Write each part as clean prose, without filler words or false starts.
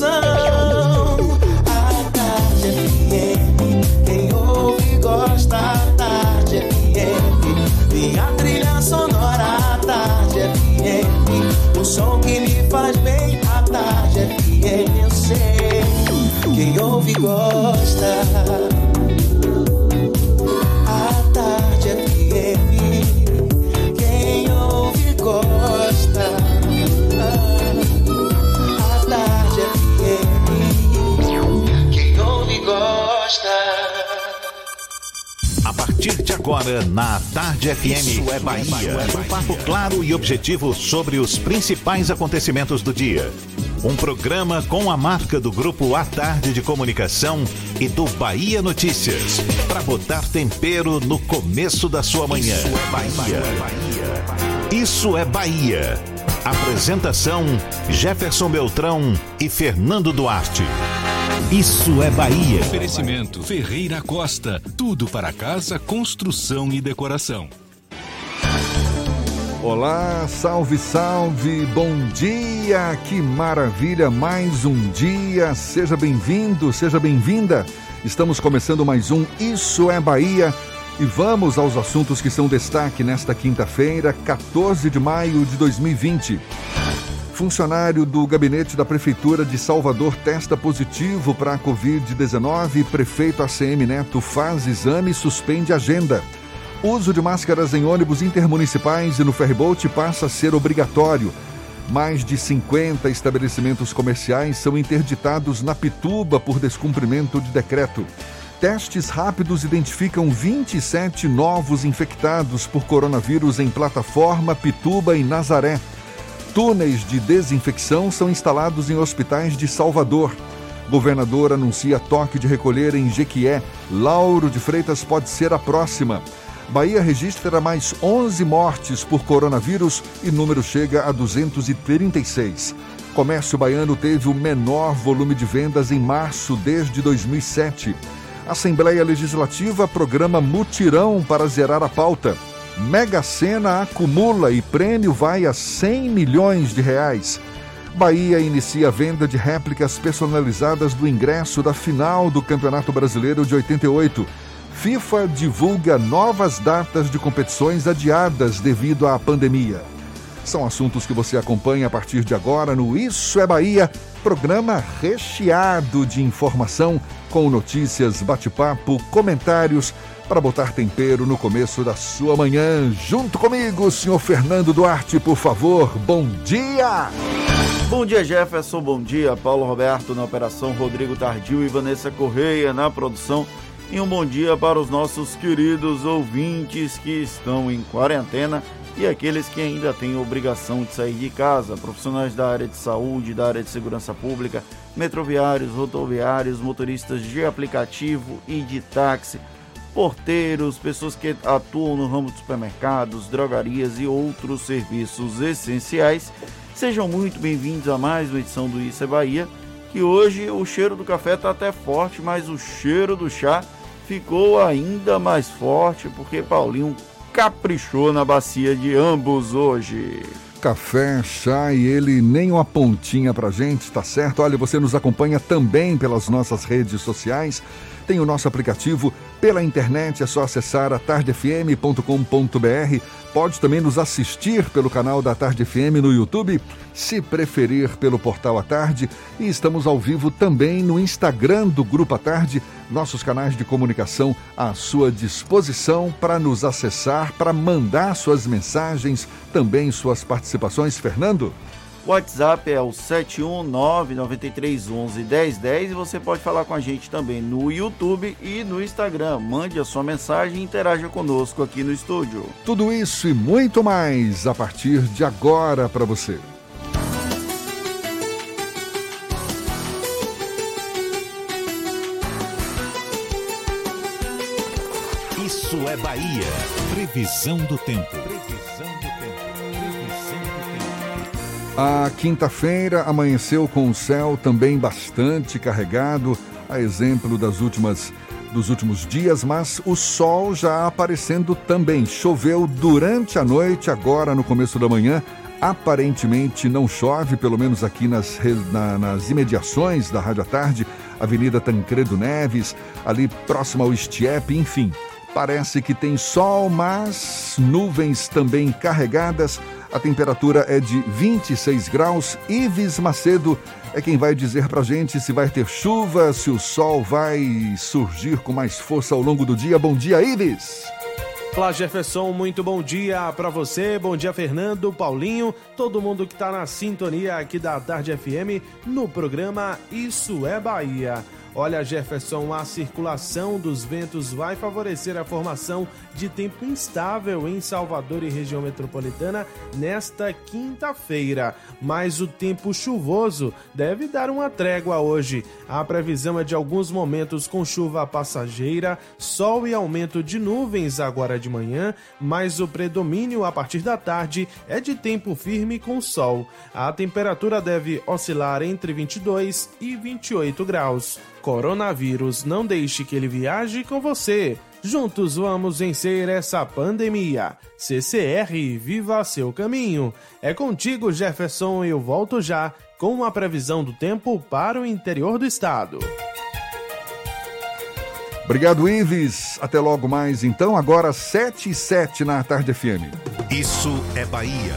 A Tarde FM, quem ouve gosta. A Tarde FM, minha trilha sonora. A Tarde FM, o som que me faz bem. A Tarde FM, eu sei, quem ouve gosta. A Tarde FM, quem ouve gosta. A Tarde FM, quem ouve gosta. A partir de agora, na Tarde FM, Isso é Bahia. Um papo claro e objetivo sobre os principais acontecimentos do dia. Um programa com a marca do Grupo A Tarde de Comunicação e do Bahia Notícias, para botar tempero no começo da sua manhã. Isso é Bahia. Isso é Bahia. Apresentação: Jefferson Beltrão e Fernando Duarte. Isso é Bahia. Oferecimento Ferreira Costa. Tudo para casa, construção e decoração. Olá, salve, salve, bom dia, que maravilha, mais um dia, seja bem-vindo, seja bem-vinda. Estamos começando mais um Isso é Bahia e vamos aos assuntos que são destaque nesta quinta-feira, 14 de maio de 2020. Funcionário do gabinete da Prefeitura de Salvador testa positivo para a Covid-19. Prefeito ACM Neto faz exame e suspende agenda. Uso de máscaras em ônibus intermunicipais e no ferryboat passa a ser obrigatório. Mais de 50 estabelecimentos comerciais são interditados na Pituba por descumprimento de decreto. Testes rápidos identificam 27 novos infectados por coronavírus em Plataforma, Pituba e Nazaré. Túneis de desinfecção são instalados em hospitais de Salvador. Governador anuncia toque de recolher em Jequié. Lauro de Freitas pode ser a próxima. Bahia registra mais 11 mortes por coronavírus e número chega a 236. Comércio baiano teve o menor volume de vendas em março desde 2007. Assembleia Legislativa programa mutirão para zerar a pauta. Mega Sena acumula e prêmio vai a 100 milhões de reais. Bahia inicia a venda de réplicas personalizadas do ingresso da final do Campeonato Brasileiro de 88. FIFA divulga novas datas de competições adiadas devido à pandemia. São assuntos que você acompanha a partir de agora no Isso é Bahia, programa recheado de informação, com notícias, bate-papo, comentários, para botar tempero no começo da sua manhã. Junto comigo, senhor Fernando Duarte, por favor, bom dia! Bom dia, Jefferson, bom dia, Paulo Roberto na operação, Rodrigo Tardio e Vanessa Correia na produção. E um bom dia para os nossos queridos ouvintes que estão em quarentena e aqueles que ainda têm obrigação de sair de casa, profissionais da área de saúde, da área de segurança pública, metroviários, rodoviários, motoristas de aplicativo e de táxi, porteiros, pessoas que atuam no ramo de supermercados, drogarias e outros serviços essenciais. Sejam muito bem-vindos a mais uma edição do Isso é Bahia, que hoje o cheiro do café está até forte, mas o cheiro do chá ficou ainda mais forte, porque Paulinho caprichou na bacia de ambos hoje. Café, chá e ele nem uma pontinha pra gente, tá certo? Olha, você nos acompanha também pelas nossas redes sociais, tem o nosso aplicativo pela internet, é só acessar atardefm.com.br. Pode também nos assistir pelo canal da Tarde FM no YouTube, se preferir pelo portal A Tarde. E estamos ao vivo também no Instagram do Grupo A Tarde, nossos canais de comunicação à sua disposição para nos acessar, para mandar suas mensagens, também suas participações. Fernando? O WhatsApp é o 71993111010 e você pode falar com a gente também no YouTube e no Instagram. Mande a sua mensagem e interaja conosco aqui no estúdio. Tudo isso e muito mais a partir de agora para você. Isso é Bahia. Previsão do tempo. A quinta-feira amanheceu com o céu também bastante carregado, a exemplo dos últimos dias, mas o sol já aparecendo também. Choveu durante a noite, agora no começo da manhã, aparentemente não chove, pelo menos aqui nas imediações da Rádio à Tarde, Avenida Tancredo Neves, ali próximo ao Estiep, enfim. Parece que tem sol, mas nuvens também carregadas. A temperatura é de 26 graus. Ives Macedo é quem vai dizer pra gente se vai ter chuva, se o sol vai surgir com mais força ao longo do dia. Bom dia, Ives! Olá, Jefferson, muito bom dia para você, bom dia, Fernando, Paulinho, todo mundo que está na sintonia aqui da Tarde FM no programa Isso é Bahia. Olha, Jefferson, a circulação dos ventos vai favorecer a formação de tempo instável em Salvador e região metropolitana nesta quinta-feira, mas o tempo chuvoso deve dar uma trégua hoje. A previsão é de alguns momentos com chuva passageira, sol e aumento de nuvens agora de manhã, mas o predomínio a partir da tarde é de tempo firme com sol. A temperatura deve oscilar entre 22 e 28 graus. Coronavírus, não deixe que ele viaje com você. Juntos vamos vencer essa pandemia. CCR, viva seu caminho. É contigo, Jefferson, eu volto já com a previsão do tempo para o interior do estado. Obrigado, Ives. Até logo mais, então. Agora 7h07 na Tarde FM. Isso é Bahia.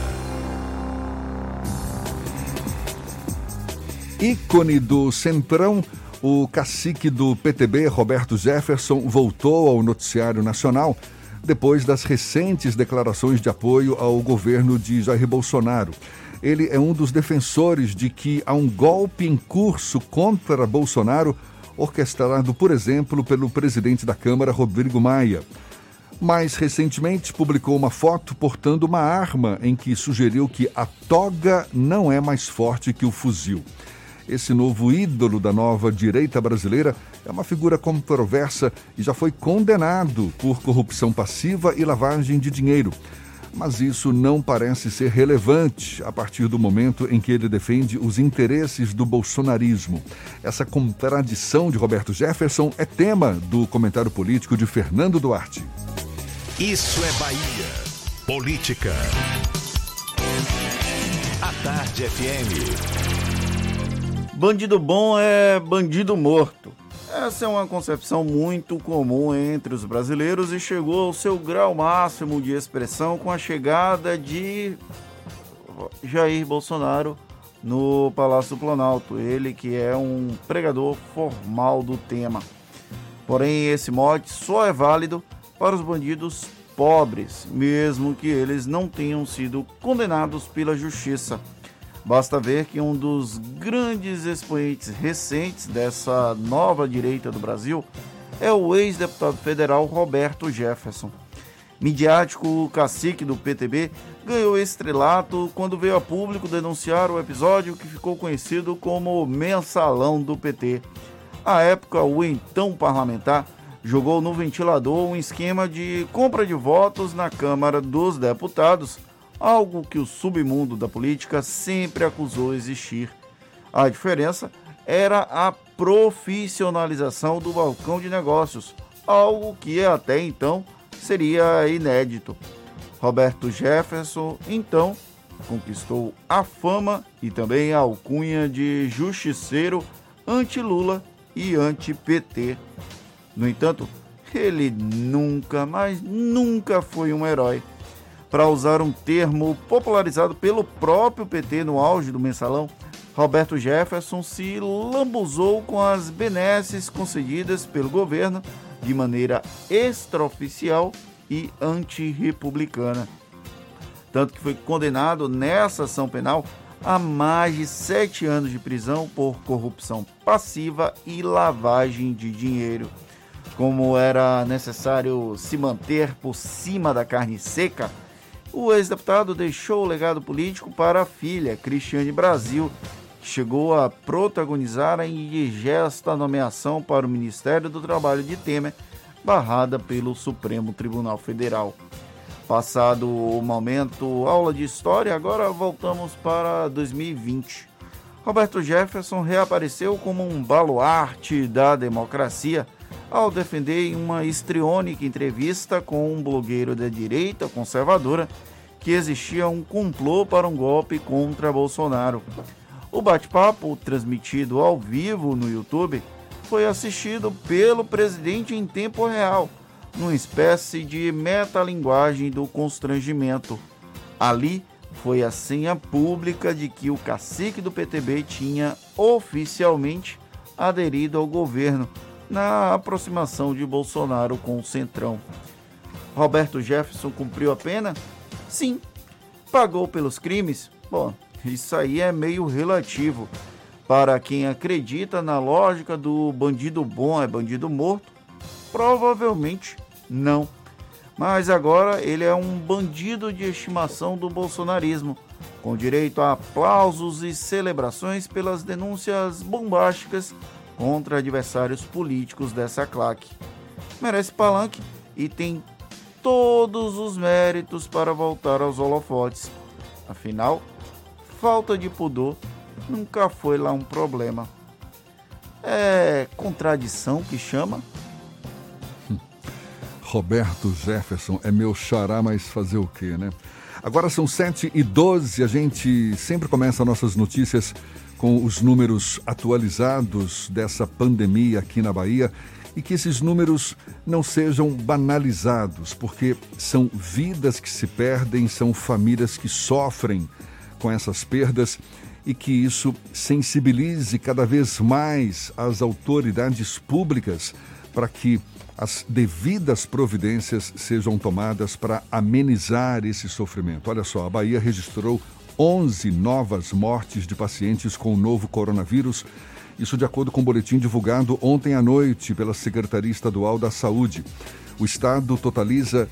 Ícone do Centrão, o cacique do PTB, Roberto Jefferson, voltou ao noticiário nacional depois das recentes declarações de apoio ao governo de Jair Bolsonaro. Ele é um dos defensores de que há um golpe em curso contra Bolsonaro, orquestrado, por exemplo, pelo presidente da Câmara, Rodrigo Maia. Mais recentemente, publicou uma foto portando uma arma em que sugeriu que a toga não é mais forte que o fuzil. Esse novo ídolo da nova direita brasileira é uma figura controversa e já foi condenado por corrupção passiva e lavagem de dinheiro. Mas isso não parece ser relevante a partir do momento em que ele defende os interesses do bolsonarismo. Essa contradição de Roberto Jefferson é tema do comentário político de Fernando Duarte. Isso é Bahia. Política. A Tarde FM. Bandido bom é bandido morto. Essa é uma concepção muito comum entre os brasileiros e chegou ao seu grau máximo de expressão com a chegada de Jair Bolsonaro no Palácio do Planalto. Ele que é um pregador formal do tema. Porém, esse mote só é válido para os bandidos pobres, mesmo que eles não tenham sido condenados pela justiça. Basta ver que um dos grandes expoentes recentes dessa nova direita do Brasil é o ex-deputado federal Roberto Jefferson. Midiático cacique do PTB ganhou estrelato quando veio a público denunciar o episódio que ficou conhecido como o Mensalão do PT. À época, o então parlamentar jogou no ventilador um esquema de compra de votos na Câmara dos Deputados, algo que o submundo da política sempre acusou existir. A diferença era a profissionalização do balcão de negócios, algo que até então seria inédito. Roberto Jefferson, então, conquistou a fama e também a alcunha de justiceiro anti-Lula e anti-PT. No entanto, ele nunca, mas nunca foi um herói. Para usar um termo popularizado pelo próprio PT no auge do Mensalão, Roberto Jefferson se lambuzou com as benesses concedidas pelo governo de maneira extraoficial e antirrepublicana. Tanto que foi condenado nessa ação penal a mais de 7 anos de prisão por corrupção passiva e lavagem de dinheiro. Como era necessário se manter por cima da carne seca, o ex-deputado deixou o legado político para a filha, Cristiane Brasil, que chegou a protagonizar a indigesta nomeação para o Ministério do Trabalho de Temer, barrada pelo Supremo Tribunal Federal. Passado o momento aula de história, agora voltamos para 2020. Roberto Jefferson reapareceu como um baluarte da democracia ao defender em uma histriônica entrevista com um blogueiro da direita conservadora que existia um complô para um golpe contra Bolsonaro. O bate-papo, transmitido ao vivo no YouTube, foi assistido pelo presidente em tempo real, numa espécie de metalinguagem do constrangimento. Ali foi a senha pública de que o cacique do PTB tinha oficialmente aderido ao governo na aproximação de Bolsonaro com o Centrão. Roberto Jefferson cumpriu a pena? Sim. Pagou pelos crimes? Bom, isso aí é meio relativo. Para quem acredita na lógica do bandido bom é bandido morto, provavelmente não. Mas agora ele é um bandido de estimação do bolsonarismo, com direito a aplausos e celebrações pelas denúncias bombásticas contra adversários políticos dessa claque. Merece palanque e tem todos os méritos para voltar aos holofotes. Afinal, falta de pudor nunca foi lá um problema. É contradição que chama? Roberto Jefferson é meu xará, mas fazer o quê, né? Agora são 7h12, a gente sempre começa nossas notícias com os números atualizados dessa pandemia aqui na Bahia e que esses números não sejam banalizados, porque são vidas que se perdem, são famílias que sofrem com essas perdas e que isso sensibilize cada vez mais as autoridades públicas para que as devidas providências sejam tomadas para amenizar esse sofrimento. Olha só, a Bahia registrou 11 novas mortes de pacientes com o novo coronavírus. Isso de acordo com o boletim divulgado ontem à noite pela Secretaria Estadual da Saúde. O estado totaliza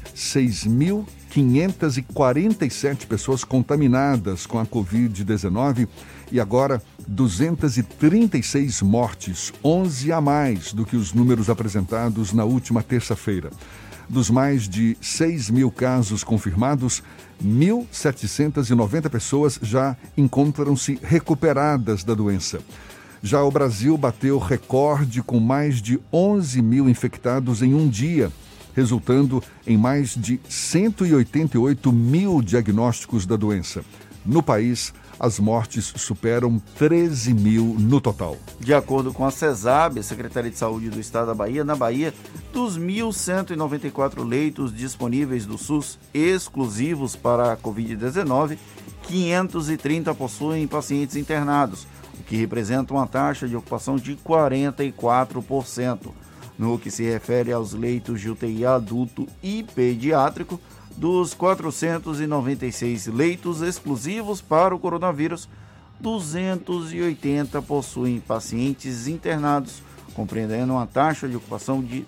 6.547 pessoas contaminadas com a Covid-19 e agora 236 mortes, 11 a mais do que os números apresentados na última terça-feira. Dos mais de 6.000 casos confirmados, 1.790 pessoas já encontram-se recuperadas da doença. Já o Brasil bateu recorde com mais de 11.000 infectados em um dia, resultando em mais de 188.000 diagnósticos da doença. No país, as mortes superam 13.000 no total. De acordo com a CESAB, a Secretaria de Saúde do Estado da Bahia, na Bahia, dos 1.194 leitos disponíveis do SUS exclusivos para a Covid-19, 530 possuem pacientes internados, o que representa uma taxa de ocupação de 44%. No que se refere aos leitos de UTI adulto e pediátrico, dos 496 leitos exclusivos para o coronavírus, 280 possuem pacientes internados, compreendendo uma taxa de ocupação de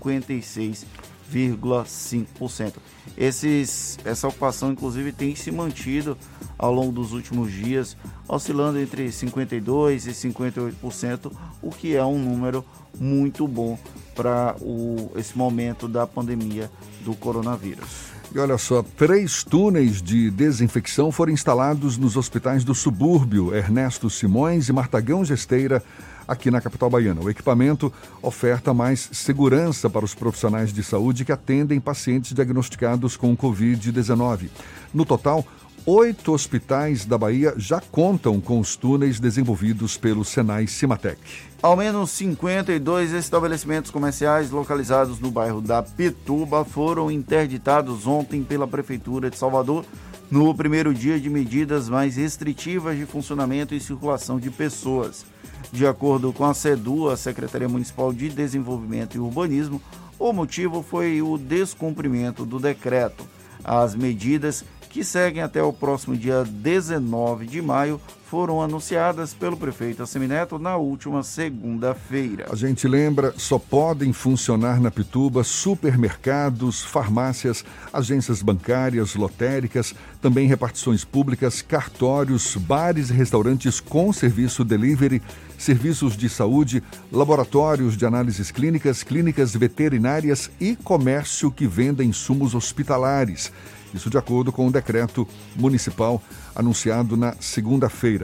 56,5%. Essa ocupação, inclusive, tem se mantido ao longo dos últimos dias, oscilando entre 52% e 58%, o que é um número muito bom para esse momento da pandemia do coronavírus. E olha só, 3 túneis de desinfecção foram instalados nos hospitais do subúrbio Ernesto Simões e Martagão Gesteira, aqui na capital baiana. O equipamento oferta mais segurança para os profissionais de saúde que atendem pacientes diagnosticados com Covid-19. No total, 8 hospitais da Bahia já contam com os túneis desenvolvidos pelo Senai Cimatec. Ao menos 52 estabelecimentos comerciais localizados no bairro da Pituba foram interditados ontem pela Prefeitura de Salvador no primeiro dia de medidas mais restritivas de funcionamento e circulação de pessoas. De acordo com a SEDU, a Secretaria Municipal de Desenvolvimento e Urbanismo, o motivo foi o descumprimento do decreto. As medidas, que seguem até o próximo dia 19 de maio, foram anunciadas pelo prefeito Assemineto na última segunda-feira. A gente lembra, só podem funcionar na Pituba supermercados, farmácias, agências bancárias, lotéricas, também repartições públicas, cartórios, bares e restaurantes com serviço delivery, serviços de saúde, laboratórios de análises clínicas, clínicas veterinárias e comércio que venda insumos hospitalares. Isso de acordo com o decreto municipal anunciado na segunda-feira.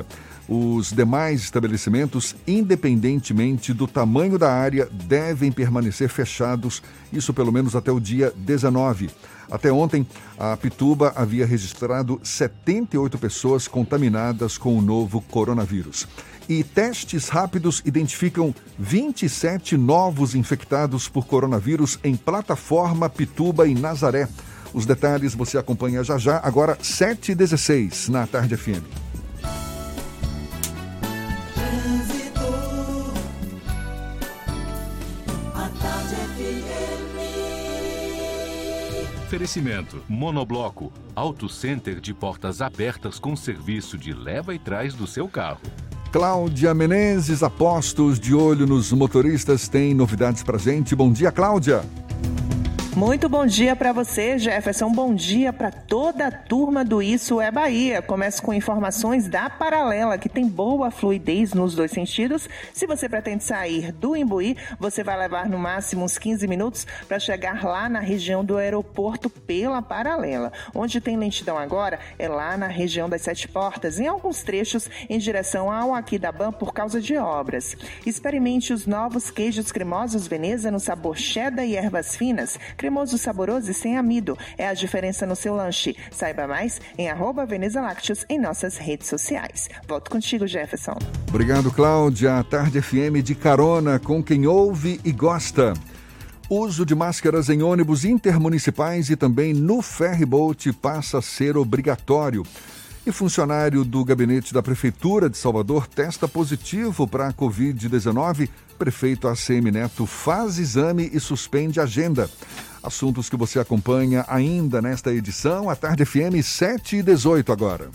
Os demais estabelecimentos, independentemente do tamanho da área, devem permanecer fechados, isso pelo menos até o dia 19. Até ontem, a Pituba havia registrado 78 pessoas contaminadas com o novo coronavírus. E testes rápidos identificam 27 novos infectados por coronavírus em Plataforma, Pituba e Nazaré. Os detalhes você acompanha já, agora 7h16 na Tarde FM. Oferecimento Monobloco, Auto Center de portas abertas com serviço de leva e trás do seu carro. Cláudia Menezes, apostos de olho nos motoristas, tem novidades pra gente. Bom dia, Cláudia. Muito bom dia para você, Jefferson. Bom dia para toda a turma do Isso é Bahia. Começo com informações da Paralela, que tem boa fluidez nos dois sentidos. Se você pretende sair do Imbuí, você vai levar no máximo uns 15 minutos para chegar lá na região do aeroporto pela Paralela. Onde tem lentidão agora é lá na região das Sete Portas, em alguns trechos em direção ao Aquidabam por causa de obras. Experimente os novos queijos cremosos Veneza no sabor cheddar e ervas finas, cremoso, saboroso e sem amido. É a diferença no seu lanche. Saiba mais em @VenezaLácteos em nossas redes sociais. Volto contigo, Jefferson. Obrigado, Cláudia. A Tarde FM de carona com quem ouve e gosta. Uso de máscaras em ônibus intermunicipais e também no ferryboat passa a ser obrigatório. E funcionário do gabinete da Prefeitura de Salvador testa positivo para a Covid-19. Prefeito ACM Neto faz exame e suspende agenda. Assuntos que você acompanha ainda nesta edição, a Tarde FM 7h18 agora.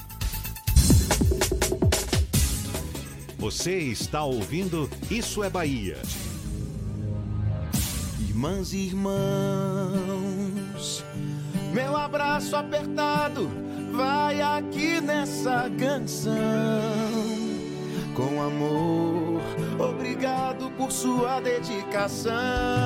Você está ouvindo Isso é Bahia. Irmãs e irmãos, meu abraço apertado vai aqui nessa canção. Com amor, obrigado por sua dedicação.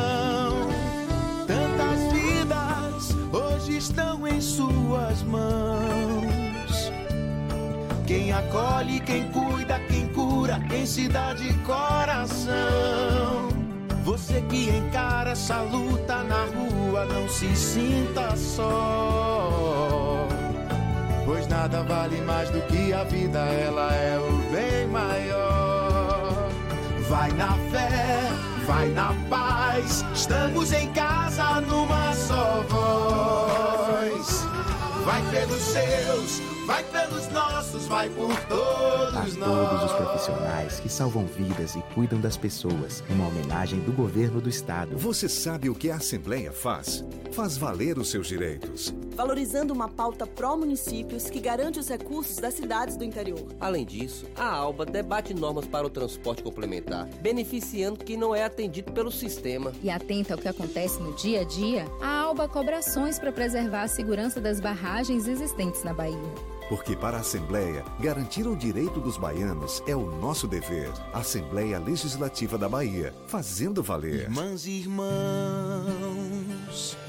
Tantas vidas hoje estão em suas mãos. Quem acolhe, quem cuida, quem cura, quem se dá de coração. Você que encara essa luta na rua, não se sinta só. Pois nada vale mais do que a vida, ela é o bem maior. Vai na fé, vai na paz, estamos em casa numa só voz. Vai pelos seus, vai pelos nossos, vai por todos nós. A todos os profissionais que salvam vidas e cuidam das pessoas, uma homenagem do governo do estado. Você sabe o que a Assembleia faz? Faz valer os seus direitos. Valorizando uma pauta pró-municípios que garante os recursos das cidades do interior. Além disso, a ALBA debate normas para o transporte complementar, beneficiando quem não é atendido pelo sistema. E atenta ao que acontece no dia a dia, a ALBA cobra ações para preservar a segurança das barragens existentes na Bahia. Porque para a Assembleia, garantir o direito dos baianos é o nosso dever. Assembleia Legislativa da Bahia, fazendo valer. Irmãs e irmãos,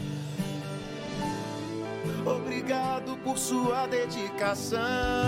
obrigado por sua dedicação.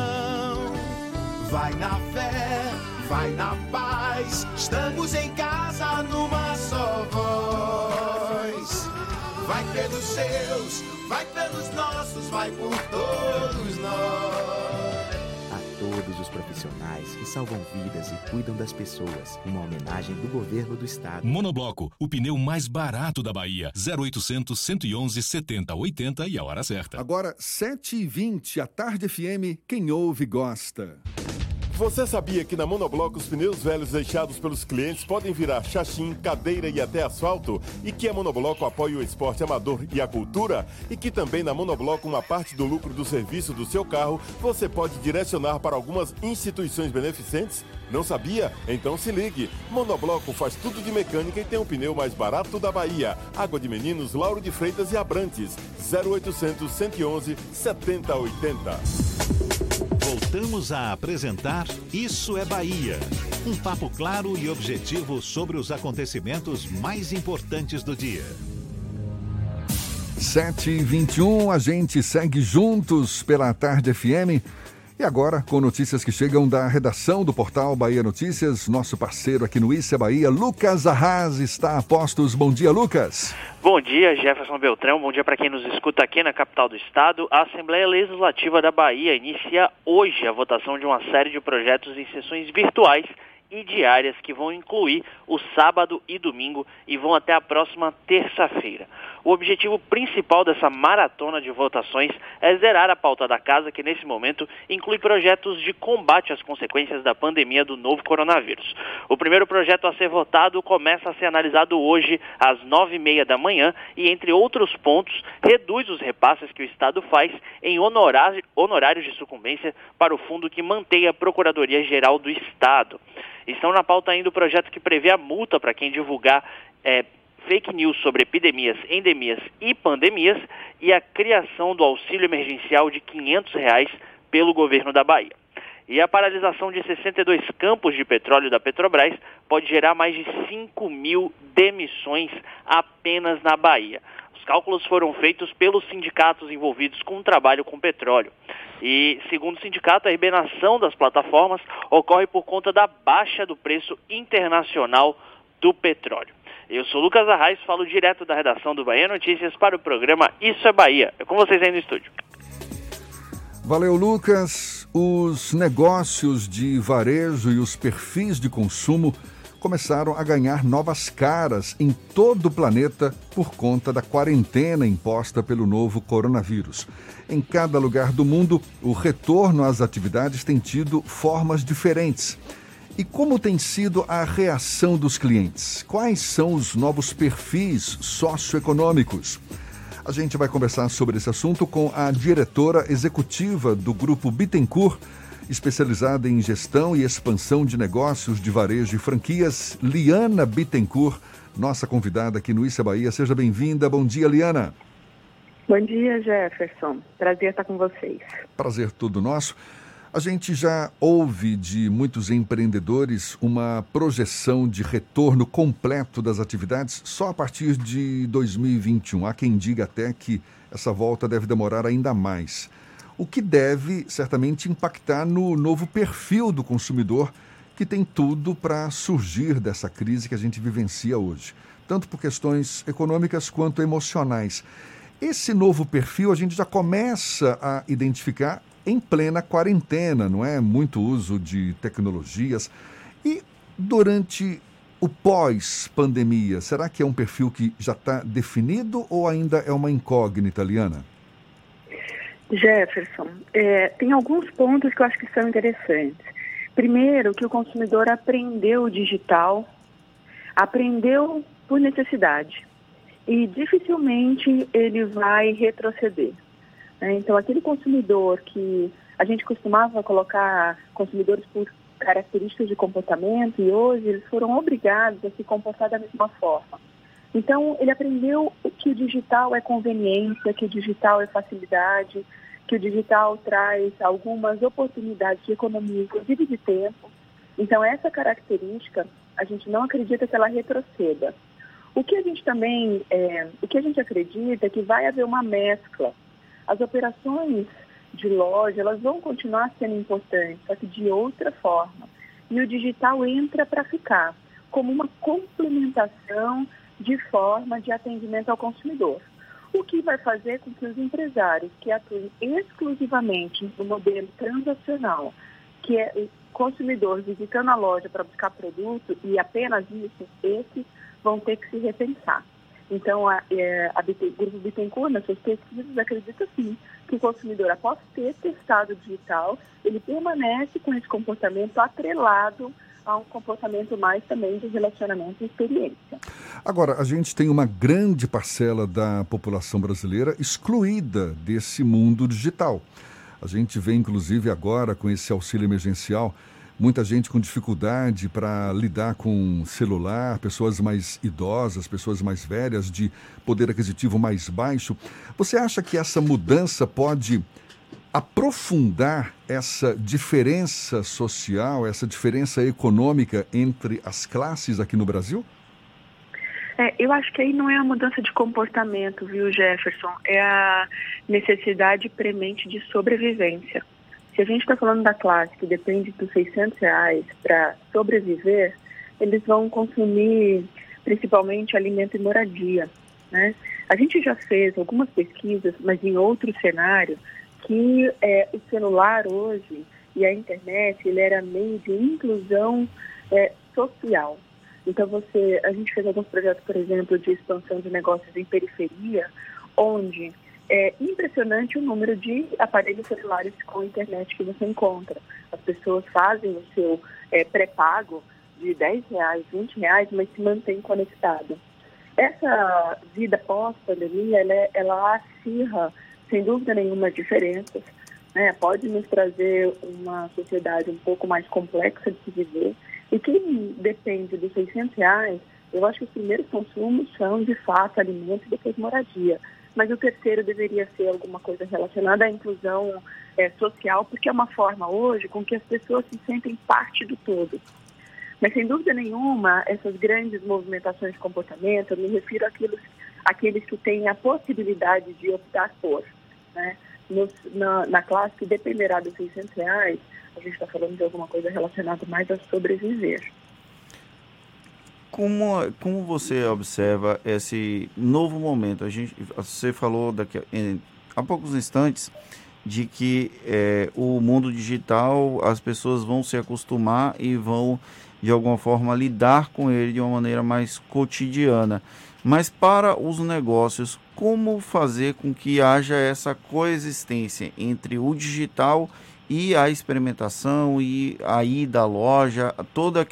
Vai na fé, vai na paz, estamos em casa numa só voz. Vai pelos seus, vai pelos nossos, vai por todos nós. A todos os profissionais que salvam vidas e cuidam das pessoas, uma homenagem do governo do estado. Monobloco, o pneu mais barato da Bahia. 0800 111 70 80 e a hora certa. Agora 7h20, a Tarde FM, quem ouve gosta. Você sabia que na Monobloco os pneus velhos deixados pelos clientes podem virar chachim, cadeira e até asfalto? E que a Monobloco apoia o esporte amador e a cultura? E que também na Monobloco uma parte do lucro do serviço do seu carro você pode direcionar para algumas instituições beneficentes? Não sabia? Então se ligue. Monobloco faz tudo de mecânica e tem o pneu mais barato da Bahia. Água de Meninos, Lauro de Freitas e Abrantes. 0800 111 7080. Voltamos a apresentar Isso é Bahia. Um papo claro e objetivo sobre os acontecimentos mais importantes do dia. 7h21, a gente segue juntos pela Tarde FM E agora, com notícias que chegam da redação do portal Bahia Notícias, nosso parceiro aqui no Isso é Bahia, Lucas Arras, está a postos. Bom dia, Lucas. Bom dia, Jefferson Beltrão. Bom dia para quem nos escuta aqui na capital do estado. A Assembleia Legislativa da Bahia inicia hoje a votação de uma série de projetos em sessões virtuais e diárias que vão incluir o sábado e domingo e vão até a próxima terça-feira. O objetivo principal dessa maratona de votações é zerar a pauta da casa, que nesse momento inclui projetos de combate às consequências da pandemia do novo coronavírus. O primeiro projeto a ser votado começa a ser analisado hoje às 9h30 da manhã e, entre outros pontos, reduz os repasses que o Estado faz em honorários de sucumbência para o fundo que mantém a Procuradoria-Geral do Estado. Estão na pauta ainda o projeto que prevê a multa para quem divulgar fake news sobre epidemias, endemias e pandemias e a criação do auxílio emergencial de R$ 500 pelo governo da Bahia. E a paralisação de 62 campos de petróleo da Petrobras pode gerar mais de 5 mil demissões apenas na Bahia. Os cálculos foram feitos pelos sindicatos envolvidos com o trabalho com petróleo. E, segundo o sindicato, a hibernação das plataformas ocorre por conta da baixa do preço internacional do petróleo. Eu sou Lucas Arraes, falo direto da redação do Bahia Notícias para o programa Isso é Bahia. É com vocês aí no estúdio. Valeu, Lucas. Os negócios de varejo e os perfis de consumo começaram a ganhar novas caras em todo o planeta por conta da quarentena imposta pelo novo coronavírus. Em cada lugar do mundo, o retorno às atividades tem tido formas diferentes. E como tem sido a reação dos clientes? Quais são os novos perfis socioeconômicos? A gente vai conversar sobre esse assunto com a diretora executiva do Grupo Bittencourt, especializada em gestão e expansão de negócios de varejo e franquias, Liana Bittencourt, nossa convidada aqui no Isso é Bahia. Seja bem-vinda. Bom dia, Liana. Bom dia, Jefferson. Prazer estar com vocês. Prazer todo nosso. A gente já ouve de muitos empreendedores uma projeção de retorno completo das atividades só a partir de 2021. Há quem diga até que essa volta deve demorar ainda mais. O que deve certamente impactar no novo perfil do consumidor, que tem tudo para surgir dessa crise que a gente vivencia hoje, tanto por questões econômicas quanto emocionais. Esse novo perfil a gente já começa a identificar em plena quarentena, não é? Muito uso de tecnologias. E durante o pós-pandemia, será que é um perfil que já está definido ou ainda é uma incógnita, Liana? Jefferson, tem alguns pontos que eu acho que são interessantes. Primeiro, que o consumidor aprendeu o digital, aprendeu por necessidade e dificilmente ele vai retroceder. Então, aquele consumidor que a gente costumava colocar consumidores por características de comportamento e hoje eles foram obrigados a se comportar da mesma forma. Então, ele aprendeu que o digital é conveniência, que o digital é facilidade, que o digital traz algumas oportunidades de economia, inclusive de tempo. Então, essa característica, a gente não acredita que ela retroceda. O que a gente também, o que a gente acredita é que vai haver uma mescla. As operações de loja, elas vão continuar sendo importantes, só que de outra forma. E o digital entra para ficar, como uma complementação de forma de atendimento ao consumidor. O que vai fazer com que os empresários que atuem exclusivamente no modelo transacional, que é o consumidor visitando a loja para buscar produto e apenas isso, esses vão ter que se repensar. Então, o Grupo Bittencourt, nas suas pesquisas, acredita sim que o consumidor, após ter testado o digital, ele permanece com esse comportamento atrelado a um comportamento mais também de relacionamento e experiência. Agora, a gente tem uma grande parcela da população brasileira excluída desse mundo digital. A gente vê, inclusive, agora com esse auxílio emergencial, muita gente com dificuldade para lidar com celular, pessoas mais idosas, pessoas mais velhas, de poder aquisitivo mais baixo. Você acha que essa mudança pode aprofundar essa diferença social, essa diferença econômica entre as classes aqui no Brasil? Eu acho que aí não é a mudança de comportamento, viu, Jefferson? É a necessidade premente de sobrevivência. Se a gente está falando da classe que depende dos R$600 para sobreviver, eles vão consumir principalmente alimento e moradia, né? A gente já fez algumas pesquisas, mas em outro cenário, que o celular hoje e a internet, ele era meio de inclusão social. Então, a gente fez alguns projetos, por exemplo, de expansão de negócios em periferia, onde é impressionante o número de aparelhos celulares com internet que você encontra. As pessoas fazem o seu pré-pago de R$10, R$20, mas se mantém conectado. Essa vida pós-pandemia, ela acirra, sem dúvida nenhuma, diferenças, né? Pode nos trazer uma sociedade um pouco mais complexa de se viver. E quem depende dos R$600, eu acho que os primeiros consumos são, de fato, alimentos e depois moradia. Mas o terceiro deveria ser alguma coisa relacionada à inclusão social, porque é uma forma hoje com que as pessoas se sentem parte do todo. Mas, sem dúvida nenhuma, essas grandes movimentações de comportamento, eu me refiro àqueles que têm a possibilidade de optar por, né? Na classe que dependerá dos R$600, a gente está falando de alguma coisa relacionada mais a sobreviver. Como você observa esse novo momento? Você falou há poucos instantes de que o mundo digital, as pessoas vão se acostumar e vão, de alguma forma, lidar com ele de uma maneira mais cotidiana. Mas para os negócios, como fazer com que haja essa coexistência entre o digital e a experimentação e a ida à loja, toda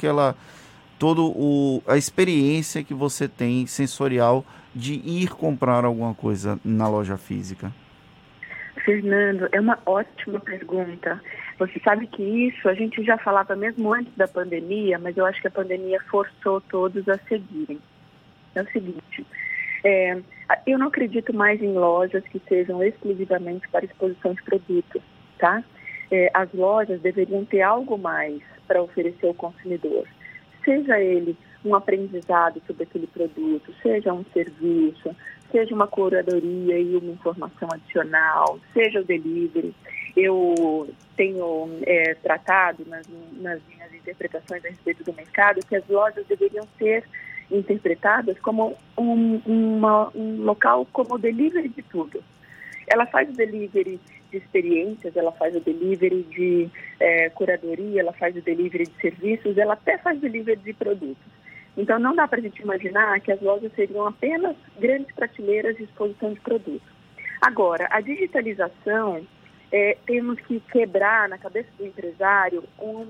a experiência que você tem sensorial de ir comprar alguma coisa na loja física? Fernando, é uma ótima pergunta. Você sabe que isso a gente já falava mesmo antes da pandemia, mas eu acho que a pandemia forçou todos a seguirem. É o seguinte, eu não acredito mais em lojas que sejam exclusivamente para exposição de produtos, tá? As lojas deveriam ter algo mais para oferecer ao consumidor. Seja ele um aprendizado sobre aquele produto, seja um serviço, seja uma curadoria e uma informação adicional, seja o delivery. Eu tenho tratado nas minhas interpretações a respeito do mercado que as lojas deveriam ser interpretadas como um local como o delivery de tudo. Ela faz o delivery de experiências, ela faz o delivery de curadoria, ela faz o delivery de serviços, ela até faz delivery de produtos. Então, não dá para a gente imaginar que as lojas seriam apenas grandes prateleiras de exposição de produtos. Agora, a digitalização, temos que quebrar na cabeça do empresário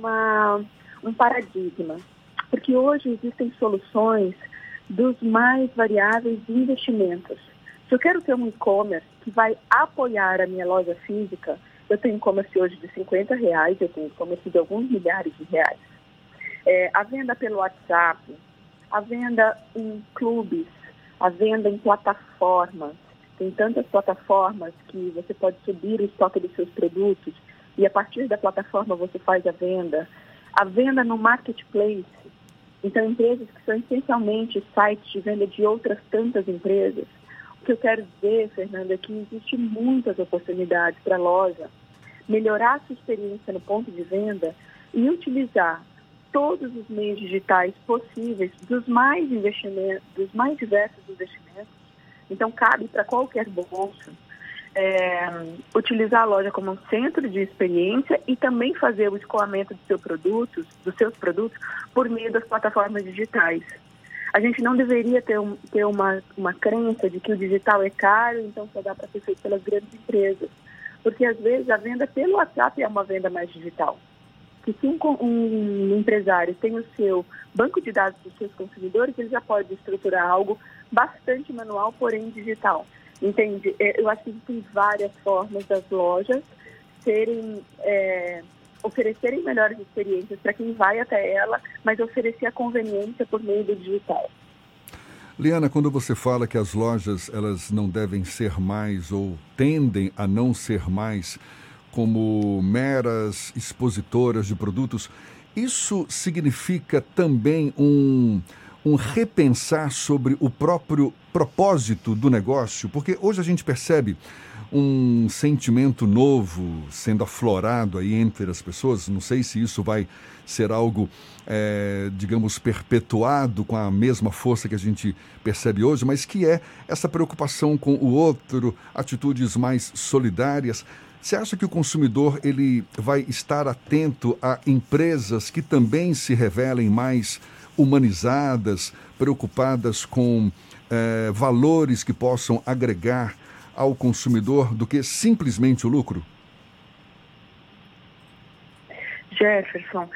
um paradigma, porque hoje existem soluções dos mais variáveis de investimentos. Se eu quero ter um e-commerce que vai apoiar a minha loja física, eu tenho e-commerce hoje de R$50, eu tenho e-commerce de alguns milhares de reais. A venda pelo WhatsApp, a venda em clubes, a venda em plataformas. Tem tantas plataformas que você pode subir o estoque dos seus produtos e a partir da plataforma você faz a venda. A venda no marketplace. Então, empresas que são essencialmente sites de venda de outras tantas empresas. O que eu quero dizer, Fernando, é que existem muitas oportunidades para a loja melhorar a sua experiência no ponto de venda e utilizar todos os meios digitais possíveis dos mais diversos investimentos. Então, cabe para qualquer bolso utilizar a loja como um centro de experiência e também fazer o escoamento dos seus produtos por meio das plataformas digitais. A gente não deveria ter uma crença de que o digital é caro, então só dá para ser feito pelas grandes empresas. Porque, às vezes, a venda pelo WhatsApp é uma venda mais digital. Que se um empresário tem o seu banco de dados dos seus consumidores, ele já pode estruturar algo bastante manual, porém digital. Entende? Eu acho que existem várias formas das lojas oferecerem melhores experiências para quem vai até ela, mas oferecer a conveniência por meio do digital. Liana, quando você fala que as lojas elas não devem ser mais ou tendem a não ser mais como meras expositoras de produtos, isso significa também um repensar sobre o próprio propósito do negócio? Porque hoje a gente percebe um sentimento novo sendo aflorado aí entre as pessoas. Não sei se isso vai ser algo, digamos, perpetuado com a mesma força que a gente percebe hoje, mas que é essa preocupação com o outro, atitudes mais solidárias. Você acha que o consumidor ele vai estar atento a empresas que também se revelem mais humanizadas, preocupadas com valores que possam agregar ao consumidor do que simplesmente o lucro? Jefferson,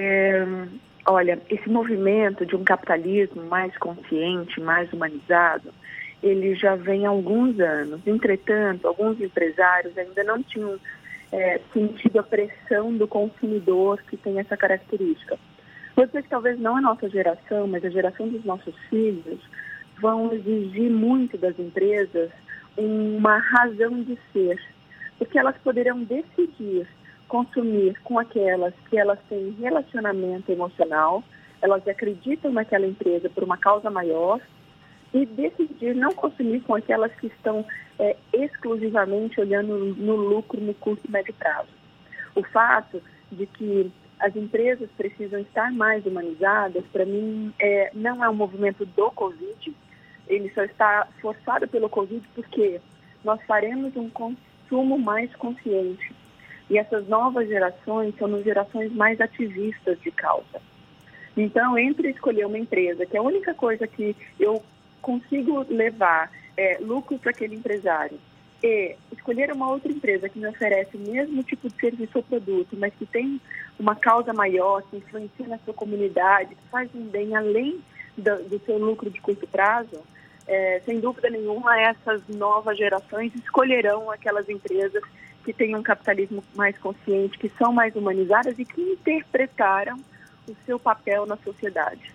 olha, esse movimento de um capitalismo mais consciente, mais humanizado, ele já vem há alguns anos. Entretanto, alguns empresários ainda não tinham sentido a pressão do consumidor que tem essa característica. Vou dizer que talvez não a nossa geração, mas a geração dos nossos filhos vão exigir muito das empresas uma razão de ser, porque elas poderão decidir consumir com aquelas que elas têm relacionamento emocional, elas acreditam naquela empresa por uma causa maior, e decidir não consumir com aquelas que estão exclusivamente olhando no lucro no curto e médio prazo. O fato de que as empresas precisam estar mais humanizadas, para mim, não é um movimento do Covid, ele só está forçado pelo Covid porque nós faremos um consumo mais consciente. E essas novas gerações são gerações mais ativistas de causa. Então, entre escolher uma empresa, que é a única coisa que eu consigo levar lucro para aquele empresário, e escolher uma outra empresa que me oferece o mesmo tipo de serviço ou produto, mas que tem uma causa maior, que influencia na sua comunidade, que faz um bem além do seu lucro de curto prazo, sem dúvida nenhuma, essas novas gerações escolherão aquelas empresas que têm um capitalismo mais consciente, que são mais humanizadas e que interpretaram o seu papel na sociedade.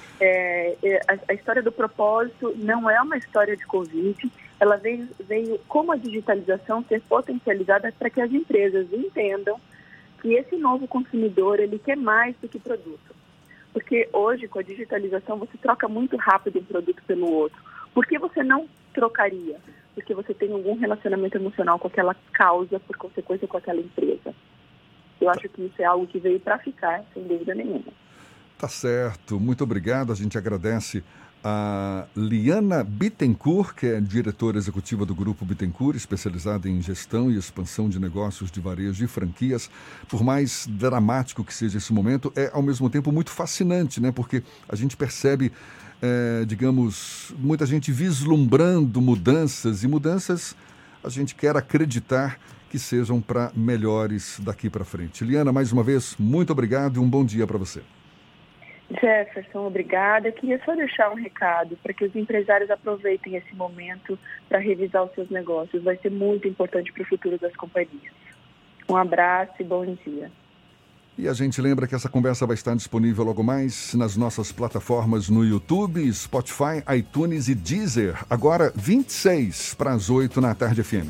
A história do propósito não é uma história de Covid, ela veio como a digitalização ser potencializada para que as empresas entendam que esse novo consumidor, ele quer mais do que produto. Porque hoje, com a digitalização, você troca muito rápido um produto pelo outro. Por que você não trocaria? Porque você tem algum relacionamento emocional com aquela causa, por consequência com aquela empresa. Eu acho que isso é algo que veio para ficar, sem dúvida nenhuma. Tá certo, muito obrigado. A gente agradece a Liana Bittencourt, que é diretora executiva do Grupo Bittencourt, especializada em gestão e expansão de negócios de varejo e franquias. Por mais dramático que seja esse momento, é ao mesmo tempo muito fascinante, né? Porque a gente percebe, digamos, muita gente vislumbrando mudanças, e mudanças a gente quer acreditar que sejam para melhores daqui para frente. Liana, mais uma vez, muito obrigado e um bom dia para você. Jefferson, obrigada. Eu queria só deixar um recado para que os empresários aproveitem esse momento para revisar os seus negócios. Vai ser muito importante para o futuro das companhias. Um abraço e bom dia. E a gente lembra que essa conversa vai estar disponível logo mais nas nossas plataformas no YouTube, Spotify, iTunes e Deezer. Agora, 26 para as 8 na Tarde FM.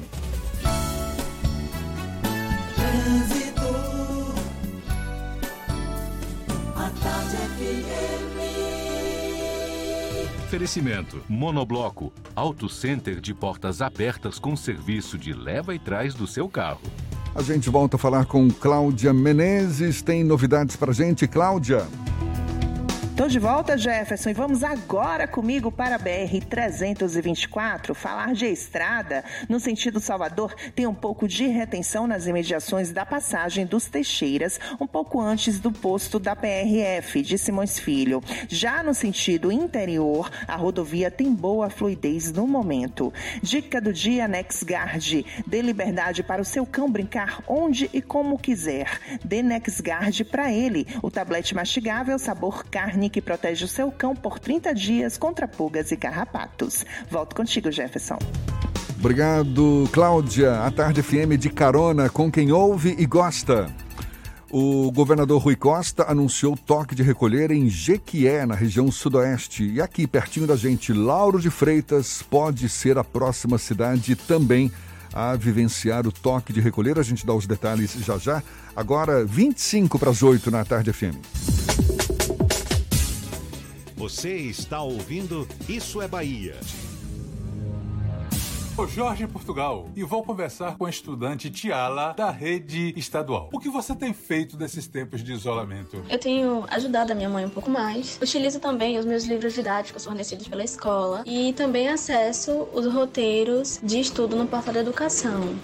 Oferecimento: Monobloco, Auto Center de portas abertas com serviço de leva e trás do seu carro. A gente volta a falar com Cláudia Menezes. Tem novidades pra gente, Cláudia? Tô de volta, Jefferson, e vamos agora comigo para a BR-324, falar de estrada. No sentido Salvador, tem um pouco de retenção nas imediações da passagem dos Teixeiras, um pouco antes do posto da PRF de Simões Filho. Já no sentido interior, a rodovia tem boa fluidez no momento. Dica do dia: NexGuard. Dê liberdade para o seu cão brincar onde e como quiser. Dê NexGuard para ele, o tablete mastigável sabor carne que protege o seu cão por 30 dias contra pulgas e carrapatos. Volto contigo, Jefferson. Obrigado, Cláudia. A Tarde FM de carona com quem ouve e gosta. O governador Rui Costa anunciou toque de recolher em Jequié, na região sudoeste. E aqui, pertinho da gente, Lauro de Freitas pode ser a próxima cidade também a vivenciar o toque de recolher. A gente dá os detalhes já já. Agora, 25 para as 8 na Tarde FM. Você está ouvindo Isso é Bahia. Sou Jorge Portugal e vou conversar com a estudante Tiala da rede estadual. O que você tem feito nesses tempos de isolamento? Eu tenho ajudado a minha mãe um pouco mais. Utilizo também os meus livros didáticos fornecidos pela escola e também acesso os roteiros de estudo no portal da educação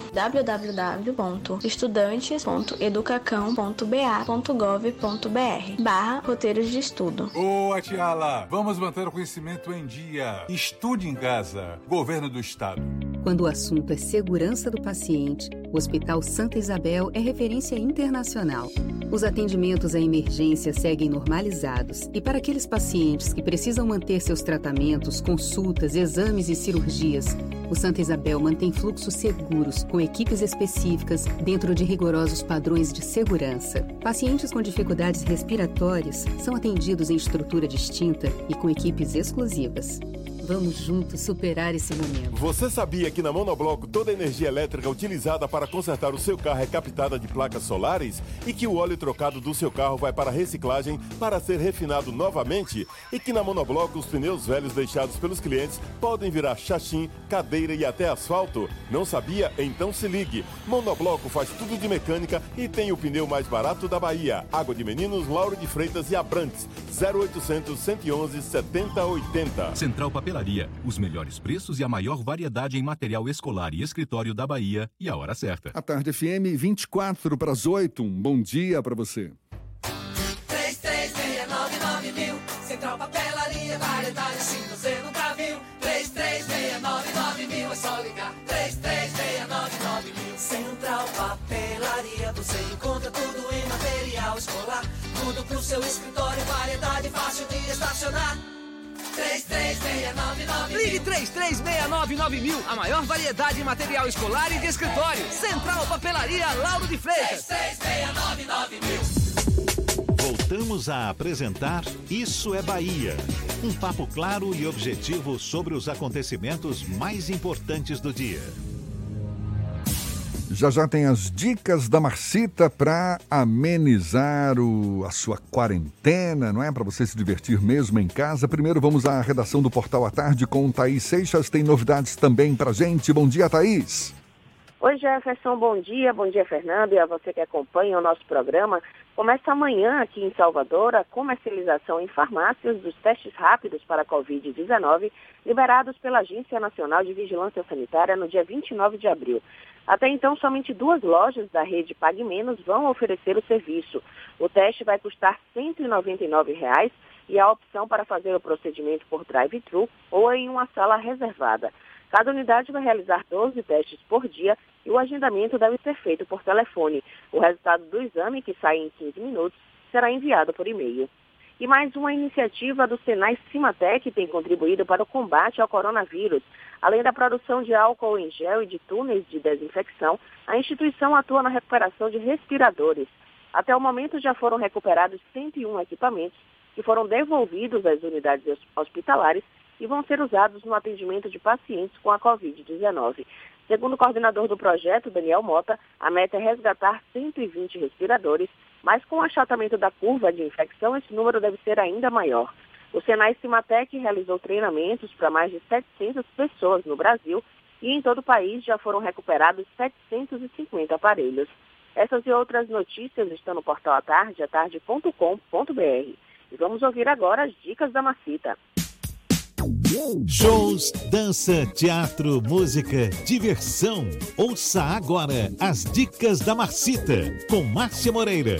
www.estudantes.educacão.ba.gov.br/roteiros de estudo. Boa, Tiala! Vamos manter o conhecimento em dia. Estude em casa. Governo do Estado. Quando o assunto é segurança do paciente, o Hospital Santa Isabel é referência internacional. Os atendimentos à emergência seguem normalizados e para aqueles pacientes que precisam manter seus tratamentos, consultas, exames e cirurgias, o Santa Isabel mantém fluxos seguros com equipes específicas dentro de rigorosos padrões de segurança. Pacientes com dificuldades respiratórias são atendidos em estrutura distinta e com equipes exclusivas. Vamos juntos superar esse momento. Você sabia que na Monobloco toda a energia elétrica utilizada para consertar o seu carro é captada de placas solares? E que o óleo trocado do seu carro vai para reciclagem para ser refinado novamente? E que na Monobloco os pneus velhos deixados pelos clientes podem virar chachim, cadeira e até asfalto? Não sabia? Então se ligue. Monobloco faz tudo de mecânica e tem o pneu mais barato da Bahia. Água de Meninos, Lauro de Freitas e Abrantes. 0800 111 7080. Central Papelaria, os melhores preços e a maior variedade em material escolar e escritório da Bahia e a hora certa. A Tarde FM, 24 para as 8. Um bom dia para você. 33699000. Central Papelaria, variedade assim você nunca viu. 33699000. É só ligar. 33699000. Central Papelaria, você encontra tudo em material escolar. Tudo pro seu escritório, variedade fácil de estacionar. 33699000. Ligue 33699000. A maior variedade em material escolar e de escritório. Central Papelaria Lauro de Freitas. 33699000. Voltamos a apresentar Isso é Bahia. Um papo claro e objetivo sobre os acontecimentos mais importantes do dia. Já já tem as dicas da Marcita para amenizar a sua quarentena, não é? Para você se divertir mesmo em casa. Primeiro vamos à redação do Portal à Tarde com Thaís Seixas. Tem novidades também para gente. Bom dia, Thaís. Oi, Jefferson. Bom dia, Fernando. E a você que acompanha o nosso programa. Começa amanhã aqui em Salvador a comercialização em farmácias dos testes rápidos para a Covid-19 liberados pela Agência Nacional de Vigilância Sanitária no dia 29 de abril. Até então, somente 2 lojas da rede Pague Menos vão oferecer o serviço. O teste vai custar R$ 199,00 e a opção para fazer o procedimento por drive-thru ou em uma sala reservada. Cada unidade vai realizar 12 testes por dia e o agendamento deve ser feito por telefone. O resultado do exame, que sai em 15 minutos, será enviado por e-mail. E mais uma iniciativa do Senai Cimatec tem contribuído para o combate ao coronavírus. Além da produção de álcool em gel e de túneis de desinfecção, a instituição atua na recuperação de respiradores. Até o momento já foram recuperados 101 equipamentos que foram devolvidos às unidades hospitalares e vão ser usados no atendimento de pacientes com a Covid-19. Segundo o coordenador do projeto, Daniel Mota, a meta é resgatar 120 respiradores, mas com o achatamento da curva de infecção, esse número deve ser ainda maior. O Senai Cimatec realizou treinamentos para mais de 700 pessoas no Brasil e em todo o país já foram recuperados 750 aparelhos. Essas e outras notícias estão no portal atarde.com.br. E vamos ouvir agora as dicas da Marcita. Shows, dança, teatro, música, diversão. Ouça agora as dicas da Marcita, com Márcia Moreira.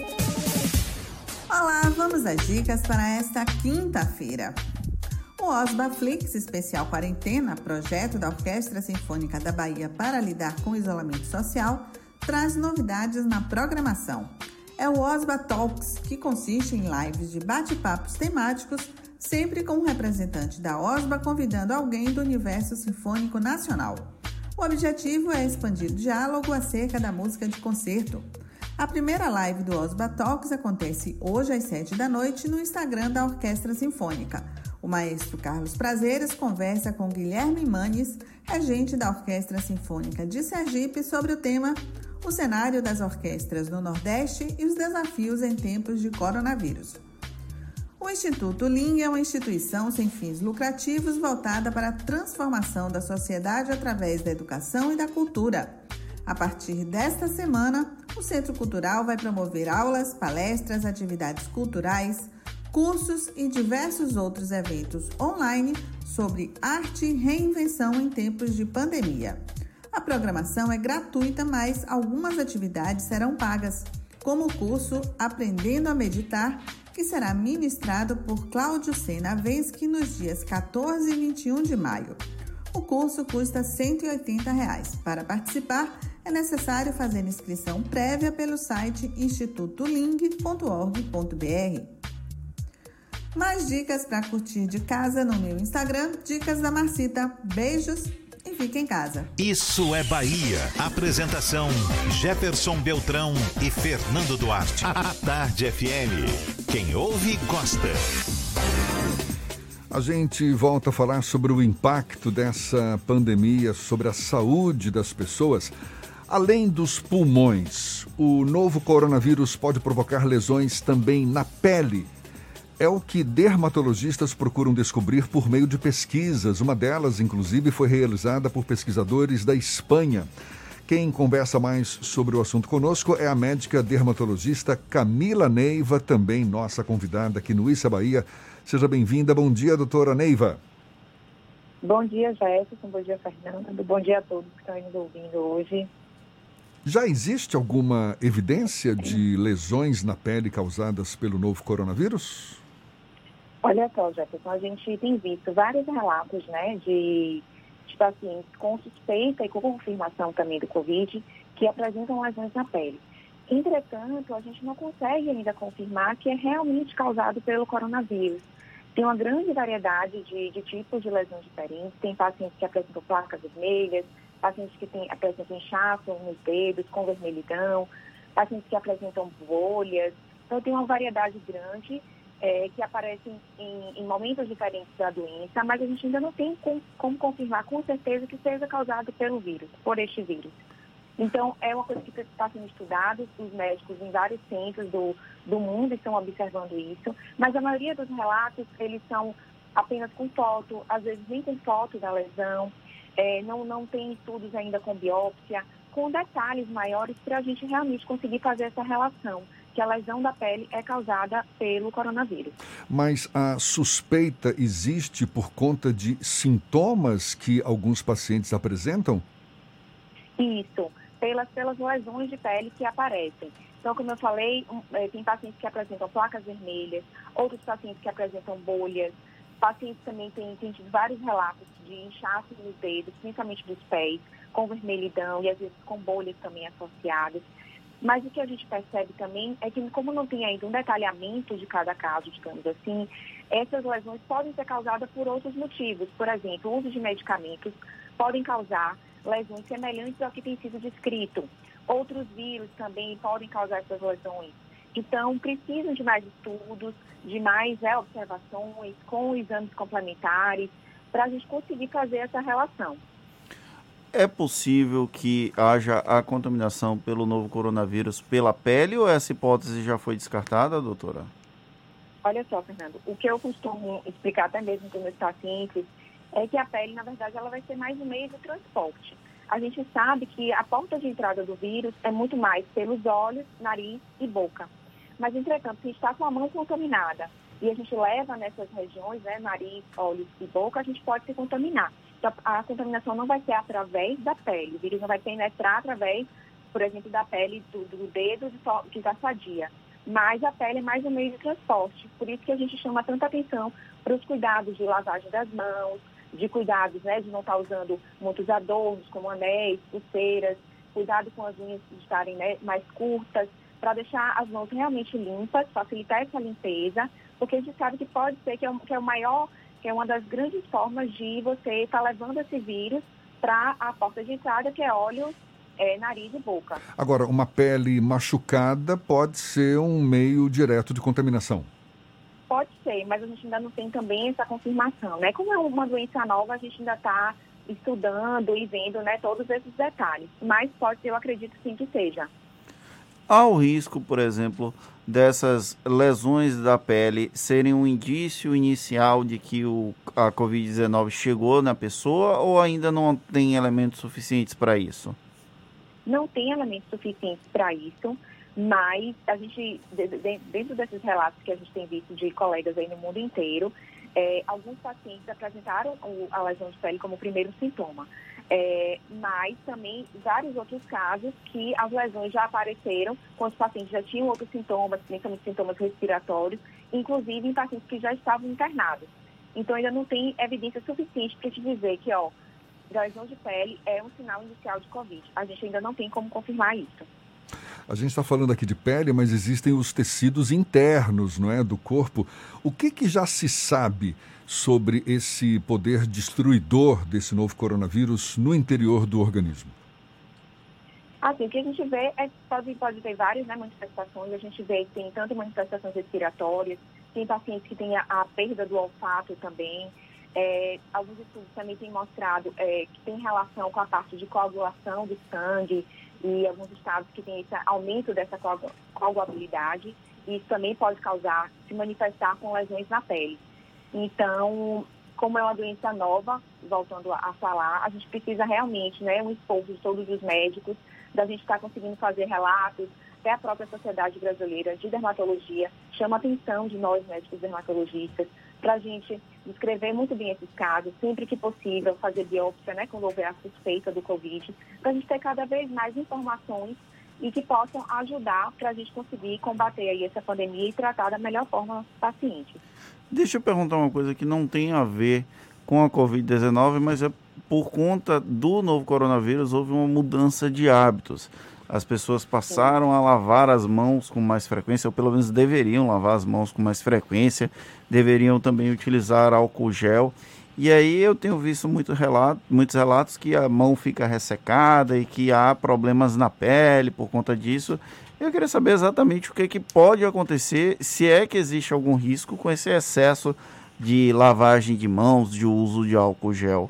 Olá, vamos às dicas para esta quinta-feira. O Osbaflix Especial Quarentena, projeto da Orquestra Sinfônica da Bahia para lidar com o isolamento social, traz novidades na programação. É o Osba Talks, que consiste em lives de bate-papos temáticos, sempre com um representante da OSBA convidando alguém do universo sinfônico nacional. O objetivo é expandir o diálogo acerca da música de concerto. A primeira live do OSBA Talks acontece hoje às 19h no Instagram da Orquestra Sinfônica. O maestro Carlos Prazeres conversa com Guilherme Manes, regente da Orquestra Sinfônica de Sergipe, sobre o tema O cenário das orquestras no Nordeste e os desafios em tempos de coronavírus. O Instituto Ling é uma instituição sem fins lucrativos voltada para a transformação da sociedade através da educação e da cultura. A partir desta semana, o Centro Cultural vai promover aulas, palestras, atividades culturais, cursos e diversos outros eventos online sobre arte e reinvenção em tempos de pandemia. A programação é gratuita, mas algumas atividades serão pagas, como o curso Aprendendo a Meditar, que será ministrado por Cláudio Senavensky nos dias 14 e 21 de maio. O curso custa R$ 180. Para participar, é necessário fazer inscrição prévia pelo site institutoling.org.br. Mais dicas para curtir de casa no meu Instagram, Dicas da Marcita. Beijos e fique em casa. Isso é Bahia. Apresentação: Jefferson Beltrão e Fernando Duarte. A Tarde FM. Quem ouve, gosta. A gente volta a falar sobre o impacto dessa pandemia sobre a saúde das pessoas. Além dos pulmões, o novo coronavírus pode provocar lesões também na pele. É o que dermatologistas procuram descobrir por meio de pesquisas. Uma delas, inclusive, foi realizada por pesquisadores da Espanha. Quem conversa mais sobre o assunto conosco é a médica dermatologista Camila Neiva, também nossa convidada aqui no Isso é Bahia. Seja bem-vinda. Bom dia, doutora Neiva. Bom dia, Jefferson. Bom dia, Fernando. Bom dia a todos que estão nos ouvindo hoje. Já existe alguma evidência de lesões na pele causadas pelo novo coronavírus? Olha só, Jefferson, a gente tem visto vários relatos, né, de pacientes com suspeita e com confirmação também do Covid que apresentam lesões na pele. Entretanto, a gente não consegue ainda confirmar que é realmente causado pelo coronavírus. Tem uma grande variedade de tipos de lesões diferentes. Tem pacientes que apresentam placas vermelhas, pacientes que apresentam inchaço nos dedos, com vermelhidão, pacientes que apresentam bolhas. Então, tem uma variedade grande que aparecem em momentos diferentes da doença, mas a gente ainda não tem como confirmar com certeza que seja causado pelo vírus, por este vírus. Então, é uma coisa que está sendo estudada, os médicos em vários centros do mundo estão observando isso, mas a maioria dos relatos, eles são apenas com foto, às vezes nem com foto da lesão, não tem estudos ainda com biópsia, com detalhes maiores para a gente realmente conseguir fazer essa relação, que a lesão da pele é causada pelo coronavírus. Mas a suspeita existe por conta de sintomas que alguns pacientes apresentam? Isso, pelas lesões de pele que aparecem. Então, como eu falei, tem pacientes que apresentam placas vermelhas, outros pacientes que apresentam bolhas, pacientes também têm tido vários relatos de inchaço nos dedos, principalmente dos pés, com vermelhidão e às vezes com bolhas também associadas. Mas o que a gente percebe também é que, como não tem ainda um detalhamento de cada caso, digamos assim, essas lesões podem ser causadas por outros motivos. Por exemplo, o uso de medicamentos podem causar lesões semelhantes ao que tem sido descrito. Outros vírus também podem causar essas lesões. Então, precisam de mais estudos, de mais observações, com exames complementares, para a gente conseguir fazer essa relação. É possível que haja a contaminação pelo novo coronavírus pela pele ou essa hipótese já foi descartada, doutora? Olha só, Fernando, o que eu costumo explicar até mesmo com meus pacientes é que a pele, na verdade, ela vai ser mais um meio de transporte. A gente sabe que a porta de entrada do vírus é muito mais pelos olhos, nariz e boca. Mas, entretanto, se está com a mão contaminada e a gente leva nessas regiões, né, nariz, olhos e boca, a gente pode se contaminar. Então, a contaminação não vai ser através da pele. O vírus não vai penetrar através, por exemplo, da pele do dedo que está sadia. Mas a pele é mais um meio de transporte. Por isso que a gente chama tanta atenção para os cuidados de lavagem das mãos, de cuidados, né, de não estar usando muitos adornos, como anéis, pulseiras, cuidado com as unhas estarem, né, mais curtas, para deixar as mãos realmente limpas, facilitar essa limpeza, porque a gente sabe que pode ser que é uma das grandes formas de você estar levando esse vírus para a porta de entrada, que é olhos, nariz e boca. Agora, uma pele machucada pode ser um meio direto de contaminação? Pode ser, mas a gente ainda não tem também essa confirmação, né? Como é uma doença nova, a gente ainda está estudando e vendo, né, todos esses detalhes. Mas pode ser, eu acredito sim que seja. Há o risco, por exemplo, dessas lesões da pele serem um indício inicial de que a Covid-19 chegou na pessoa, ou ainda não tem elementos suficientes para isso? Não tem elementos suficientes para isso, mas a gente, dentro desses relatos que a gente tem visto de colegas aí no mundo inteiro, alguns pacientes apresentaram a lesão de pele como primeiro sintoma. Mas também vários outros casos que as lesões já apareceram quando os pacientes já tinham outros sintomas, principalmente sintomas respiratórios, inclusive em pacientes que já estavam internados. Então ainda não tem evidência suficiente para te dizer que, lesão de pele é um sinal inicial de Covid. A gente ainda não tem como confirmar isso. A gente está falando aqui de pele, mas existem os tecidos internos, não é, do corpo. O que já se sabe sobre esse poder destruidor desse novo coronavírus no interior do organismo? Assim, o que a gente vê pode ter várias manifestações. A gente vê que tem tanto manifestações respiratórias, tem pacientes que têm a perda do olfato também. Alguns estudos também têm mostrado que tem relação com a parte de coagulação do sangue, e alguns estados que têm esse aumento dessa coagulabilidade, e isso também pode se manifestar com lesões na pele. Então, como é uma doença nova, voltando a falar, a gente precisa realmente, um esforço de todos os médicos, da gente estar conseguindo fazer relatos, até a própria Sociedade Brasileira de Dermatologia chama a atenção de nós, médicos dermatologistas, para a gente descrever muito bem esses casos, sempre que possível, fazer biópsia, quando houver a suspeita do Covid, para a gente ter cada vez mais informações e que possam ajudar para a gente conseguir combater aí essa pandemia e tratar da melhor forma os pacientes. Deixa eu perguntar uma coisa que não tem a ver com a Covid-19, mas por conta do novo coronavírus, houve uma mudança de hábitos. As pessoas passaram a lavar as mãos com mais frequência, ou pelo menos deveriam lavar as mãos com mais frequência, deveriam também utilizar álcool gel. E aí eu tenho visto muitos relatos que a mão fica ressecada e que há problemas na pele por conta disso. Eu queria saber exatamente o que pode acontecer, se é que existe algum risco com esse excesso de lavagem de mãos, de uso de álcool gel.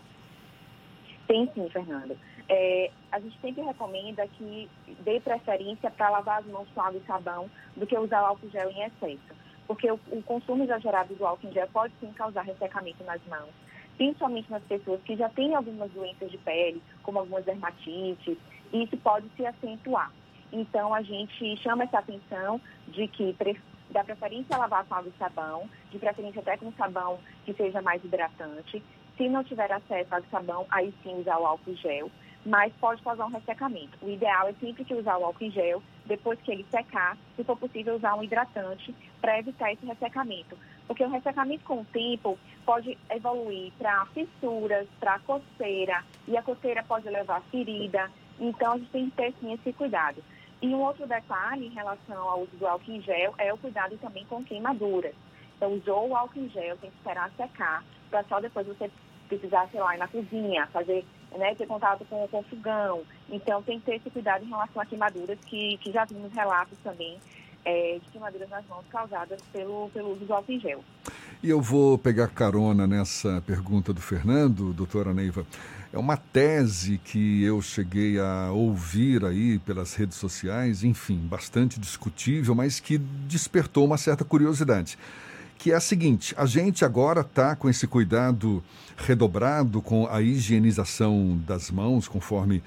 Tem sim, Fernando. A gente sempre recomenda que dê preferência para lavar as mãos com água e sabão do que usar o álcool gel em excesso. Porque o consumo exagerado do álcool gel pode sim causar ressecamento nas mãos, principalmente nas pessoas que já têm algumas doenças de pele, como algumas dermatites, e isso pode se acentuar. Então, a gente chama essa atenção de que dá preferência a lavar com água e sabão, de preferência até com sabão que seja mais hidratante. Se não tiver acesso a água e sabão, aí sim usar o álcool gel, mas pode causar um ressecamento. O ideal é sempre que usar o álcool em gel, depois que ele secar, se for possível usar um hidratante para evitar esse ressecamento. Porque o ressecamento com o tempo pode evoluir para fissuras, para coceira, e a coceira pode levar a ferida. Então, a gente tem que ter sim esse cuidado. E um outro detalhe em relação ao uso do álcool em gel é o cuidado também com queimaduras. Então, usou o álcool em gel, tem que esperar secar, para só depois você precisar, ir na cozinha, fazer, ter contato com o fogão. Então, tem que ter esse cuidado em relação a queimaduras, que já vimos relatos também de queimaduras nas mãos causadas pelo uso do álcool em gel. E eu vou pegar carona nessa pergunta do Fernando, doutora Neiva. É uma tese que eu cheguei a ouvir aí pelas redes sociais, enfim, bastante discutível, mas que despertou uma certa curiosidade. Que é a seguinte: a gente agora está com esse cuidado redobrado com a higienização das mãos, conforme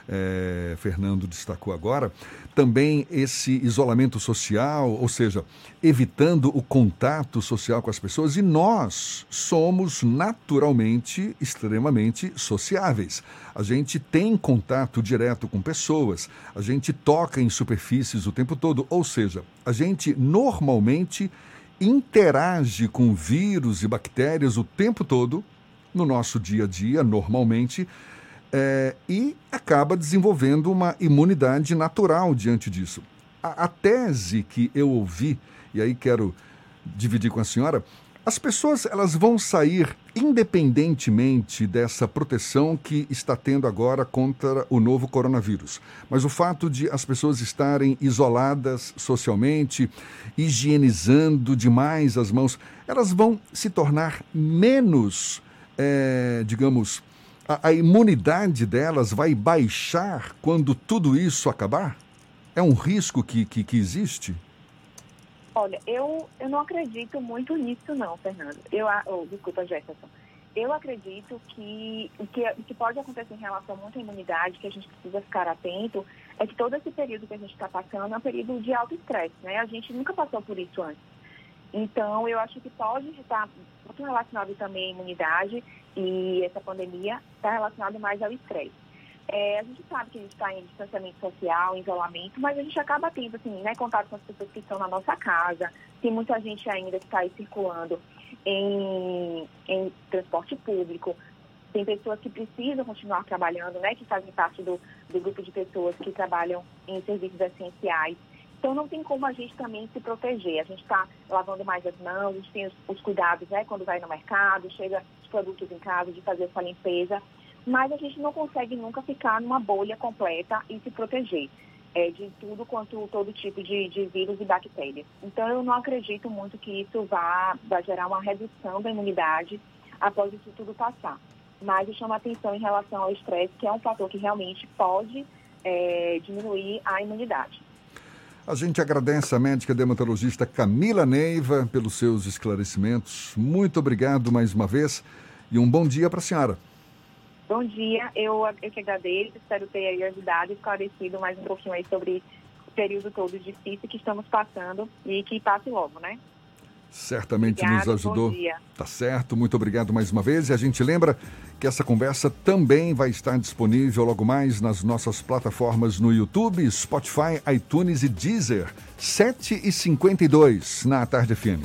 Fernando destacou agora, também esse isolamento social, ou seja, evitando o contato social com as pessoas, e nós somos naturalmente extremamente sociáveis. A gente tem contato direto com pessoas, a gente toca em superfícies o tempo todo, ou seja, a gente normalmente interage com vírus e bactérias o tempo todo, no nosso dia a dia, normalmente, e acaba desenvolvendo uma imunidade natural diante disso. A tese que eu ouvi, e aí quero dividir com a senhora, as pessoas elas vão sair independentemente dessa proteção que está tendo agora contra o novo coronavírus. Mas o fato de as pessoas estarem isoladas socialmente, higienizando demais as mãos, elas vão se tornar menos, digamos, a imunidade delas vai baixar quando tudo isso acabar? É um risco que existe? Olha, eu não acredito muito nisso não, Fernando. Desculpa, Jefferson. Eu acredito que o que pode acontecer em relação muito à imunidade, que a gente precisa ficar atento, é que todo esse período que a gente está passando é um período de alto estresse, né? A gente nunca passou por isso antes. Então, eu acho que pode estar muito relacionado também à imunidade, e essa pandemia está relacionada mais ao estresse. A gente sabe que a gente está em distanciamento social, em isolamento, mas a gente acaba tendo, assim, né, contato com as pessoas que estão na nossa casa. Tem muita gente ainda que está aí circulando em transporte público. Tem pessoas que precisam continuar trabalhando, né, que fazem parte do grupo de pessoas que trabalham em serviços essenciais. Então, não tem como a gente também se proteger. A gente está lavando mais as mãos, a gente tem os cuidados, né, quando vai no mercado, chega os produtos em casa, de fazer essa limpeza. Mas a gente não consegue nunca ficar numa bolha completa e se proteger de tudo quanto todo tipo de vírus e bactérias. Então, eu não acredito muito que isso vá gerar uma redução da imunidade após isso tudo passar. Mas eu chamo a atenção em relação ao estresse, que é um fator que realmente pode diminuir a imunidade. A gente agradece a médica dermatologista Camila Neiva pelos seus esclarecimentos. Muito obrigado mais uma vez e um bom dia para a senhora. Bom dia, eu que agradeço, espero ter aí ajudado e esclarecido mais um pouquinho aí sobre o período todo difícil que estamos passando e que passe logo, né? Certamente Obrigada, nos ajudou. bom dia. Tá certo, muito obrigado mais uma vez. E a gente lembra que essa conversa também vai estar disponível logo mais nas nossas plataformas no YouTube, Spotify, iTunes e Deezer. 7h52 na Tarde FM.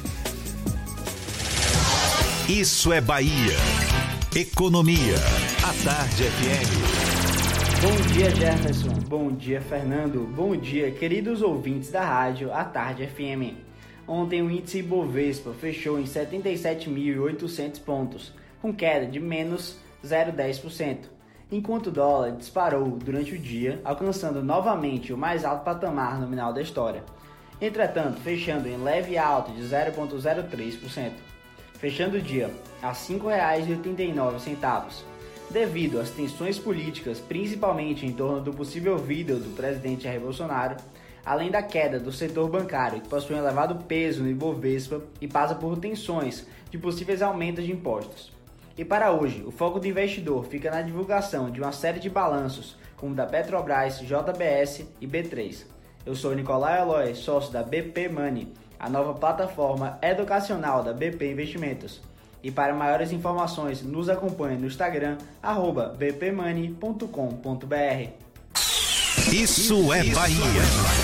Isso é Bahia. Economia. A Tarde FM. Bom dia, Jefferson. Bom dia, Fernando. Bom dia, queridos ouvintes da rádio A Tarde FM. Ontem o índice Ibovespa fechou em 77.800 pontos, com queda de menos 0,10%, enquanto o dólar disparou durante o dia, alcançando novamente o mais alto patamar nominal da história. Entretanto, fechando em leve alta de 0,03%. Fechando o dia a R$ 5,89, devido às tensões políticas, principalmente em torno do possível vídeo do presidente Jair Bolsonaro, além da queda do setor bancário, que possui um elevado peso no Ibovespa e passa por tensões de possíveis aumentos de impostos. E para hoje, o foco do investidor fica na divulgação de uma série de balanços, como da Petrobras, JBS e B3. Eu sou Nicolai Aloy, sócio da BP Money, a nova plataforma educacional da BP Investimentos. E para maiores informações, nos acompanhe no Instagram, @bpmoney.com.br. Isso é Bahia.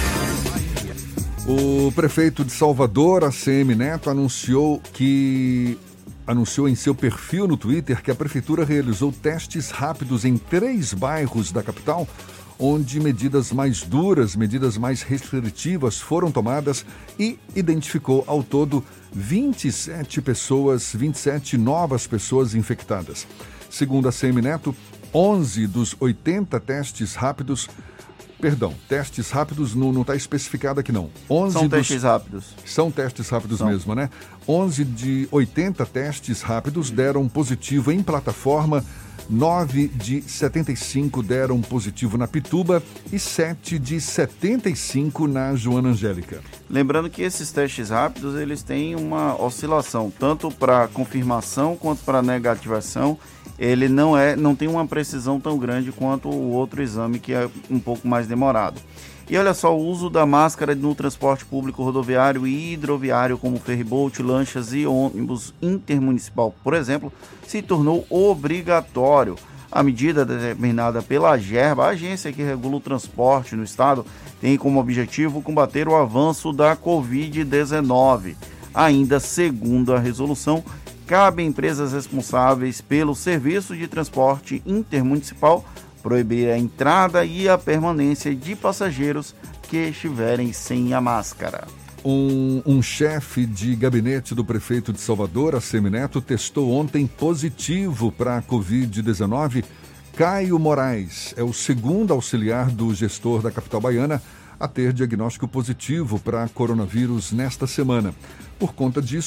O prefeito de Salvador, ACM Neto, anunciou em seu perfil no Twitter que a prefeitura realizou testes rápidos em 3 bairros da capital, onde medidas mais duras, medidas mais restritivas foram tomadas e identificou ao todo 27 novas pessoas infectadas. Segundo a ACM Neto, 11 dos 80 testes rápidos não está especificado aqui não. São testes rápidos. São testes rápidos mesmo, né? 11 de 80 testes rápidos deram positivo em plataforma, 9 de 75 deram positivo na Pituba e 7 de 75 na Joana Angélica. Lembrando que esses testes rápidos, eles têm uma oscilação, tanto para confirmação quanto para negativação. Ele não tem uma precisão tão grande quanto o outro exame, que é um pouco mais demorado. E olha só, o uso da máscara no transporte público rodoviário e hidroviário, como ferryboat, lanchas e ônibus intermunicipal, por exemplo, se tornou obrigatório. A medida determinada pela AGERBA, a agência que regula o transporte no estado, tem como objetivo combater o avanço da Covid-19. Ainda segundo a resolução, cabe a empresas responsáveis pelo serviço de transporte intermunicipal proibir a entrada e a permanência de passageiros que estiverem sem a máscara. Um chefe de gabinete do prefeito de Salvador, ACM Neto, testou ontem positivo para a Covid-19. Caio Moraes é o segundo auxiliar do gestor da capital baiana a ter diagnóstico positivo para coronavírus nesta semana. Por conta disso,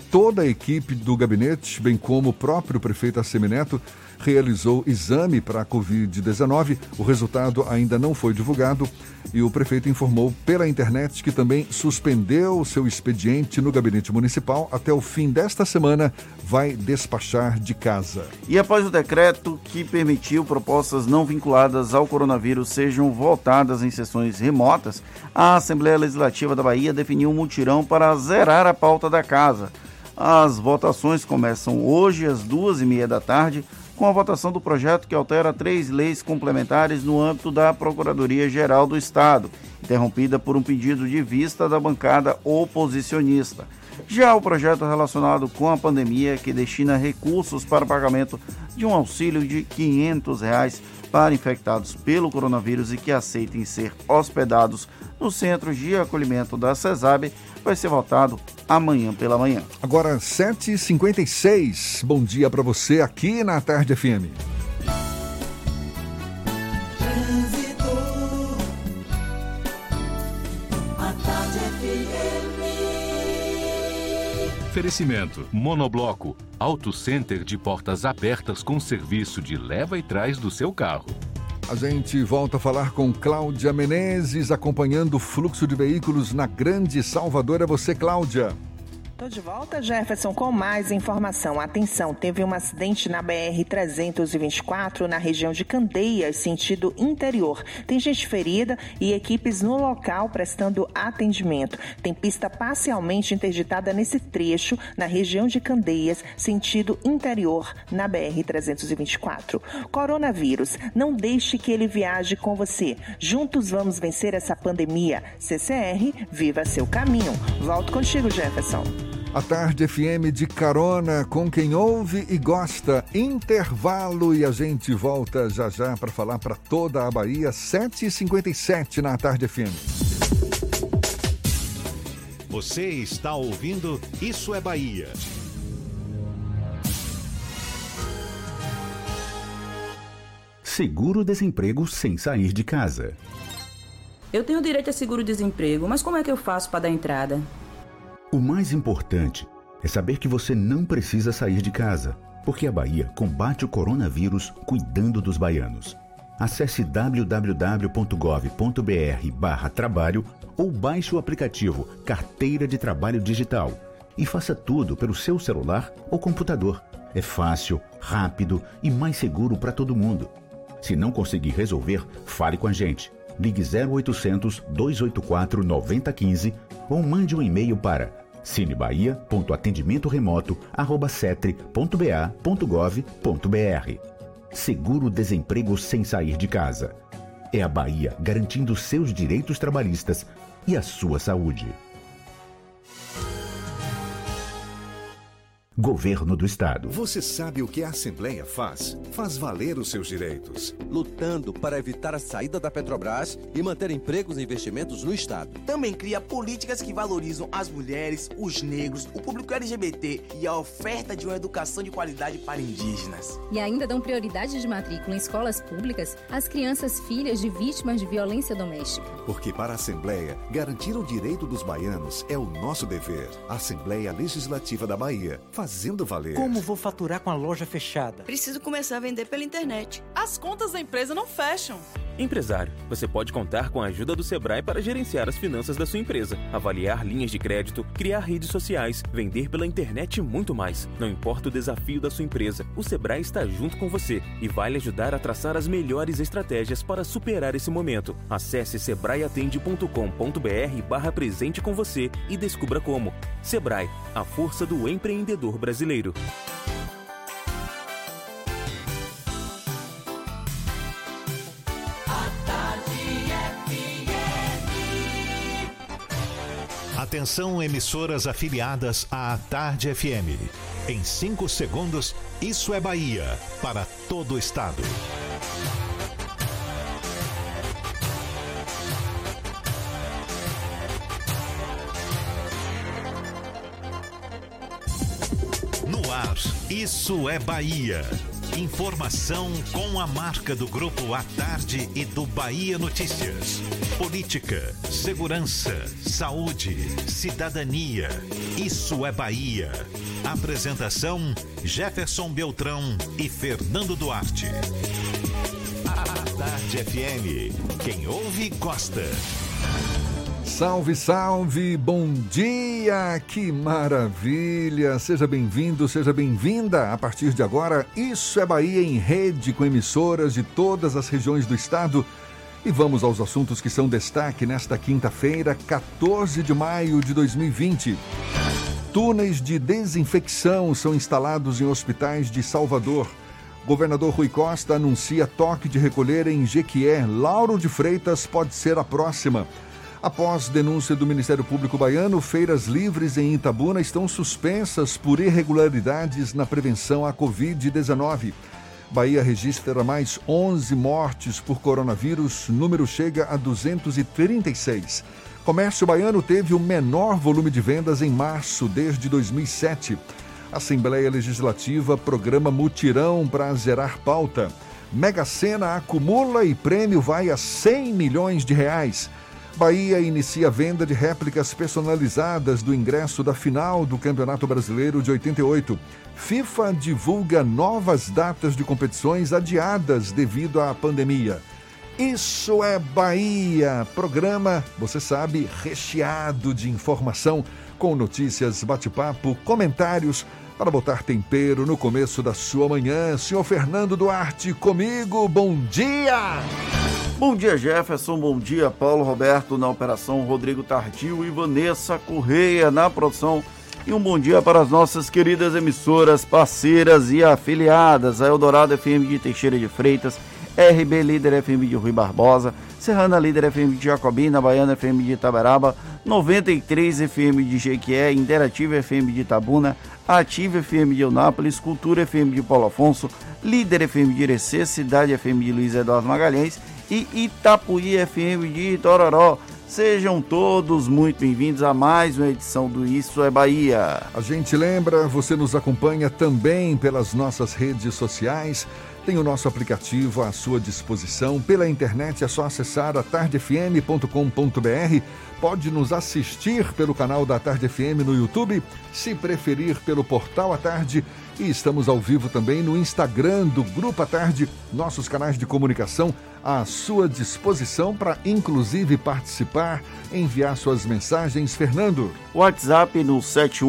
toda a equipe do gabinete, bem como o próprio prefeito Assemineto, realizou exame para a Covid-19. O resultado ainda não foi divulgado e o prefeito informou pela internet que também suspendeu o seu expediente no gabinete municipal. Até o fim desta semana vai despachar de casa. E após o decreto que permitiu propostas não vinculadas ao coronavírus sejam votadas em sessões remotas, a Assembleia Legislativa da Bahia definiu um mutirão para zerar a pauta da casa. As votações começam hoje às 14h30 da tarde, com a votação do projeto que altera 3 leis complementares no âmbito da Procuradoria-Geral do Estado, interrompida por um pedido de vista da bancada oposicionista. Já o projeto relacionado com a pandemia, que destina recursos para o pagamento de um auxílio de R$ 500 para infectados pelo coronavírus e que aceitem ser hospedados no Centro de Acolhimento da CESAB, vai ser votado amanhã pela manhã. Agora, 7h56. Bom dia para você aqui na Tarde FM. Oferecimento: Monobloco, Auto Center de portas abertas com serviço de leva e trás do seu carro. A gente volta a falar com Cláudia Menezes, acompanhando o fluxo de veículos na Grande Salvador. É você, Cláudia. Tô de volta, Jefferson, com mais informação. Atenção, teve um acidente na BR-324, na região de Candeias, sentido interior. Tem gente ferida e equipes no local prestando atendimento. Tem pista parcialmente interditada nesse trecho, na região de Candeias, sentido interior, na BR-324. Coronavírus, não deixe que ele viaje com você. Juntos vamos vencer essa pandemia. CCR, viva seu caminho. Volto contigo, Jefferson. A Tarde FM de carona com quem ouve e gosta. Intervalo e a gente volta já já para falar para toda a Bahia. 7h57 na Tarde FM. Você está ouvindo Isso é Bahia. Seguro-desemprego sem sair de casa. Eu tenho direito a seguro-desemprego, mas como é que eu faço para dar entrada? O mais importante é saber que você não precisa sair de casa, porque a Bahia combate o coronavírus cuidando dos baianos. Acesse www.gov.br/trabalho ou baixe o aplicativo Carteira de Trabalho Digital e faça tudo pelo seu celular ou computador. É fácil, rápido e mais seguro para todo mundo. Se não conseguir resolver, fale com a gente. Ligue 0800 284 9015 ou mande um e-mail para cinebahia.atendimentoremoto@cetre.ba.gov.br. Seguro-desemprego sem sair de casa. É a Bahia garantindo seus direitos trabalhistas e a sua saúde. Governo do Estado. Você sabe o que a Assembleia faz? Faz valer os seus direitos. Lutando para evitar a saída da Petrobras e manter empregos e investimentos no Estado. Também cria políticas que valorizam as mulheres, os negros, o público LGBT e a oferta de uma educação de qualidade para indígenas. E ainda dão prioridade de matrícula em escolas públicas às crianças filhas de vítimas de violência doméstica. Porque para a Assembleia, garantir o direito dos baianos é o nosso dever. Assembleia Legislativa da Bahia. Fazendo valer. Como vou faturar com a loja fechada? Preciso começar a vender pela internet. As contas da empresa não fecham. Empresário, você pode contar com a ajuda do Sebrae para gerenciar as finanças da sua empresa, avaliar linhas de crédito, criar redes sociais, vender pela internet e muito mais. Não importa o desafio da sua empresa, o Sebrae está junto com você e vai lhe ajudar a traçar as melhores estratégias para superar esse momento. Acesse sebraeatende.com.br/presente com você e descubra como. Sebrae, a força do empreendedor brasileiro. Atenção, emissoras afiliadas à Tarde FM. Em 5 segundos, Isso é Bahia, para todo o estado. No ar, Isso é Bahia. Informação com a marca do Grupo à Tarde e do Bahia Notícias. Política, segurança, saúde, cidadania. Isso é Bahia. Apresentação: Jefferson Beltrão e Fernando Duarte. À Tarde FM. Quem ouve, gosta. Salve, salve, bom dia, que maravilha, seja bem-vindo, seja bem-vinda. A partir de agora, Isso é Bahia em rede com emissoras de todas as regiões do estado. E vamos aos assuntos que são destaque nesta quinta-feira, 14 de maio de 2020. Túneis de desinfecção são instalados em hospitais de Salvador. Governador Rui Costa anuncia toque de recolher em Jequié. Lauro de Freitas pode ser a próxima. Após denúncia do Ministério Público Baiano, feiras livres em Itabuna estão suspensas por irregularidades na prevenção à Covid-19. Bahia registra mais 11 mortes por coronavírus, número chega a 236. Comércio baiano teve o menor volume de vendas em março desde 2007. Assembleia Legislativa programa mutirão para zerar pauta. Mega Sena acumula e prêmio vai a 100 milhões de reais. Bahia inicia a venda de réplicas personalizadas do ingresso da final do Campeonato Brasileiro de 88. FIFA divulga novas datas de competições adiadas devido à pandemia. Isso é Bahia, programa, você sabe, recheado de informação, com notícias, bate-papo, comentários, para botar tempero no começo da sua manhã. Senhor Fernando Duarte, comigo, bom dia! Bom dia, Jefferson, bom dia, Paulo Roberto na operação, Rodrigo Tardio e Vanessa Correia na produção. E um bom dia para as nossas queridas emissoras, parceiras e afiliadas, a Eldorado FM de Teixeira de Freitas, RB Líder FM de Rui Barbosa, Serrana Líder FM de Jacobina, Baiana FM de Itaberaba, 93 FM de Jequié, Interativa FM de Itabuna, Ativa FM de Eunápolis, Cultura FM de Paulo Afonso, Líder FM de Irecê, Cidade FM de Luiz Eduardo Magalhães e Itapuí FM de Itororó. Sejam todos muito bem-vindos a mais uma edição do Isso é Bahia. A gente lembra, você nos acompanha também pelas nossas redes sociais, tem o nosso aplicativo à sua disposição. Pela internet é só acessar atardefm.com.br. Pode nos assistir pelo canal da Tarde FM no YouTube, se preferir pelo Portal à Tarde. E estamos ao vivo também no Instagram do Grupo à Tarde, nossos canais de comunicação à sua disposição para, inclusive, participar, enviar suas mensagens. Fernando. WhatsApp no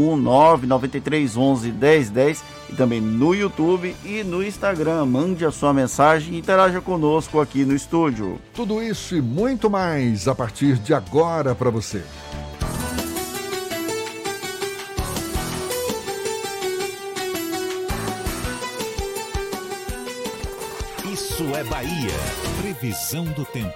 71993111010 e também no YouTube e no Instagram. Mande a sua mensagem e interaja conosco aqui no estúdio. Tudo isso e muito mais a partir de agora para você. Isso é Bahia. Previsão do tempo.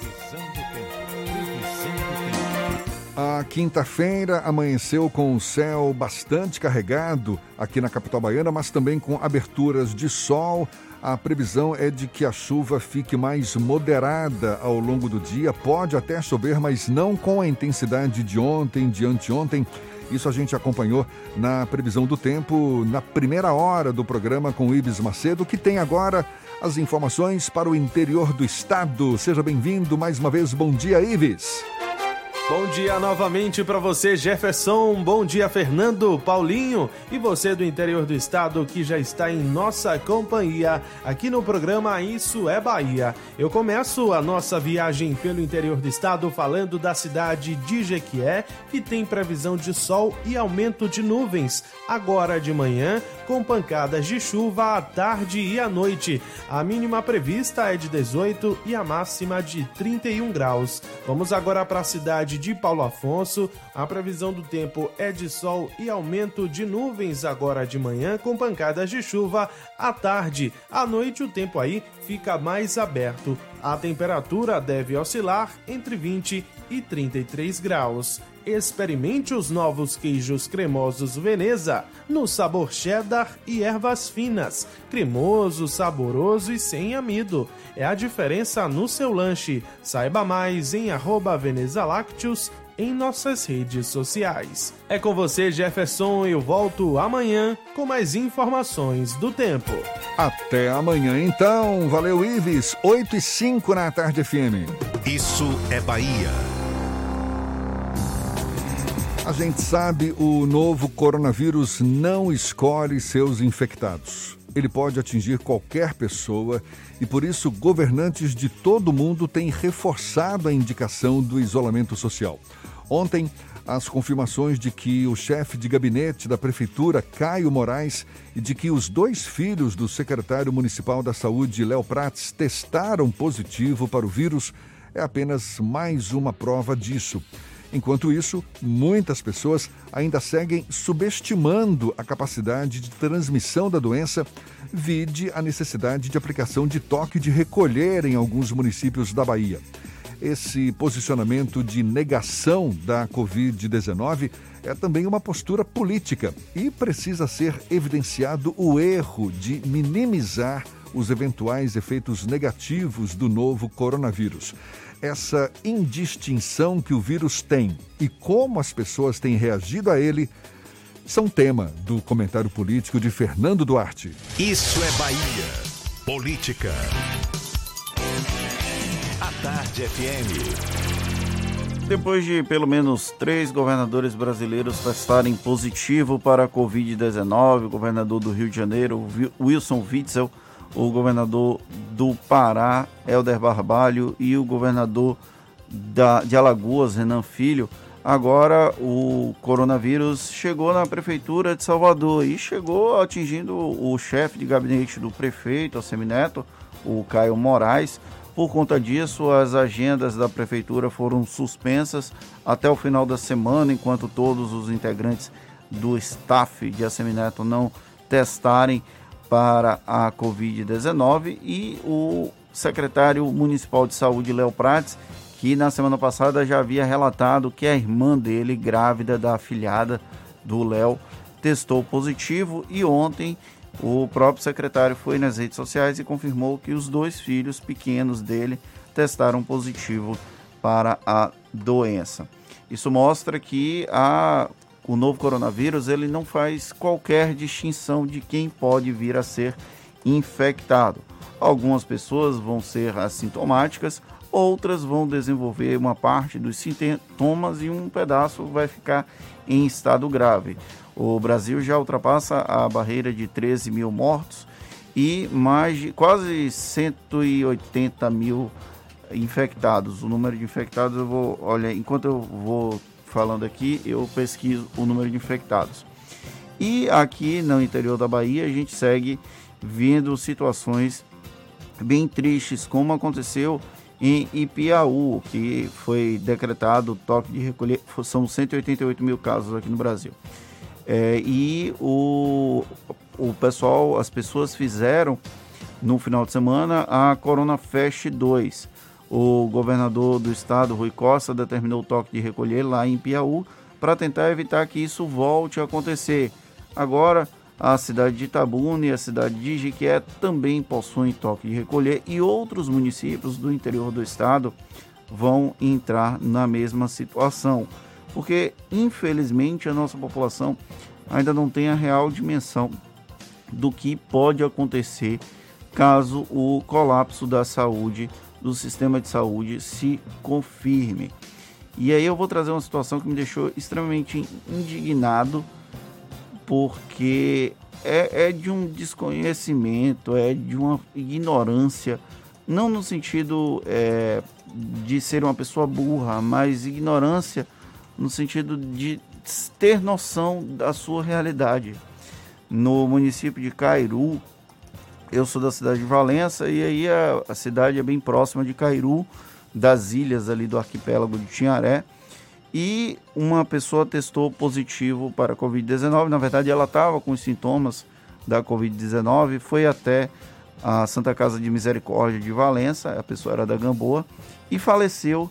A quinta-feira amanheceu com o céu bastante carregado aqui na capital baiana, mas também com aberturas de sol. A previsão é de que a chuva fique mais moderada ao longo do dia. Pode até chover, mas não com a intensidade de ontem, de anteontem. Isso a gente acompanhou na previsão do tempo na primeira hora do programa com o Ibis Macedo, que tem agora as informações para o interior do estado. Seja bem-vindo mais uma vez. Bom dia, Ibis. Bom dia novamente para você, Jefferson. Bom dia, Fernando, Paulinho e você do interior do estado que já está em nossa companhia aqui no programa Isso é Bahia. Eu começo a nossa viagem pelo interior do estado falando da cidade de Jequié, que tem previsão de sol e aumento de nuvens agora de manhã, com pancadas de chuva à tarde e à noite. A mínima prevista é de 18 e a máxima de 31 graus. Vamos agora para a cidade de Paulo Afonso. A previsão do tempo é de sol e aumento de nuvens agora de manhã, com pancadas de chuva à tarde. À noite o tempo aí fica mais aberto. A temperatura deve oscilar entre 20 e 33 graus. Experimente os novos queijos cremosos Veneza no sabor cheddar e ervas finas. Cremoso, saboroso e sem amido. É a diferença no seu lanche. Saiba mais em @VenezaLactius em nossas redes sociais. É com você, Jefferson. Eu volto amanhã com mais informações do tempo. Até amanhã, então. Valeu, Ives. 8h05 na Tarde FM. Isso é Bahia. A gente sabe, o novo coronavírus não escolhe seus infectados. Ele pode atingir qualquer pessoa e, por isso, governantes de todo o mundo têm reforçado a indicação do isolamento social. Ontem, as confirmações de que o chefe de gabinete da Prefeitura, Caio Moraes, e de que os 2 filhos do secretário municipal da Saúde, Léo Prates, testaram positivo para o vírus é apenas mais uma prova disso. Enquanto isso, muitas pessoas ainda seguem subestimando a capacidade de transmissão da doença, vide a necessidade de aplicação de toque de recolher em alguns municípios da Bahia. Esse posicionamento de negação da Covid-19 é também uma postura política e precisa ser evidenciado o erro de minimizar os eventuais efeitos negativos do novo coronavírus. Essa indistinção que o vírus tem e como as pessoas têm reagido a ele são tema do comentário político de Fernando Duarte. Isso é Bahia. Política. A Tarde FM. Depois de pelo menos 3 governadores brasileiros testarem positivo para a Covid-19, o governador do Rio de Janeiro, Wilson Witzel, o governador do Pará, Helder Barbalho, e o governador de Alagoas, Renan Filho, agora o coronavírus chegou na Prefeitura de Salvador e chegou atingindo o chefe de gabinete do prefeito, Assemineto, o Caio Moraes. Por conta disso, as agendas da Prefeitura foram suspensas até o final da semana, enquanto todos os integrantes do staff de Assemineto não testarem para a Covid-19, e o secretário municipal de saúde, Léo Prates, que na semana passada já havia relatado que a irmã dele, grávida da afilhada do Léo, testou positivo, e ontem o próprio secretário foi nas redes sociais e confirmou que os 2 filhos pequenos dele testaram positivo para a doença. Isso mostra que o novo coronavírus ele não faz qualquer distinção de quem pode vir a ser infectado. Algumas pessoas vão ser assintomáticas, outras vão desenvolver uma parte dos sintomas e um pedaço vai ficar em estado grave. O Brasil já ultrapassa a barreira de 13 mil mortos e mais de quase 180 mil infectados. O número de infectados enquanto eu vou falando aqui, eu pesquiso o número de infectados. E aqui no interior da Bahia a gente segue vendo situações bem tristes, como aconteceu em Ipiaú, que foi decretado toque de recolher. São 188 mil casos aqui no Brasil. E o pessoal, as pessoas fizeram no final de semana a Corona Fest 2. O governador do estado, Rui Costa, determinou o toque de recolher lá em Piauí para tentar evitar que isso volte a acontecer. Agora, a cidade de Itabuna e a cidade de Jiquié também possuem toque de recolher, e outros municípios do interior do estado vão entrar na mesma situação, porque infelizmente a nossa população ainda não tem a real dimensão do que pode acontecer caso o colapso da saúde, do sistema de saúde, se confirme. E aí eu vou trazer uma situação que me deixou extremamente indignado, porque é de um desconhecimento, é de uma ignorância, não no sentido de ser uma pessoa burra, mas ignorância no sentido de ter noção da sua realidade. No município de Cairu, eu sou da cidade de Valença, e aí a cidade é bem próxima de Cairu, das ilhas ali do arquipélago de Tinharé, e uma pessoa testou positivo para a Covid-19. Na verdade, ela estava com os sintomas da Covid-19, foi até a Santa Casa de Misericórdia de Valença, a pessoa era da Gamboa, e faleceu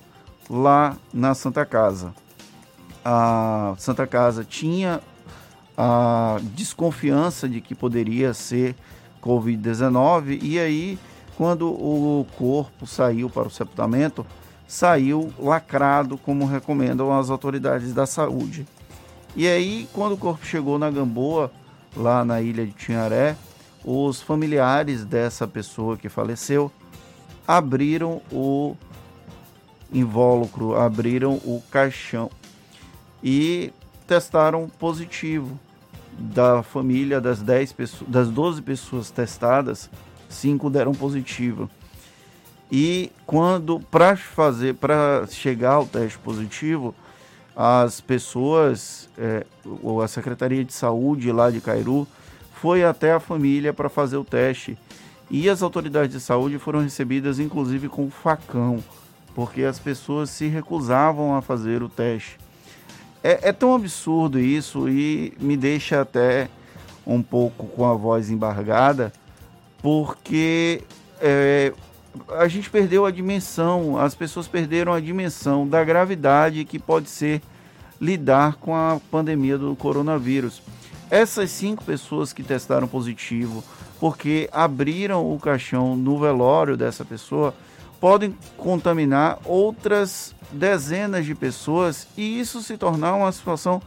lá na Santa Casa. A Santa Casa tinha a desconfiança de que poderia ser Covid-19 e aí, quando o corpo saiu para o sepultamento, saiu lacrado, como recomendam as autoridades da saúde. E aí, quando o corpo chegou na Gamboa, lá na ilha de Tinharé, os familiares dessa pessoa que faleceu abriram o invólucro, abriram o caixão e testaram positivo. Da família, das 12 pessoas testadas, 5 deram positivo. E quando, para chegar ao teste positivo, as pessoas, ou a Secretaria de Saúde lá de Cairu, foi até a família para fazer o teste. E as autoridades de saúde foram recebidas, inclusive, com facão, porque as pessoas se recusavam a fazer o teste. É tão absurdo isso e me deixa até um pouco com a voz embargada, porque a gente perdeu a dimensão, as pessoas perderam a dimensão da gravidade que pode ser lidar com a pandemia do coronavírus. Essas 5 pessoas que testaram positivo, porque abriram o caixão no velório dessa pessoa, podem contaminar outras dezenas de pessoas e isso se tornar uma situação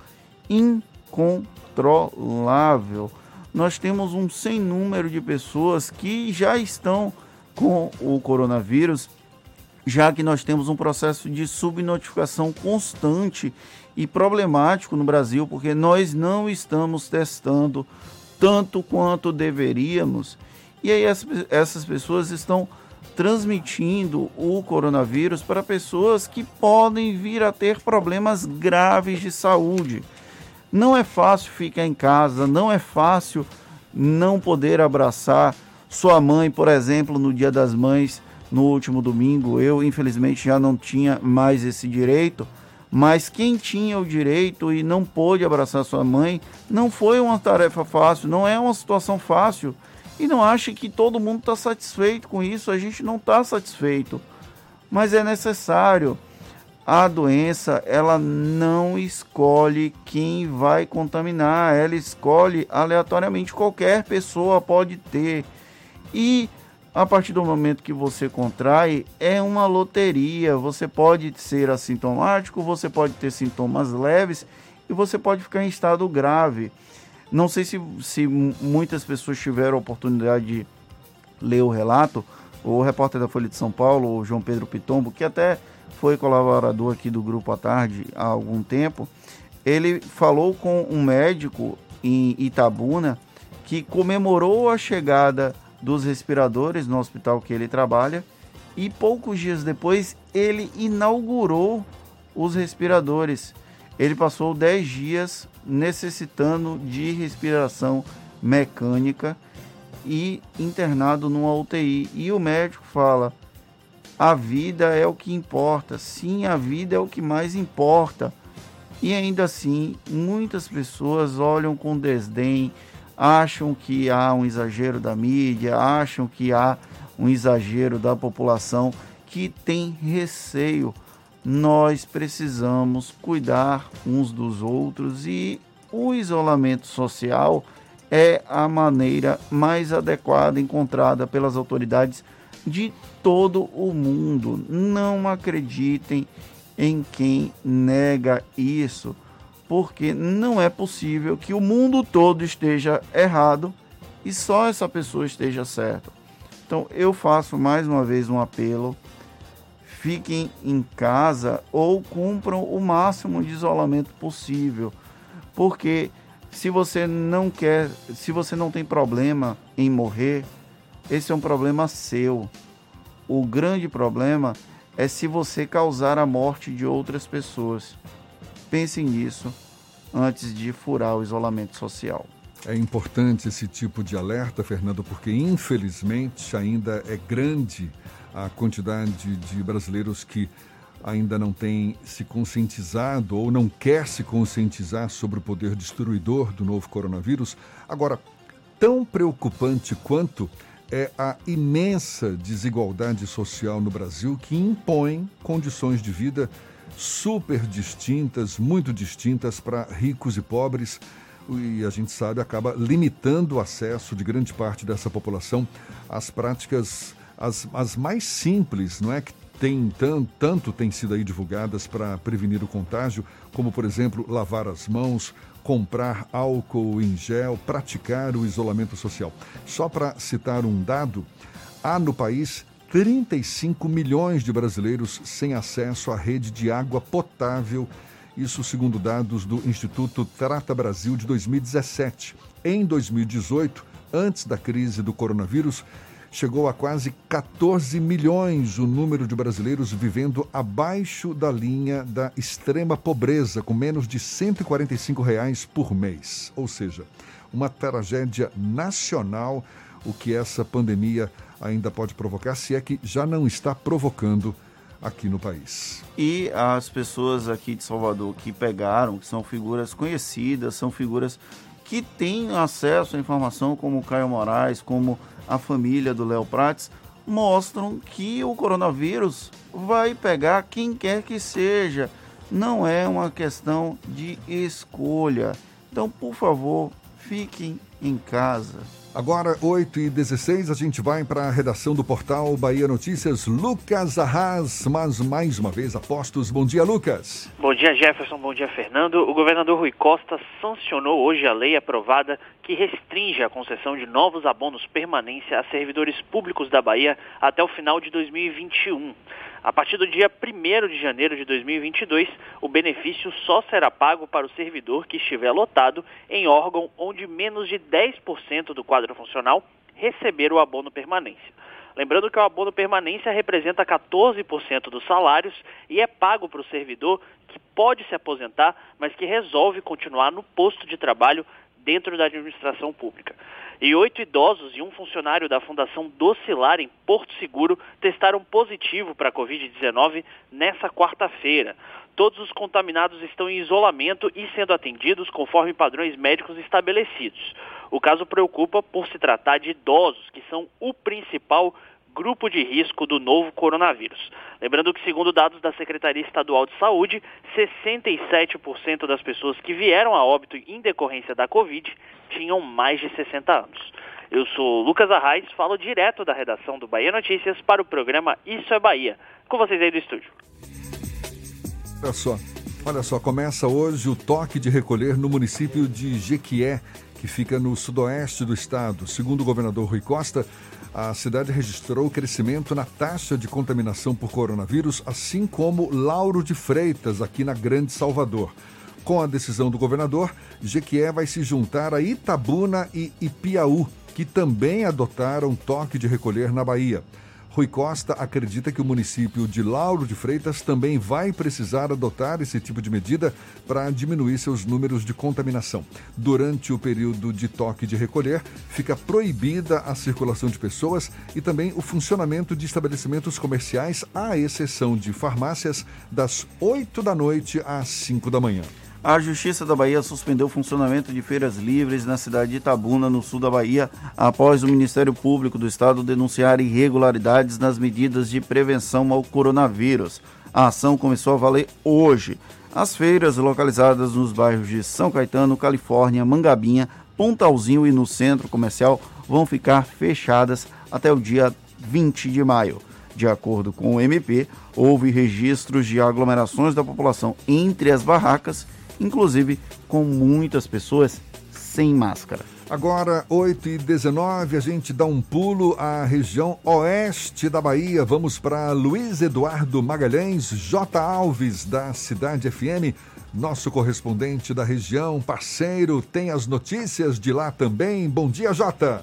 incontrolável. Nós temos um sem número de pessoas que já estão com o coronavírus, já que nós temos um processo de subnotificação constante e problemático no Brasil, porque nós não estamos testando tanto quanto deveríamos. E aí essas pessoas estão transmitindo o coronavírus para pessoas que podem vir a ter problemas graves de saúde. Não é fácil ficar em casa, não é fácil não poder abraçar sua mãe, por exemplo, no Dia das Mães, no último domingo. Eu, infelizmente, já não tinha mais esse direito, mas quem tinha o direito e não pôde abraçar sua mãe, não foi uma tarefa fácil, não é uma situação fácil. E não ache que todo mundo está satisfeito com isso, a gente não está satisfeito. Mas é necessário. A doença, ela não escolhe quem vai contaminar, ela escolhe aleatoriamente, qualquer pessoa pode ter. E a partir do momento que você contrai, é uma loteria. Você pode ser assintomático, você pode ter sintomas leves e você pode ficar em estado grave. Não sei se muitas pessoas tiveram a oportunidade de ler o relato. O repórter da Folha de São Paulo, o João Pedro Pitombo, que até foi colaborador aqui do Grupo à Tarde há algum tempo, ele falou com um médico em Itabuna que comemorou a chegada dos respiradores no hospital que ele trabalha e poucos dias depois ele inaugurou os respiradores. Ele passou 10 dias necessitando de respiração mecânica e internado numa UTI. E o médico fala: a vida é o que importa. Sim, a vida é o que mais importa. E ainda assim, muitas pessoas olham com desdém, acham que há um exagero da mídia, acham que há um exagero da população que tem receio. Nós precisamos cuidar uns dos outros e o isolamento social é a maneira mais adequada encontrada pelas autoridades de todo o mundo. Não acreditem em quem nega isso, porque não é possível que o mundo todo esteja errado e só essa pessoa esteja certa. Então eu faço mais uma vez um apelo: fiquem em casa ou cumpram o máximo de isolamento possível, porque se você não tem problema em morrer, esse é um problema seu. O grande problema é se você causar a morte de outras pessoas. Pensem nisso antes de furar o isolamento social. É importante esse tipo de alerta, Fernando, porque infelizmente ainda é grande a quantidade de brasileiros que ainda não tem se conscientizado ou não quer se conscientizar sobre o poder destruidor do novo coronavírus. Agora, tão preocupante quanto é a imensa desigualdade social no Brasil que impõe condições de vida super distintas, muito distintas para ricos e pobres, e a gente sabe, acaba limitando o acesso de grande parte dessa população às práticas as mais simples, não é, que tanto têm sido aí divulgadas para prevenir o contágio, como, por exemplo, lavar as mãos, comprar álcool em gel, praticar o isolamento social. Só para citar um dado, há no país 35 milhões de brasileiros sem acesso à rede de água potável, isso segundo dados do Instituto Trata Brasil de 2017. Em 2018, antes da crise do coronavírus, chegou a quase 14 milhões o número de brasileiros vivendo abaixo da linha da extrema pobreza, com menos de R$ 145 por mês. Ou seja, uma tragédia nacional, o que essa pandemia ainda pode provocar, se é que já não está provocando aqui no país. E as pessoas aqui de Salvador que pegaram, que são figuras conhecidas, são figuras que têm acesso à informação, como o Caio Moraes, como a família do Léo Prates, mostram que o coronavírus vai pegar quem quer que seja. Não é uma questão de escolha. Então, por favor, fiquem em casa. Agora, 8h16, a gente vai para a redação do portal Bahia Notícias, Lucas Arras, mas mais uma vez, apostos. Bom dia, Lucas. Bom dia, Jefferson. Bom dia, Fernando. O governador Rui Costa sancionou hoje a lei aprovada que restringe a concessão de novos abonos permanência a servidores públicos da Bahia até o final de 2021. A partir do dia 1º de janeiro de 2022, o benefício só será pago para o servidor que estiver lotado em órgão onde menos de 10% do quadro funcional receber o abono permanência. Lembrando que o abono permanência representa 14% dos salários e é pago para o servidor que pode se aposentar, mas que resolve continuar no posto de trabalho dentro da administração pública. E 8 idosos e um funcionário da Fundação Docilar em Porto Seguro testaram positivo para a Covid-19 nessa quarta-feira. Todos os contaminados estão em isolamento e sendo atendidos conforme padrões médicos estabelecidos. O caso preocupa por se tratar de idosos, que são o principal grupo de risco do novo coronavírus. Lembrando que, segundo dados da Secretaria Estadual de Saúde, 67% das pessoas que vieram a óbito em decorrência da Covid tinham mais de 60 anos. Eu sou Lucas Arraes, falo direto da redação do Bahia Notícias para o programa Isso é Bahia. Com vocês aí do estúdio. Olha só, começa hoje o toque de recolher no município de Jequié, que fica no sudoeste do estado. Segundo o governador Rui Costa, a cidade registrou crescimento na taxa de contaminação por coronavírus, assim como Lauro de Freitas, aqui na Grande Salvador. Com a decisão do governador, Jequié vai se juntar a Itabuna e Ipiaú, que também adotaram toque de recolher na Bahia. Rui Costa acredita que o município de Lauro de Freitas também vai precisar adotar esse tipo de medida para diminuir seus números de contaminação. Durante o período de toque de recolher, fica proibida a circulação de pessoas e também o funcionamento de estabelecimentos comerciais, à exceção de farmácias, das 8 da noite às 5 da manhã. A Justiça da Bahia suspendeu o funcionamento de feiras livres na cidade de Itabuna, no sul da Bahia, após o Ministério Público do Estado denunciar irregularidades nas medidas de prevenção ao coronavírus. A ação começou a valer hoje. As feiras localizadas nos bairros de São Caetano, Califórnia, Mangabinha, Pontalzinho e no Centro Comercial vão ficar fechadas até o dia 20 de maio. De acordo com o MP, houve registros de aglomerações da população entre as barracas, inclusive com muitas pessoas sem máscara. Agora, 8h19, a gente dá um pulo à região oeste da Bahia. Vamos para Luiz Eduardo Magalhães, J. Alves, da Cidade FM, nosso correspondente da região, parceiro, tem as notícias de lá também. Bom dia, Jota.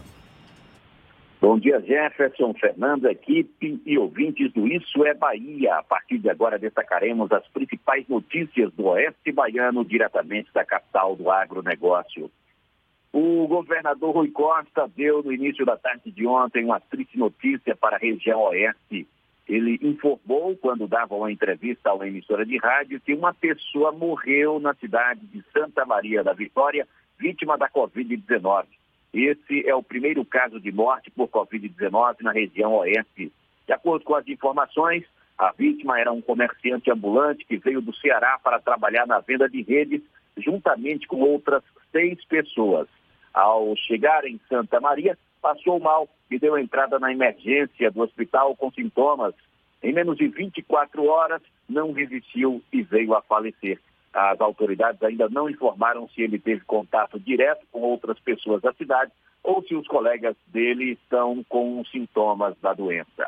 Bom dia, Jefferson, Fernando, equipe e ouvintes do Isso é Bahia. A partir de agora destacaremos as principais notícias do Oeste Baiano, diretamente da capital do agronegócio. O governador Rui Costa deu no início da tarde de ontem uma triste notícia para a região Oeste. Ele informou, quando dava uma entrevista a uma emissora de rádio, que uma pessoa morreu na cidade de Santa Maria da Vitória, vítima da Covid-19. Esse é o primeiro caso de morte por Covid-19 na região oeste. De acordo com as informações, a vítima era um comerciante ambulante que veio do Ceará para trabalhar na venda de redes, juntamente com outras 6 pessoas. Ao chegar em Santa Maria, passou mal e deu entrada na emergência do hospital com sintomas. Em menos de 24 horas, não resistiu e veio a falecer. As autoridades ainda não informaram se ele teve contato direto com outras pessoas da cidade ou se os colegas dele estão com sintomas da doença.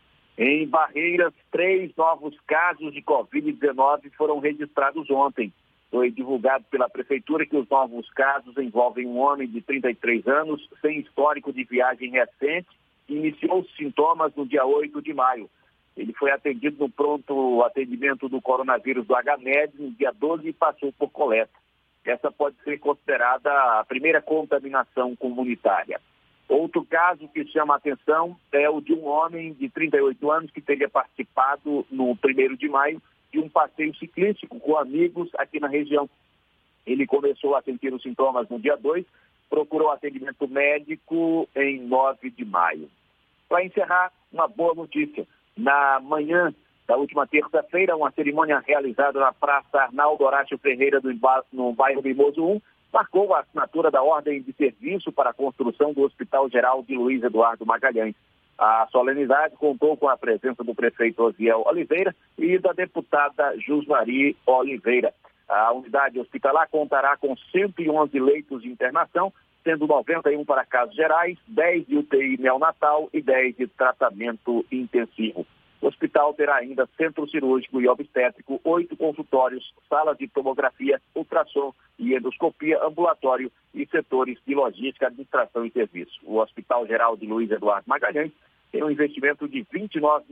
Em Barreiras, 3 novos casos de Covid-19 foram registrados ontem. Foi divulgado pela Prefeitura que os novos casos envolvem um homem de 33 anos, sem histórico de viagem recente, que iniciou os sintomas no dia 8 de maio. Ele foi atendido no pronto atendimento do coronavírus do HMED no dia 12 e passou por coleta. Essa pode ser considerada a primeira contaminação comunitária. Outro caso que chama a atenção é o de um homem de 38 anos que teria participado no 1º de maio de um passeio ciclístico com amigos aqui na região. Ele começou a sentir os sintomas no dia 2, procurou atendimento médico em 9 de maio. Para encerrar, uma boa notícia. Na manhã da última terça-feira, uma cerimônia realizada na Praça Arnaldo Horácio Ferreira, no bairro Mimoso 1, marcou a assinatura da ordem de serviço para a construção do Hospital Geral de Luiz Eduardo Magalhães. A solenidade contou com a presença do prefeito Osiel Oliveira e da deputada Jusmari Oliveira. A unidade hospitalar contará com 111 leitos de internação, sendo 91 para casos gerais, 10 de UTI neonatal e 10 de tratamento intensivo. O hospital terá ainda centro cirúrgico e obstétrico, 8 consultórios, salas de tomografia, ultrassom e endoscopia, ambulatório e setores de logística, administração e serviço. O Hospital Geral de Luiz Eduardo Magalhães tem um investimento de R$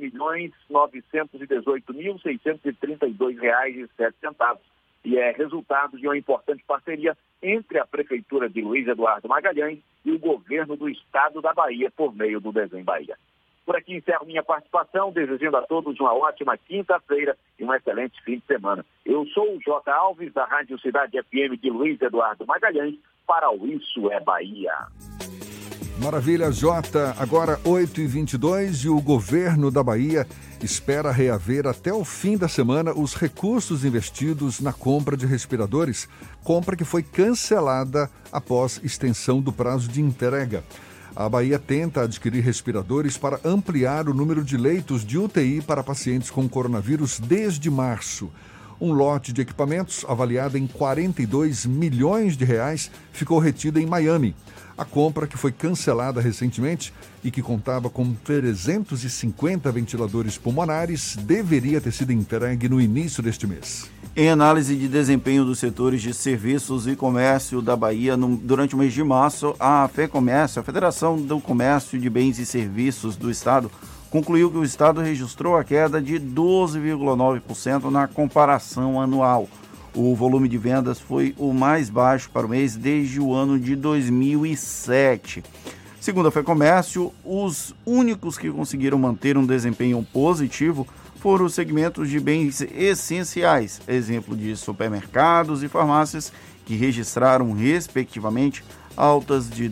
29.918.632,07 e é resultado de uma importante parceria entre a Prefeitura de Luiz Eduardo Magalhães e o Governo do Estado da Bahia por meio do Desenho Bahia. Por aqui encerro minha participação, desejando a todos uma ótima quinta-feira e um excelente fim de semana. Eu sou o J. Alves, da Rádio Cidade FM de Luiz Eduardo Magalhães, para o Isso é Bahia. Maravilha, Jota. Agora 8h22 e o governo da Bahia espera reaver até o fim da semana os recursos investidos na compra de respiradores, compra que foi cancelada após extensão do prazo de entrega. A Bahia tenta adquirir respiradores para ampliar o número de leitos de UTI para pacientes com coronavírus desde março. Um lote de equipamentos, avaliado em 42 milhões de reais, ficou retido em Miami. A compra, que foi cancelada recentemente e que contava com 350 ventiladores pulmonares, deveria ter sido entregue no início deste mês. Em análise de desempenho dos setores de serviços e comércio da Bahia, durante o mês de março, a FEComércio, a Federação do Comércio de Bens e Serviços do Estado, concluiu que o Estado registrou a queda de 12,9% na comparação anual. O volume de vendas foi o mais baixo para o mês desde o ano de 2007. Segundo a FEComércio, os únicos que conseguiram manter um desempenho positivo foram os segmentos de bens essenciais, exemplo de supermercados e farmácias, que registraram, respectivamente, altas de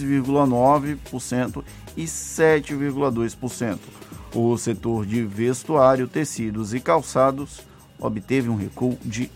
2,9% e 7,2%. O setor de vestuário, tecidos e calçados obteve um recuo de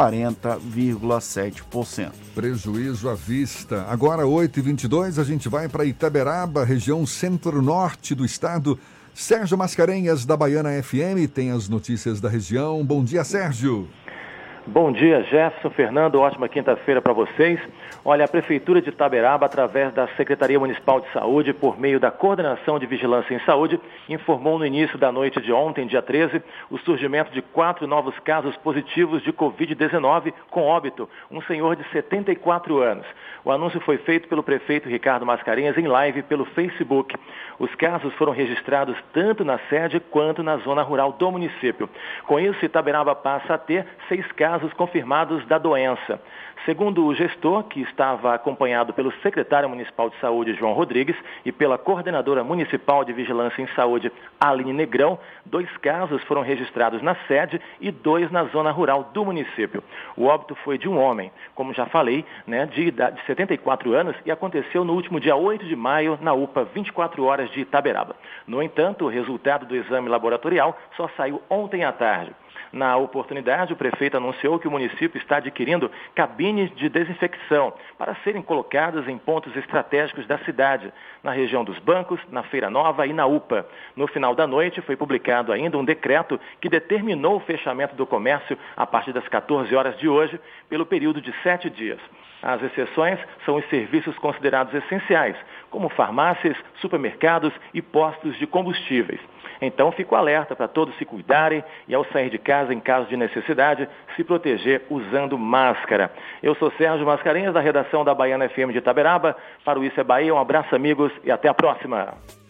40,7%. Prejuízo à vista. Agora, 8h22, a gente vai para Itaberaba, região centro-norte do estado. Sérgio Mascarenhas, da Baiana FM, tem as notícias da região. Bom dia, Sérgio. Bom dia, Jefferson, Fernando, ótima quinta-feira para vocês. Olha, a Prefeitura de Itaberaba, através da Secretaria Municipal de Saúde, por meio da Coordenação de Vigilância em Saúde, informou no início da noite de ontem, dia 13, o surgimento de 4 novos casos positivos de Covid-19 com óbito, um senhor de 74 anos. O anúncio foi feito pelo prefeito Ricardo Mascarenhas em live pelo Facebook. Os casos foram registrados tanto na sede quanto na zona rural do município. Com isso, Itaberaba passa a ter 6 casos casos confirmados da doença. Segundo o gestor, que estava acompanhado pelo secretário municipal de saúde, João Rodrigues, e pela coordenadora municipal de vigilância em saúde, Aline Negrão, 2 casos foram registrados na sede e 2 na zona rural do município. O óbito foi de um homem, como já falei, de idade de 74 anos, e aconteceu no último dia 8 de maio na UPA 24 horas de Itaberaba. No entanto, o resultado do exame laboratorial só saiu ontem à tarde. Na oportunidade, o prefeito anunciou que o município está adquirindo cabines de desinfecção para serem colocadas em pontos estratégicos da cidade, na região dos bancos, na Feira Nova e na UPA. No final da noite, foi publicado ainda um decreto que determinou o fechamento do comércio a partir das 14 horas de hoje, pelo período de 7 dias. As exceções são os serviços considerados essenciais, como farmácias, supermercados e postos de combustíveis. Então, fico alerta para todos se cuidarem e, ao sair de casa, em caso de necessidade, se proteger usando máscara. Eu sou Sérgio Mascarenhas, da redação da Baiana FM de Itaberaba. Para o Isso é Bahia, um abraço, amigos, e até a próxima.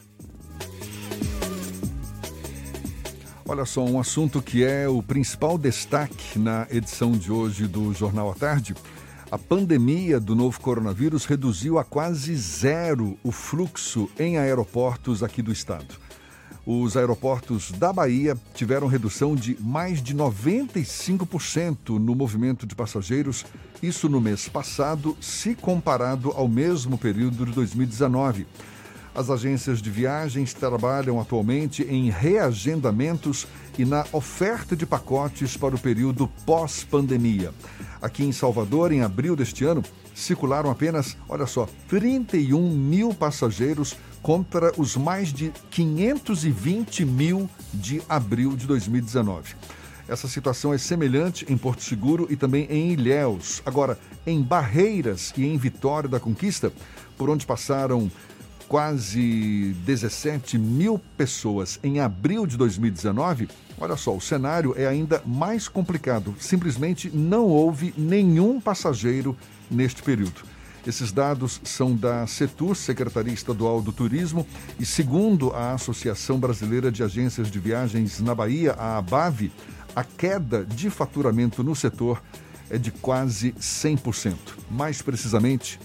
Olha só, um assunto que é o principal destaque na edição de hoje do Jornal à Tarde. A pandemia do novo coronavírus reduziu a quase zero o fluxo em aeroportos aqui do estado. Os aeroportos da Bahia tiveram redução de mais de 95% no movimento de passageiros, isso no mês passado, se comparado ao mesmo período de 2019. As agências de viagens trabalham atualmente em reagendamentos e na oferta de pacotes para o período pós-pandemia. Aqui em Salvador, em abril deste ano, circularam apenas, 31 mil passageiros contra os mais de 520 mil de abril de 2019. Essa situação é semelhante em Porto Seguro e também em Ilhéus. Agora, em Barreiras e em Vitória da Conquista, por onde passaram quase 17 mil pessoas em abril de 2019, olha só, o cenário é ainda mais complicado. Simplesmente não houve nenhum passageiro neste período. Esses dados são da Setur, Secretaria Estadual do Turismo, e segundo a Associação Brasileira de Agências de Viagens na Bahia, a ABAV, a queda de faturamento no setor é de quase 100%, mais precisamente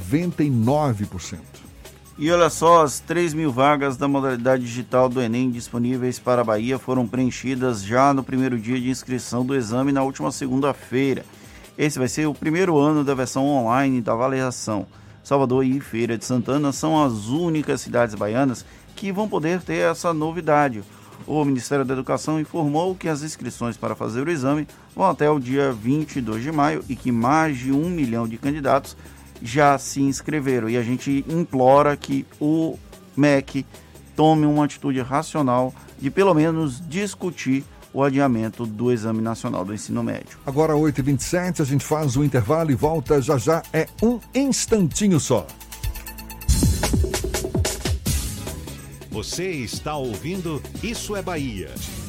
99%. E olha só, as 3 mil vagas da modalidade digital do Enem disponíveis para a Bahia foram preenchidas já no primeiro dia de inscrição do exame na última segunda-feira. Esse vai ser o primeiro ano da versão online da avaliação. Salvador e Feira de Santana são as únicas cidades baianas que vão poder ter essa novidade. O Ministério da Educação informou que as inscrições para fazer o exame vão até o dia 22 de maio e que mais de 1 milhão de candidatos já se inscreveram. E a gente implora que o MEC tome uma atitude racional de pelo menos discutir o adiamento do Exame Nacional do Ensino Médio. Agora, 8h27, a gente faz o intervalo e volta já, é um instantinho só. Você está ouvindo Isso é Bahia.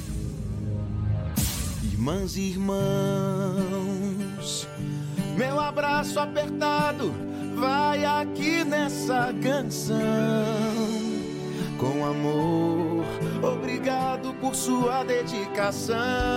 Irmãs e irmãos, meu abraço apertado vai aqui nessa canção. Com amor, obrigado por sua dedicação.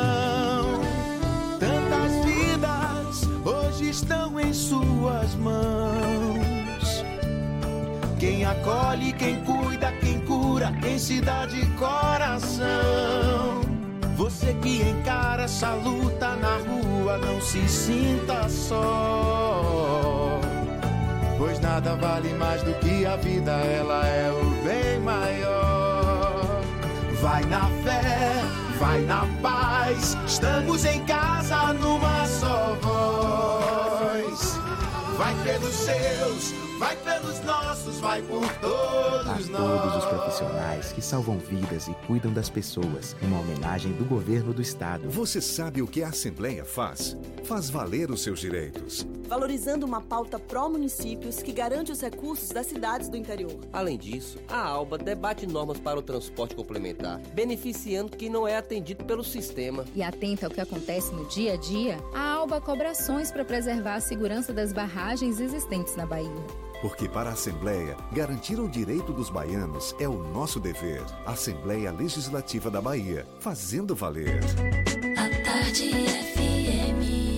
Tantas vidas hoje estão em suas mãos. Quem acolhe, quem cuida, quem cura, em cidade e coração. Você que encara essa luta na rua, não se sinta só. Pois nada vale mais do que a vida, ela é o bem maior. Vai na fé, vai na paz, estamos em casa numa só voz. Vai pelos seus, vai pelos nossos, vai por todos nós. A todos os profissionais que salvam vidas e cuidam das pessoas, uma homenagem do governo do estado. Você sabe o que a Assembleia faz? Faz valer os seus direitos. Valorizando uma pauta pró-municípios que garante os recursos das cidades do interior. Além disso, a ALBA debate normas para o transporte complementar, beneficiando quem não é atendido pelo sistema. E atenta ao que acontece no dia a dia, a ALBA cobra ações para preservar a segurança das barragens existentes na Bahia. Porque para a Assembleia, garantir o direito dos baianos é o nosso dever. Assembleia Legislativa da Bahia, fazendo valer. A Tarde FM.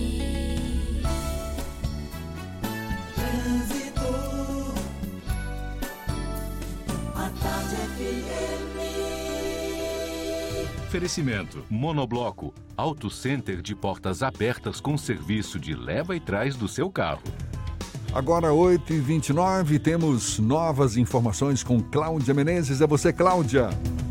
Oferecimento: Monobloco, Auto Center de portas abertas com serviço de leva e trás do seu carro. Agora 8h29, temos novas informações com Cláudia Menezes. É você, Cláudia.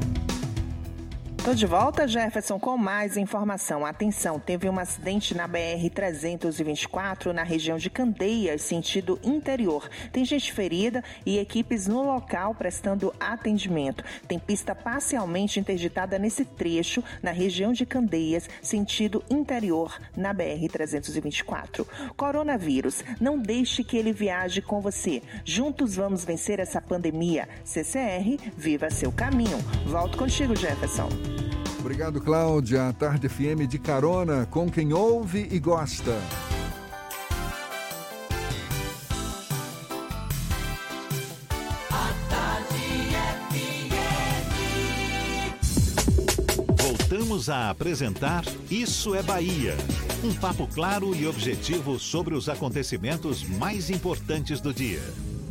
Tô de volta, Jefferson, com mais informação. Atenção, teve um acidente na BR-324 na região de Candeias, sentido interior. Tem gente ferida e equipes no local prestando atendimento. Tem pista parcialmente interditada nesse trecho, na região de Candeias, sentido interior, na BR-324. Coronavírus, não deixe que ele viaje com você. Juntos vamos vencer essa pandemia. CCR, viva seu caminho. Volto contigo, Jefferson. Obrigado, Cláudia. A Tarde FM de carona com quem ouve e gosta. Voltamos a apresentar Isso é Bahia. Um papo claro e objetivo sobre os acontecimentos mais importantes do dia.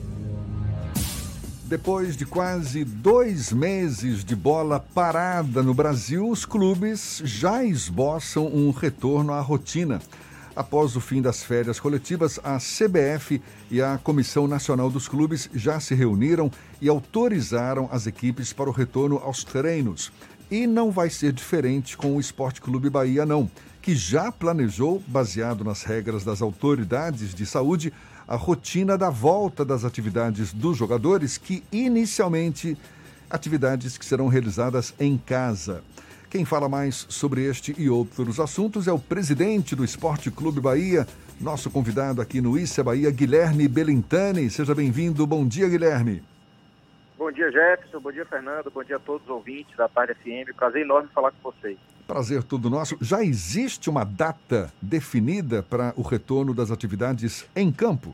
Depois de quase 2 meses de bola parada no Brasil, os clubes já esboçam um retorno à rotina. Após o fim das férias coletivas, a CBF e a Comissão Nacional dos Clubes já se reuniram e autorizaram as equipes para o retorno aos treinos. E não vai ser diferente com o Esporte Clube Bahia, não, que já planejou, baseado nas regras das autoridades de saúde, a rotina da volta das atividades dos jogadores, que inicialmente atividades que serão realizadas em casa. Quem fala mais sobre este e outros assuntos é o presidente do Esporte Clube Bahia, nosso convidado aqui no Isso é Bahia, Guilherme Belintani. Seja bem-vindo. Bom dia, Guilherme. Bom dia, Jefferson. Bom dia, Fernando. Bom dia a todos os ouvintes da Tarde FM. Prazer enorme falar com vocês. Prazer todo nosso. Já existe uma data definida para o retorno das atividades em campo?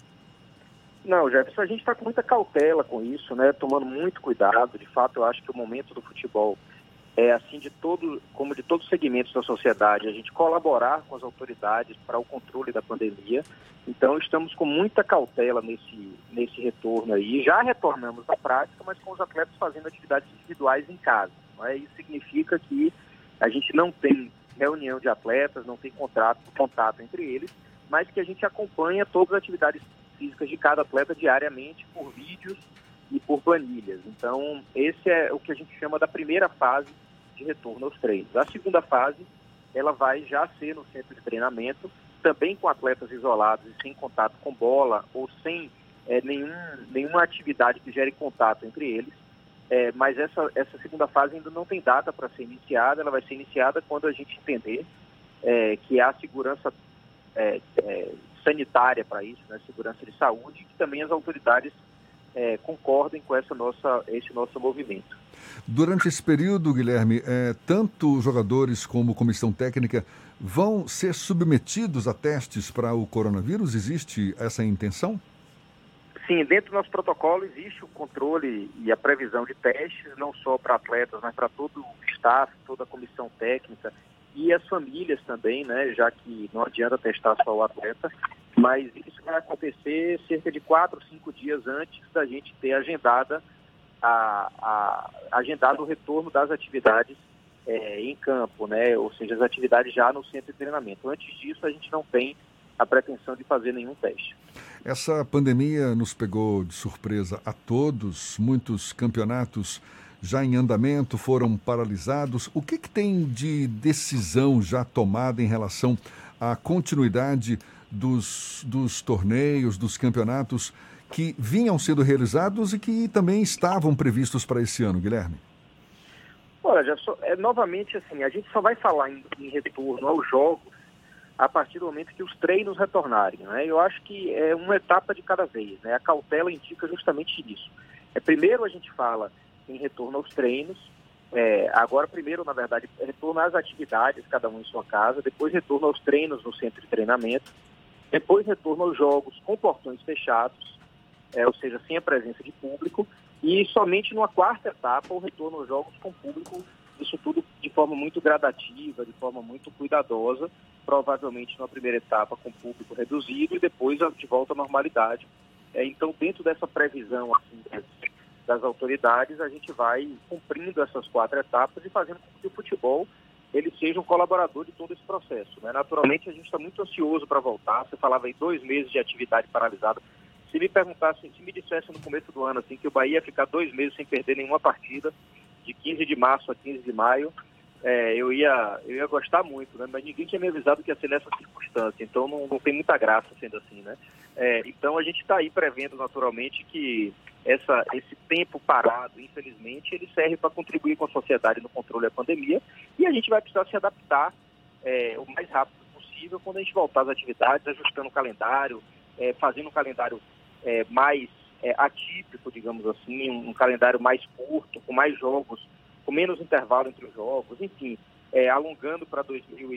Não, Jefferson, a gente está com muita cautela com isso, né? Tomando muito cuidado. De fato, eu acho que o momento do futebol é assim como de todos os segmentos da sociedade, a gente colaborar com as autoridades para o controle da pandemia. Então, estamos com muita cautela nesse retorno aí. Já retornamos na prática, mas com os atletas fazendo atividades individuais em casa. Não é? Isso significa que a gente não tem reunião de atletas, não tem contato entre eles, mas que a gente acompanha todas as atividades físicas de cada atleta diariamente por vídeos e por planilhas. Então, esse é o que a gente chama da primeira fase de retorno aos treinos. A segunda fase, ela vai já ser no centro de treinamento, também com atletas isolados e sem contato com bola ou sem nenhuma atividade que gere contato entre eles. Mas essa segunda fase ainda não tem data para ser iniciada. Ela vai ser iniciada quando a gente entender que há segurança sanitária para isso, né? Segurança de saúde, e que também as autoridades concordem com esse nosso movimento. Durante esse período, Guilherme, tanto jogadores como comissão técnica vão ser submetidos a testes para o coronavírus? Existe essa intenção? Sim, dentro do nosso protocolo existe o controle e a previsão de testes, não só para atletas, mas para todo o staff, toda a comissão técnica e as famílias também, né? Já que não adianta testar só o atleta, mas isso vai acontecer cerca de 4 ou 5 dias antes da gente ter agendado o retorno das atividades em campo, né? Ou seja, as atividades já no centro de treinamento. Antes disso, a gente não tem a pretensão de fazer nenhum teste. Essa pandemia nos pegou de surpresa a todos, muitos campeonatos já em andamento foram paralisados. O que tem de decisão já tomada em relação à continuidade dos torneios, dos campeonatos que vinham sendo realizados e que também estavam previstos para esse ano, Guilherme? Olha, novamente assim, a gente só vai falar em retorno aos jogos a partir do momento que os treinos retornarem, né? Eu acho que é uma etapa de cada vez, né? A cautela indica justamente isso. Primeiro a gente fala em retorno aos treinos, agora primeiro, na verdade, retorno às atividades, cada um em sua casa, depois retorno aos treinos no centro de treinamento, depois retorno aos jogos com portões fechados, ou seja, sem a presença de público, e somente numa quarta etapa o retorno aos jogos com público, isso tudo de forma muito gradativa, de forma muito cuidadosa, provavelmente numa primeira etapa com público reduzido e depois de volta à normalidade. Então, dentro dessa previsão assim, das autoridades, a gente vai cumprindo essas 4 etapas e fazendo com que o futebol ele seja um colaborador de todo esse processo, né? Naturalmente, a gente está muito ansioso para voltar. Você falava em 2 meses de atividade paralisada. Se me perguntassem, se me dissessem no começo do ano assim, que o Bahia ia ficar 2 meses sem perder nenhuma partida, de 15 de março a 15 de maio, eu ia gostar muito, né? Mas ninguém tinha me avisado que ia ser nessa circunstância, então não tem muita graça sendo assim, né? Então a gente está aí prevendo naturalmente que esse tempo parado, infelizmente, ele serve para contribuir com a sociedade no controle da pandemia, e a gente vai precisar se adaptar o mais rápido possível quando a gente voltar às atividades, ajustando o calendário, fazendo um calendário mais atípico, digamos assim, um calendário mais curto, com mais jogos, com menos intervalo entre os jogos, enfim, alongando para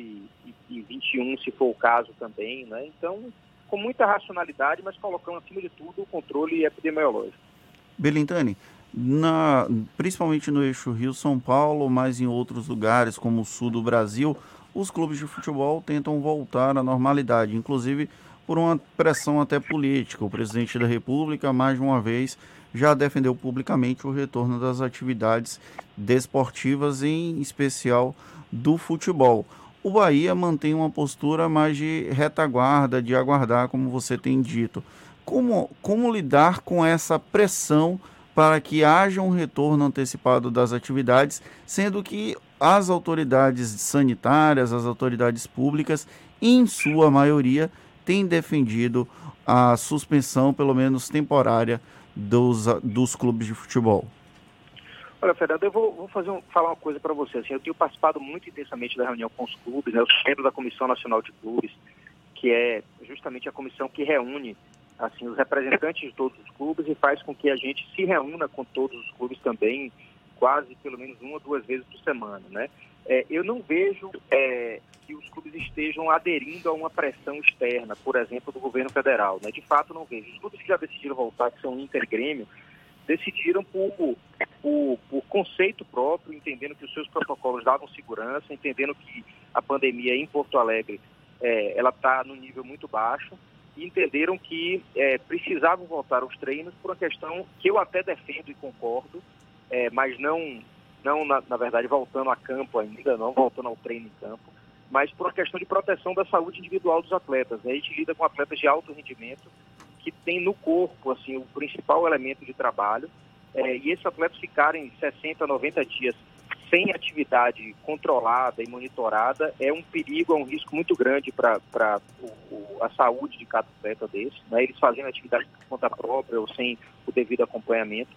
2021, se for o caso também, né? Então, com muita racionalidade, mas colocando acima de tudo o controle epidemiológico. Belintani, principalmente no eixo Rio-São Paulo, mas em outros lugares, como o sul do Brasil, os clubes de futebol tentam voltar à normalidade, inclusive por uma pressão até política. O presidente da República, mais de uma vez, já defendeu publicamente o retorno das atividades desportivas, em especial do futebol. O Bahia mantém uma postura mais de retaguarda, de aguardar, como você tem dito. Como lidar com essa pressão para que haja um retorno antecipado das atividades, sendo que as autoridades sanitárias, as autoridades públicas, em sua maioria, têm defendido a suspensão, pelo menos temporária, dos clubes de futebol? Olha, Fernando, eu vou falar uma coisa para você. Assim, eu tenho participado muito intensamente da reunião com os clubes, né? Eu sou membro da Comissão Nacional de Clubes, que é justamente a comissão que reúne assim, os representantes de todos os clubes e faz com que a gente se reúna com todos os clubes também, quase pelo menos 1 ou 2 vezes por semana, né? Eu não vejo que os clubes estejam aderindo a uma pressão externa, por exemplo, do governo federal, né? De fato, não vejo. Os clubes que já decidiram voltar, que são o Inter e Grêmio, decidiram por conceito próprio, entendendo que os seus protocolos davam segurança, entendendo que a pandemia em Porto Alegre ela está no nível muito baixo, e entenderam que precisavam voltar aos treinos por uma questão que eu até defendo e concordo, mas não na verdade, voltando a campo ainda, não voltando ao treino em campo, mas por uma questão de proteção da saúde individual dos atletas, né? A gente lida com atletas de alto rendimento que tem no corpo assim, o principal elemento de trabalho, e esses atletas ficarem 60, 90 dias sem atividade controlada e monitorada é um perigo, é um risco muito grande para a saúde de cada atleta desse, né? Eles fazendo atividade por conta própria ou sem o devido acompanhamento.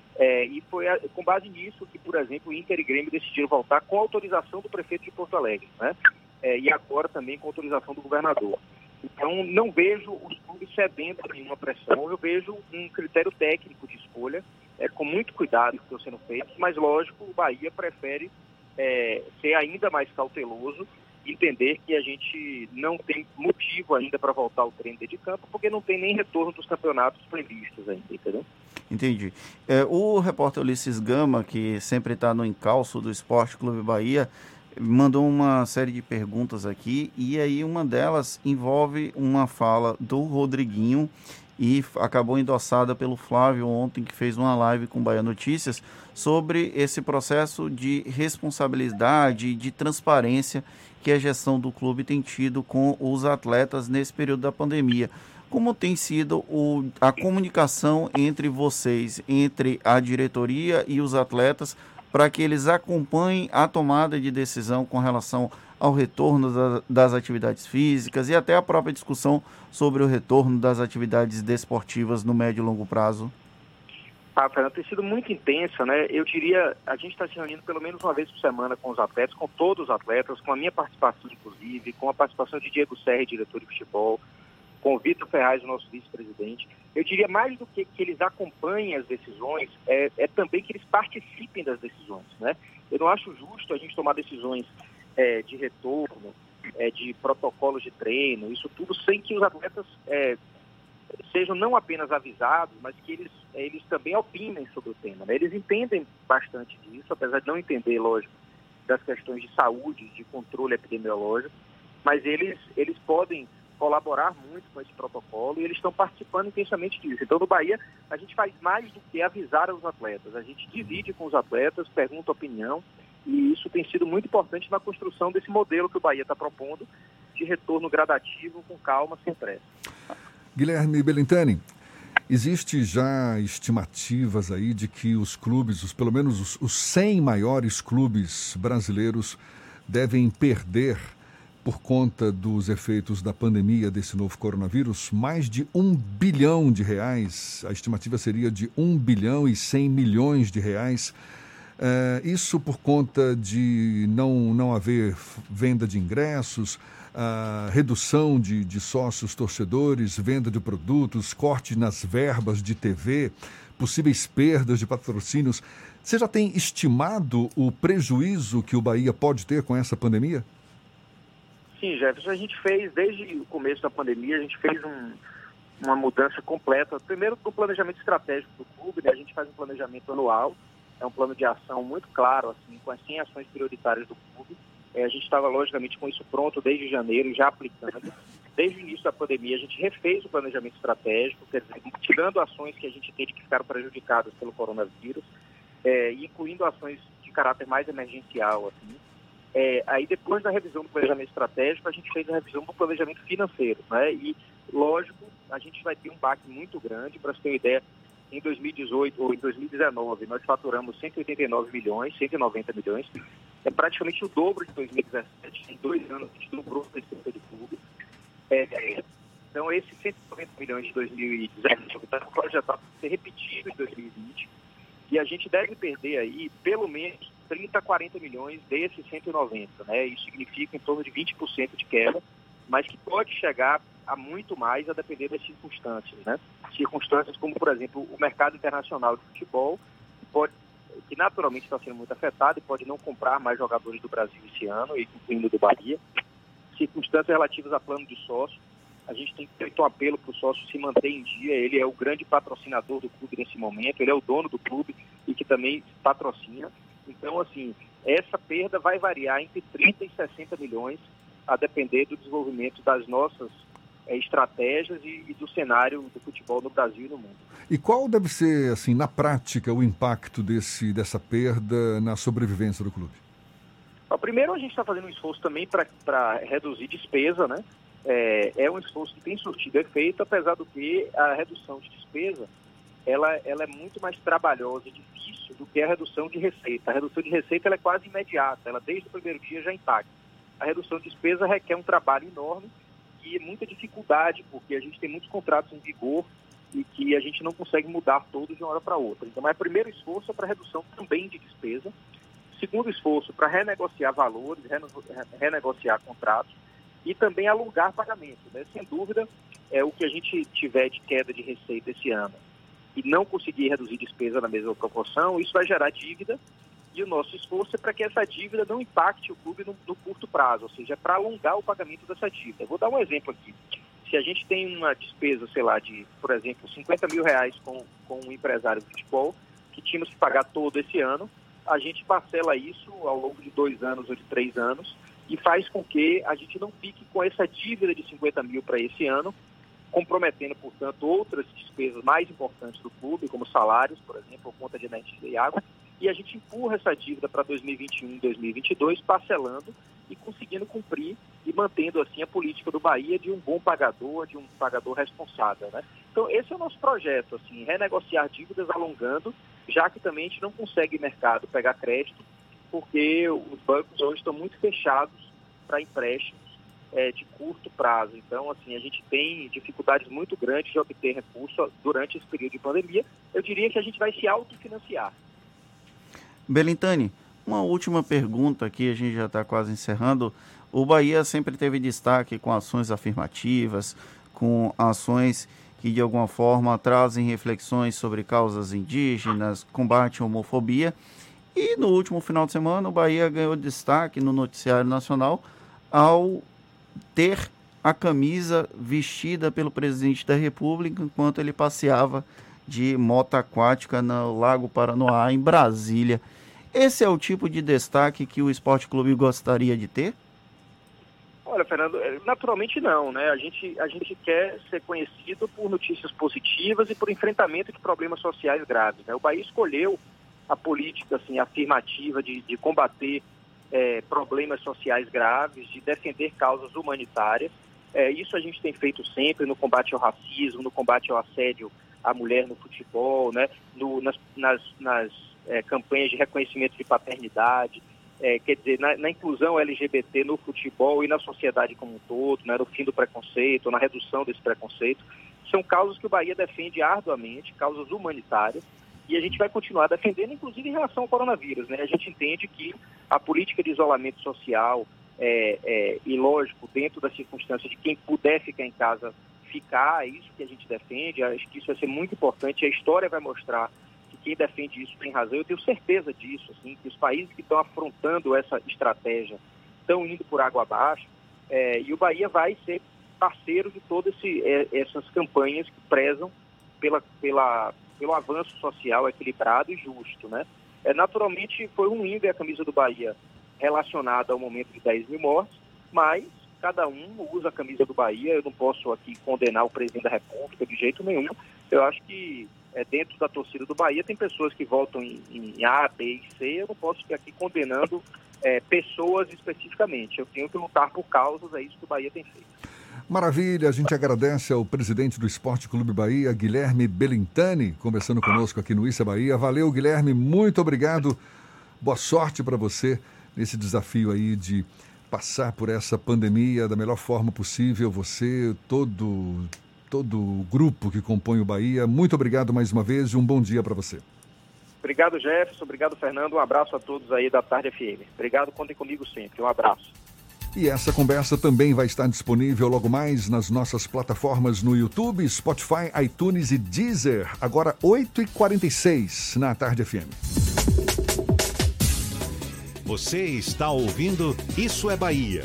E foi com base nisso que, por exemplo, o Inter e Grêmio decidiram voltar com autorização do prefeito de Porto Alegre, né? E agora também com autorização do governador. Então, não vejo os clubes cedendo a nenhuma pressão, eu vejo um critério técnico de escolha, com muito cuidado que estão sendo feitos, mas, lógico, o Bahia prefere ser ainda mais cauteloso, entender que a gente não tem motivo ainda para voltar ao treino de campo, porque não tem nem retorno dos campeonatos previstos ainda, entendeu? Entendi. O repórter Ulisses Gama, que sempre está no encalço do Esporte Clube Bahia, mandou uma série de perguntas aqui, e aí uma delas envolve uma fala do Rodriguinho e acabou endossada pelo Flávio ontem, que fez uma live com Bahia Notícias, sobre esse processo de responsabilidade e de transparência que a gestão do clube tem tido com os atletas nesse período da pandemia. Como tem sido a comunicação entre vocês, entre a diretoria e os atletas, para que eles acompanhem a tomada de decisão com relação ao retorno das atividades físicas e até a própria discussão sobre o retorno das atividades desportivas no médio e longo prazo? Fernando, tem sido muito intensa, né? Eu diria, a gente está se reunindo pelo menos uma vez por semana com os atletas, com todos os atletas, com a minha participação, inclusive, com a participação de Diego Serra, diretor de futebol, com o Vitor Ferraz, o nosso vice-presidente. Eu diria, mais do que eles acompanhem as decisões, é também que eles participem das decisões, né? Eu não acho justo a gente tomar decisões de retorno, de protocolos de treino, isso tudo sem que os atletas sejam não apenas avisados, mas que eles também opinem sobre o tema, né? Eles entendem bastante disso, apesar de não entender, lógico, das questões de saúde, de controle epidemiológico, mas eles podem colaborar muito com esse protocolo e eles estão participando intensamente disso. Então, no Bahia, a gente faz mais do que avisar os atletas. A gente divide com os atletas, pergunta opinião, e isso tem sido muito importante na construção desse modelo que o Bahia está propondo de retorno gradativo, com calma, sem pressa. Guilherme Belintani, existe já estimativas aí de que os clubes, pelo menos os 100 maiores clubes brasileiros, devem perder, por conta dos efeitos da pandemia desse novo coronavírus, mais de R$1 bilhão. A estimativa seria de R$1 bilhão e 100 milhões de reais. Isso por conta de não haver venda de ingressos, a redução de sócios torcedores, venda de produtos, corte nas verbas de TV, possíveis perdas de patrocínios. Você já tem estimado o prejuízo que o Bahia pode ter com essa pandemia? Sim, Jefferson, a gente fez, desde o começo da pandemia, a gente fez uma mudança completa. Primeiro, do planejamento estratégico do clube, né? A gente faz um planejamento anual, é um plano de ação muito claro, assim, com as 100 ações prioritárias do clube. A gente estava, logicamente, com isso pronto desde janeiro, já aplicando. Desde o início da pandemia, a gente refez o planejamento estratégico, quer dizer, tirando ações que a gente teve que ficaram prejudicadas pelo coronavírus, incluindo ações de caráter mais emergencial, assim. Aí, depois da revisão do planejamento estratégico, a gente fez a revisão do planejamento financeiro, né? E, lógico, a gente vai ter um baque muito grande. Para você ter uma ideia, em 2018 ou em 2019, nós faturamos 189 milhões, 190 milhões. É praticamente o dobro de 2017. Em 2 anos, a gente dobrou a receita do clube. Então, esses 190 milhões de 2017 está projetado para ser repetido em 2020. E a gente deve perder aí, pelo menos, 30 a 40 milhões desses 190, né? Isso significa em torno de 20% de queda, mas que pode chegar a muito mais a depender das circunstâncias, né? Circunstâncias como, por exemplo, o mercado internacional de futebol, que naturalmente está sendo muito afetado e pode não comprar mais jogadores do Brasil esse ano, incluindo do Bahia. Circunstâncias relativas a plano de sócio. A gente tem feito um apelo para o sócio se manter em dia. Ele é o grande patrocinador do clube nesse momento, ele é o dono do clube e que também patrocina. Então, assim, essa perda vai variar entre 30 e 60 milhões, a depender do desenvolvimento das nossas estratégias e do cenário do futebol no Brasil e no mundo. E qual deve ser, assim, na prática, o impacto dessa perda na sobrevivência do clube? Primeiro, a gente está fazendo um esforço também para reduzir despesa, né? É um esforço que tem surtido efeito, apesar do que a redução de despesa ela é muito mais trabalhosa e difícil do que a redução de receita. A redução de receita ela é quase imediata, ela desde o primeiro dia já impacta. A redução de despesa requer um trabalho enorme e muita dificuldade, porque a gente tem muitos contratos em vigor e que a gente não consegue mudar todos de uma hora para outra. Então, o primeiro esforço é para redução também de despesa. Segundo esforço, para renegociar valores, renegociar contratos e também alongar pagamento, né? Sem dúvida, o que a gente tiver de queda de receita esse ano e não conseguir reduzir despesa na mesma proporção, isso vai gerar dívida e o nosso esforço é para que essa dívida não impacte o clube no curto prazo, ou seja, é para alongar o pagamento dessa dívida. Eu vou dar um exemplo aqui. Se a gente tem uma despesa, sei lá, de, por exemplo, 50 mil reais com um empresário de futebol, que tínhamos que pagar todo esse ano, a gente parcela isso ao longo de 2 anos ou de 3 anos e faz com que a gente não fique com essa dívida de 50 mil para esse ano, comprometendo, portanto, outras despesas mais importantes do clube, como salários, por exemplo, conta de energia e água, e a gente empurra essa dívida para 2021 e 2022, parcelando e conseguindo cumprir e mantendo, assim, a política do Bahia de um bom pagador, de um pagador responsável, né? Então, esse é o nosso projeto, assim, renegociar dívidas alongando, já que também a gente não consegue mercado pegar crédito, porque os bancos hoje estão muito fechados para empréstimos de curto prazo. Então, assim, a gente tem dificuldades muito grandes de obter recursos durante esse período de pandemia. Eu diria que a gente vai se autofinanciar. Belintani, uma última pergunta aqui, a gente já está quase encerrando. O Bahia sempre teve destaque com ações afirmativas, com ações que de alguma forma trazem reflexões sobre causas indígenas, combate à homofobia. E no último final de semana o Bahia ganhou destaque no noticiário nacional ao ter a camisa vestida pelo presidente da República enquanto ele passeava de moto aquática no Lago Paranoá, em Brasília. Esse é o tipo de destaque que o Esporte Clube gostaria de ter? Olha, Fernando, naturalmente não, né? A gente quer ser conhecido por notícias positivas e por enfrentamento de problemas sociais graves, né? O Bahia escolheu a política assim, afirmativa de combater problemas sociais graves, de defender causas humanitárias. Isso a gente tem feito sempre no combate ao racismo, no combate ao assédio à mulher no futebol, né? Nas campanhas de reconhecimento de paternidade, quer dizer, na inclusão LGBT no futebol e na sociedade como um todo, né? No fim do preconceito, na redução desse preconceito. São causas que o Bahia defende arduamente, causas humanitárias, e a gente vai continuar defendendo, inclusive em relação ao coronavírus, né? A gente entende que a política de isolamento social, e lógico, dentro das circunstâncias de quem puder ficar em casa, ficar, é isso que a gente defende. Acho que isso vai ser muito importante, a história vai mostrar que quem defende isso tem razão. Eu tenho certeza disso, assim, que os países que estão afrontando essa estratégia estão indo por água abaixo, e o Bahia vai ser parceiro de todas essas campanhas que prezam pelo avanço social equilibrado e justo, né? Naturalmente foi ruim ver a camisa do Bahia relacionada ao momento de 10 mil mortes, mas cada um usa a camisa do Bahia. Eu não posso aqui condenar o presidente da República de jeito nenhum. Eu acho que dentro da torcida do Bahia tem pessoas que votam em A, B e C. Eu não posso ficar aqui condenando pessoas especificamente. Eu tenho que lutar por causas, é isso que o Bahia tem feito. Maravilha, a gente agradece ao presidente do Esporte Clube Bahia, Guilherme Belintani, conversando conosco aqui no Isso é Bahia. Valeu, Guilherme, muito obrigado. Boa sorte para você nesse desafio aí de passar por essa pandemia da melhor forma possível. Você, todo o grupo que compõe o Bahia, muito obrigado mais uma vez e um bom dia para você. Obrigado, Jefferson. Obrigado, Fernando. Um abraço a todos aí da Tarde FM. Obrigado, contem comigo sempre. Um abraço. E essa conversa também vai estar disponível logo mais nas nossas plataformas no YouTube, Spotify, iTunes e Deezer. Agora 8h46 na Tarde FM. Você está ouvindo Isso é Bahia.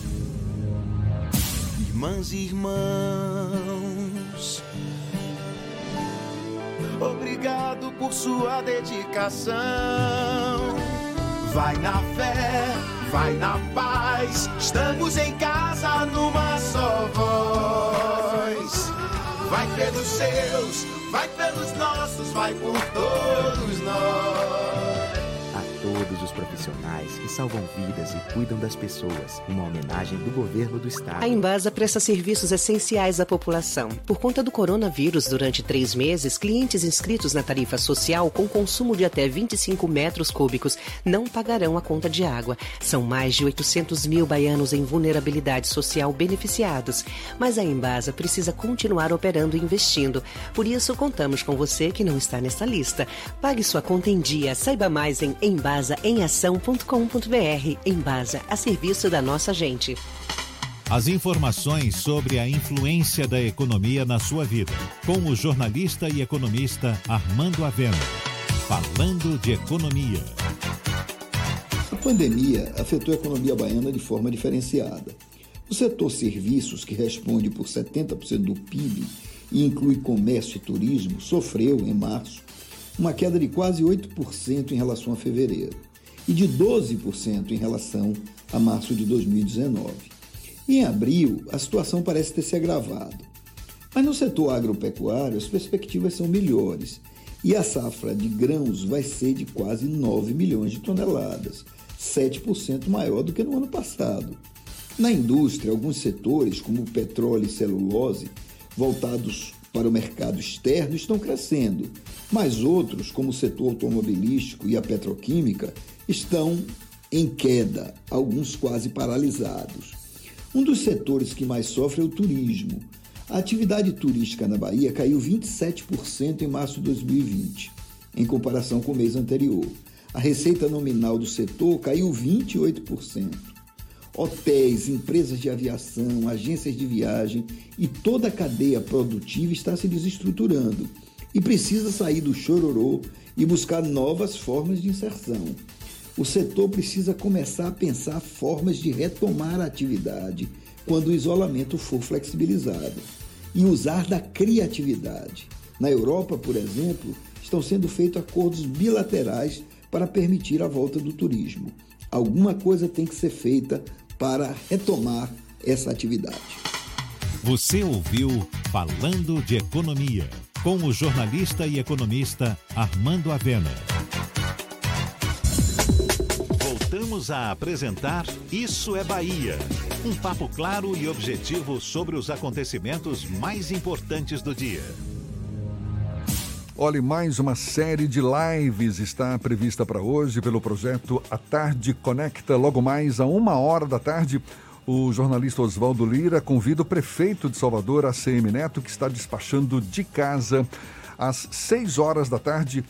Irmãs e irmãos, obrigado por sua dedicação. Vai na fé, vai na paz, estamos em casa numa só voz. Vai pelos seus, vai pelos nossos, vai por todos nós. Todos os profissionais que salvam vidas e cuidam das pessoas. Uma homenagem do governo do estado. A Embasa presta serviços essenciais à população. Por conta do coronavírus, durante 3 meses, clientes inscritos na tarifa social com consumo de até 25 metros cúbicos não pagarão a conta de água. São mais de 800 mil baianos em vulnerabilidade social beneficiados. Mas a Embasa precisa continuar operando e investindo. Por isso, contamos com você que não está nessa lista. Pague sua conta em dia. Saiba mais em embasaemação.com.br. Embasa, a serviço da nossa gente. As informações sobre a influência da economia na sua vida, com o jornalista e economista Armando Avena. Falando de economia. A pandemia afetou a economia baiana de forma diferenciada. O setor serviços, que responde por 70% do PIB e inclui comércio e turismo, sofreu, em março, uma queda de quase 8% em relação a fevereiro e de 12% em relação a março de 2019. Em abril, a situação parece ter se agravado. Mas no setor agropecuário, as perspectivas são melhores e a safra de grãos vai ser de quase 9 milhões de toneladas, 7% maior do que no ano passado. Na indústria, alguns setores, como o petróleo e celulose, voltados para o mercado externo, estão crescendo, mas outros, como o setor automobilístico e a petroquímica, estão em queda, alguns quase paralisados. Um dos setores que mais sofre é o turismo. A atividade turística na Bahia caiu 27% em março de 2020, em comparação com o mês anterior. A receita nominal do setor caiu 28%. Hotéis, empresas de aviação, agências de viagem e toda a cadeia produtiva está se desestruturando e precisa sair do chororô e buscar novas formas de inserção. O setor precisa começar a pensar formas de retomar a atividade quando o isolamento for flexibilizado e usar da criatividade. Na Europa, por exemplo, estão sendo feitos acordos bilaterais para permitir a volta do turismo. Alguma coisa tem que ser feita para retomar essa atividade. Você ouviu Falando de Economia, com o jornalista e economista Armando Avena. Voltamos a apresentar Isso é Bahia. Um papo claro e objetivo sobre os acontecimentos mais importantes do dia. Olha, mais uma série de lives está prevista para hoje pelo projeto A Tarde Conecta. Logo mais, a 1h da tarde, o jornalista Oswaldo Lira convida o prefeito de Salvador, ACM Neto, que está despachando de casa. Às 6h da tarde,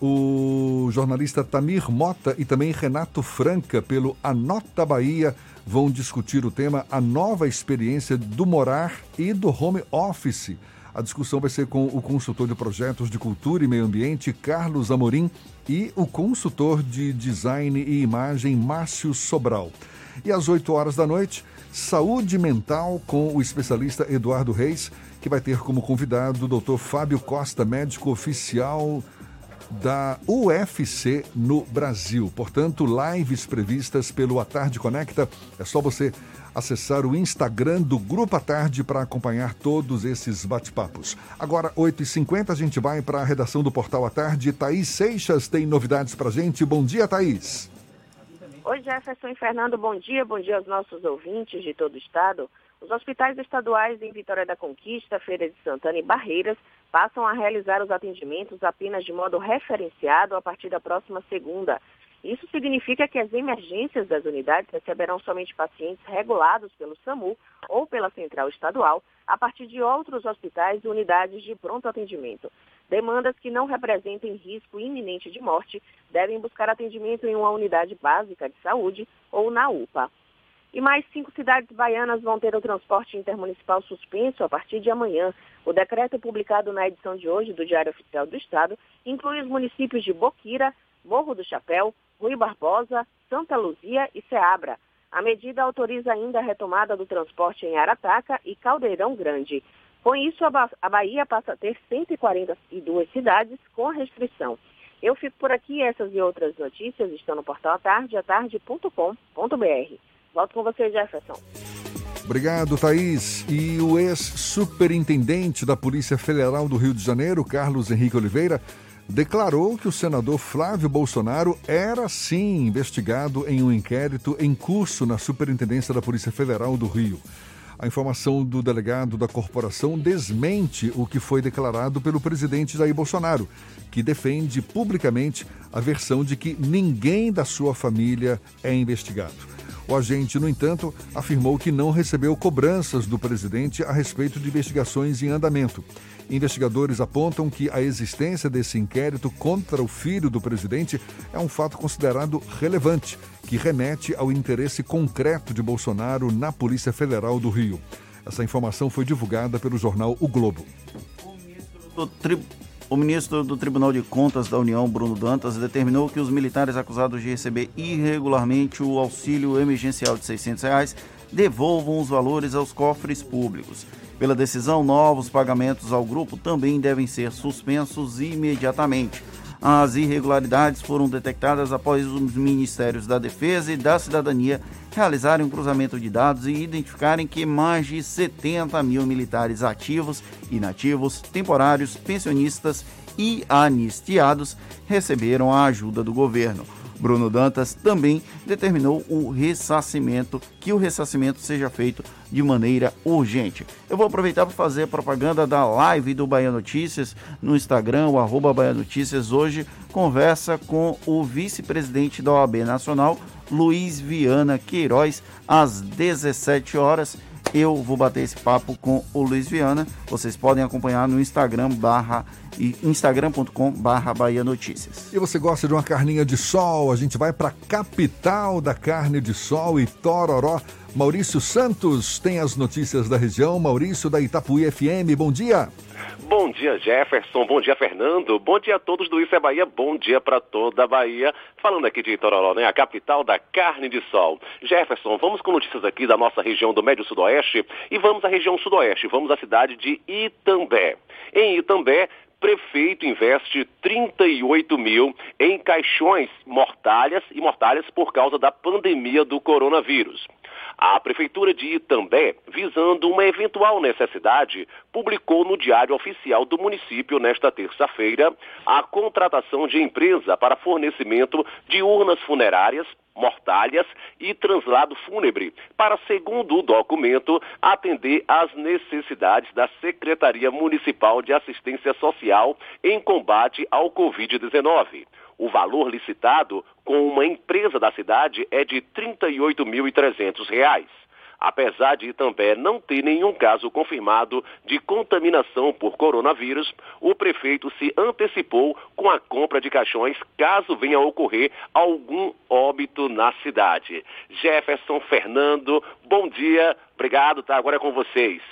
o jornalista Tamir Mota e também Renato Franca, pelo Anota Bahia, vão discutir o tema A Nova Experiência do Morar e do Home Office. A discussão vai ser com o consultor de projetos de cultura e meio ambiente, Carlos Amorim, e o consultor de design e imagem, Márcio Sobral. E às 8h da noite, Saúde Mental com o especialista Eduardo Reis, que vai ter como convidado o Dr. Fábio Costa, médico oficial da UFC no Brasil. Portanto, lives previstas pelo A Tarde Conecta. É só você acessar o Instagram do Grupo A Tarde para acompanhar todos esses bate-papos. Agora, 8h50, a gente vai para a redação do Portal A Tarde. Thaís Seixas tem novidades para a gente. Bom dia, Thaís. Oi, Jefferson e Fernando, bom dia aos nossos ouvintes de todo o estado. Os hospitais estaduais em Vitória da Conquista, Feira de Santana e Barreiras passam a realizar os atendimentos apenas de modo referenciado a partir da próxima segunda. Isso significa que as emergências das unidades receberão somente pacientes regulados pelo SAMU ou pela Central Estadual a partir de outros hospitais e unidades de pronto atendimento. Demandas que não representem risco iminente de morte devem buscar atendimento em uma unidade básica de saúde ou na UPA. E mais 5 cidades baianas vão ter o transporte intermunicipal suspenso a partir de amanhã. O decreto publicado na edição de hoje do Diário Oficial do Estado inclui os municípios de Boquira, Morro do Chapéu, Rui Barbosa, Santa Luzia e Ceabra. A medida autoriza ainda a retomada do transporte em Arataca e Caldeirão Grande. Com isso, a Bahia passa a ter 142 cidades com restrição. Eu fico por aqui, essas e outras notícias estão no portal atarde.com.br. Volto com você, Jefferson. Obrigado, Thaís. E o ex-superintendente da Polícia Federal do Rio de Janeiro, Carlos Henrique Oliveira, declarou que o senador Flávio Bolsonaro era, sim, investigado em um inquérito em curso na Superintendência da Polícia Federal do Rio. A informação do delegado da corporação desmente o que foi declarado pelo presidente Jair Bolsonaro, que defende publicamente a versão de que ninguém da sua família é investigado. O agente, no entanto, afirmou que não recebeu cobranças do presidente a respeito de investigações em andamento. Investigadores apontam que a existência desse inquérito contra o filho do presidente é um fato considerado relevante, que remete ao interesse concreto de Bolsonaro na Polícia Federal do Rio. Essa informação foi divulgada pelo jornal O Globo. O ministro do Tribunal de Contas da União, Bruno Dantas, determinou que os militares acusados de receber irregularmente o auxílio emergencial de R$ 600 devolvam os valores aos cofres públicos. Pela decisão, novos pagamentos ao grupo também devem ser suspensos imediatamente. As irregularidades foram detectadas após os Ministérios da Defesa e da Cidadania realizarem um cruzamento de dados e identificarem que mais de 70 mil militares ativos, inativos, temporários, pensionistas e anistiados receberam a ajuda do governo. Bruno Dantas também determinou que o ressarcimento seja feito de maneira urgente. Eu vou aproveitar para fazer a propaganda da live do Bahia Notícias no Instagram, o @Bahia Notícias. Hoje conversa com o vice-presidente da OAB Nacional, Luiz Viana Queiroz, às 17 horas. Eu vou bater esse papo com o Luiz Viana. Vocês podem acompanhar no instagram.com/Bahia Notícias. E você gosta de uma carninha de sol? A gente vai para a capital da carne de sol, Itororó. Maurício Santos tem as notícias da região. Maurício, da Itapuí FM, bom dia. Bom dia, Jefferson. Bom dia, Fernando. Bom dia a todos do Isso é Bahia. Bom dia para toda a Bahia. Falando aqui de Itororó, né? A capital da carne de sol. Jefferson, vamos com notícias aqui da nossa região do Médio Sudoeste e vamos à região Sudoeste. Vamos à cidade de Itambé. Em Itambé, prefeito investe 38 mil em caixões mortalhas por causa da pandemia do coronavírus. A Prefeitura de Itambé, visando uma eventual necessidade, publicou no Diário Oficial do município, nesta terça-feira, a contratação de empresa para fornecimento de urnas funerárias, mortalhas e translado fúnebre, para, segundo o documento, atender às necessidades da Secretaria Municipal de Assistência Social em combate ao Covid-19. O valor licitado com uma empresa da cidade é de R$ 38.300. Apesar de Itambé não ter nenhum caso confirmado de contaminação por coronavírus, o prefeito se antecipou com a compra de caixões caso venha a ocorrer algum óbito na cidade. Jefferson, Fernando, bom dia. Obrigado, tá? Agora é com vocês.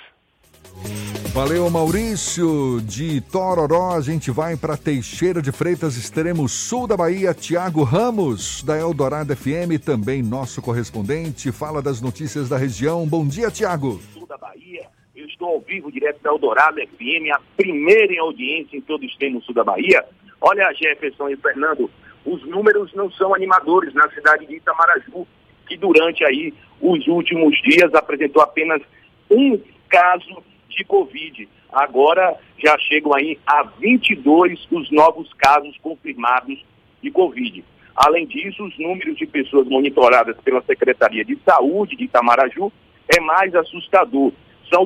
Valeu, Maurício de Tororó. A gente vai para Teixeira de Freitas, extremo sul da Bahia. Tiago Ramos, da Eldorado FM, também nosso correspondente, fala das notícias da região. Bom dia, Tiago. Sul da Bahia, eu estou ao vivo, direto da Eldorado FM, a primeira em audiência em todo o extremo sul da Bahia. Olha, Jefferson e Fernando, os números não são animadores na cidade de Itamaraju, que durante aí os últimos dias apresentou apenas um caso de Covid. Agora já chegam aí a 22 os novos casos confirmados de Covid. Além disso, os números de pessoas monitoradas pela Secretaria de Saúde de Itamaraju é mais assustador. São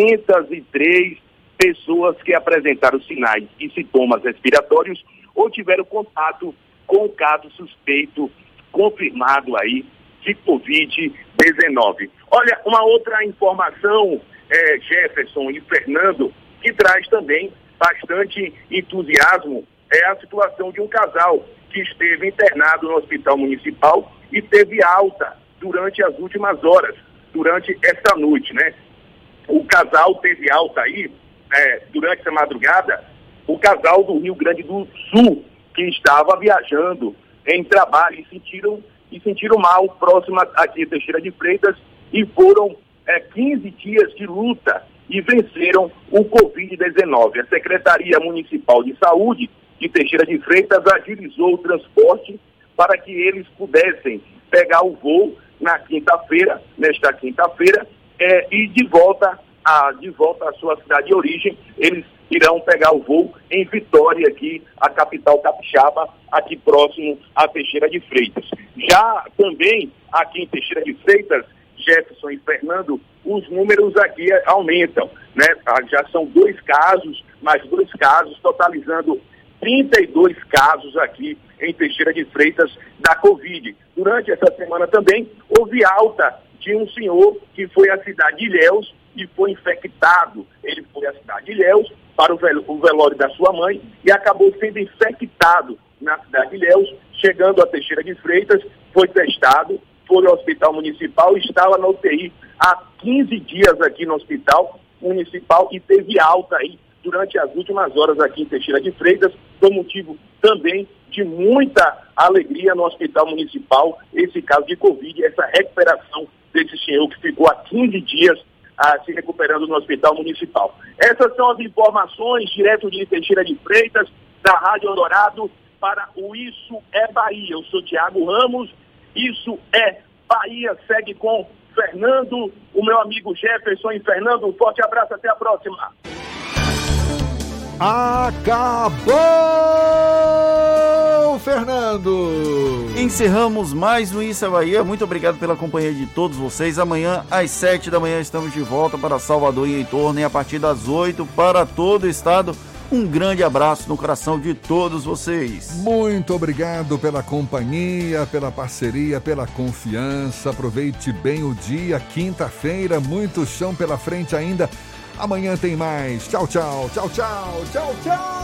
203 pessoas que apresentaram sinais e sintomas respiratórios ou tiveram contato com o caso suspeito confirmado aí de Covid-19. Olha, uma outra informação, Jefferson e Fernando, que traz também bastante entusiasmo, é a situação de um casal que esteve internado no hospital municipal e teve alta durante as últimas horas, durante esta noite, né? O casal teve alta aí, durante essa madrugada, o casal do Rio Grande do Sul, que estava viajando em trabalho e sentiram mal próximo aqui a Teixeira de Freitas e foram 15 dias de luta e venceram o Covid-19. A Secretaria Municipal de Saúde de Teixeira de Freitas agilizou o transporte para que eles pudessem pegar o voo nesta quinta-feira, e de volta à sua cidade de origem. Eles irão pegar o voo em Vitória, aqui, a capital capixaba, aqui próximo a Teixeira de Freitas. Já também aqui em Teixeira de Freitas, Jefferson e Fernando, os números aqui aumentam, né? Já são mais dois casos, totalizando 32 casos aqui em Teixeira de Freitas da Covid. Durante essa semana também houve alta de um senhor que foi à cidade de Ilhéus e foi infectado. Ele foi à cidade de Ilhéus para o velório da sua mãe e acabou sendo infectado na cidade de Ilhéus, chegando a Teixeira de Freitas, foi testado, foi ao hospital municipal, estava na UTI há 15 dias aqui no hospital municipal e teve alta aí durante as últimas horas aqui em Teixeira de Freitas. Foi motivo também de muita alegria no hospital municipal, esse caso de Covid, essa recuperação desse senhor que ficou há 15 dias se recuperando no hospital municipal. Essas são as informações direto de Teixeira de Freitas, da Rádio Eldorado, para o Isso é Bahia. Eu sou Tiago Ramos. Isso é Bahia. Segue com Fernando, o meu amigo Jefferson e Fernando. Um forte abraço, até a próxima. Acabou, Fernando! Encerramos mais um Isso é Bahia. Muito obrigado pela companhia de todos vocês. Amanhã, às 7 da manhã, estamos de volta para Salvador e entorno, e a partir das 8 para todo o estado. Um grande abraço no coração de todos vocês. Muito obrigado pela companhia, pela parceria, pela confiança. Aproveite bem o dia, quinta-feira, muito chão pela frente ainda. Amanhã tem mais. Tchau, tchau, tchau, tchau, tchau, tchau.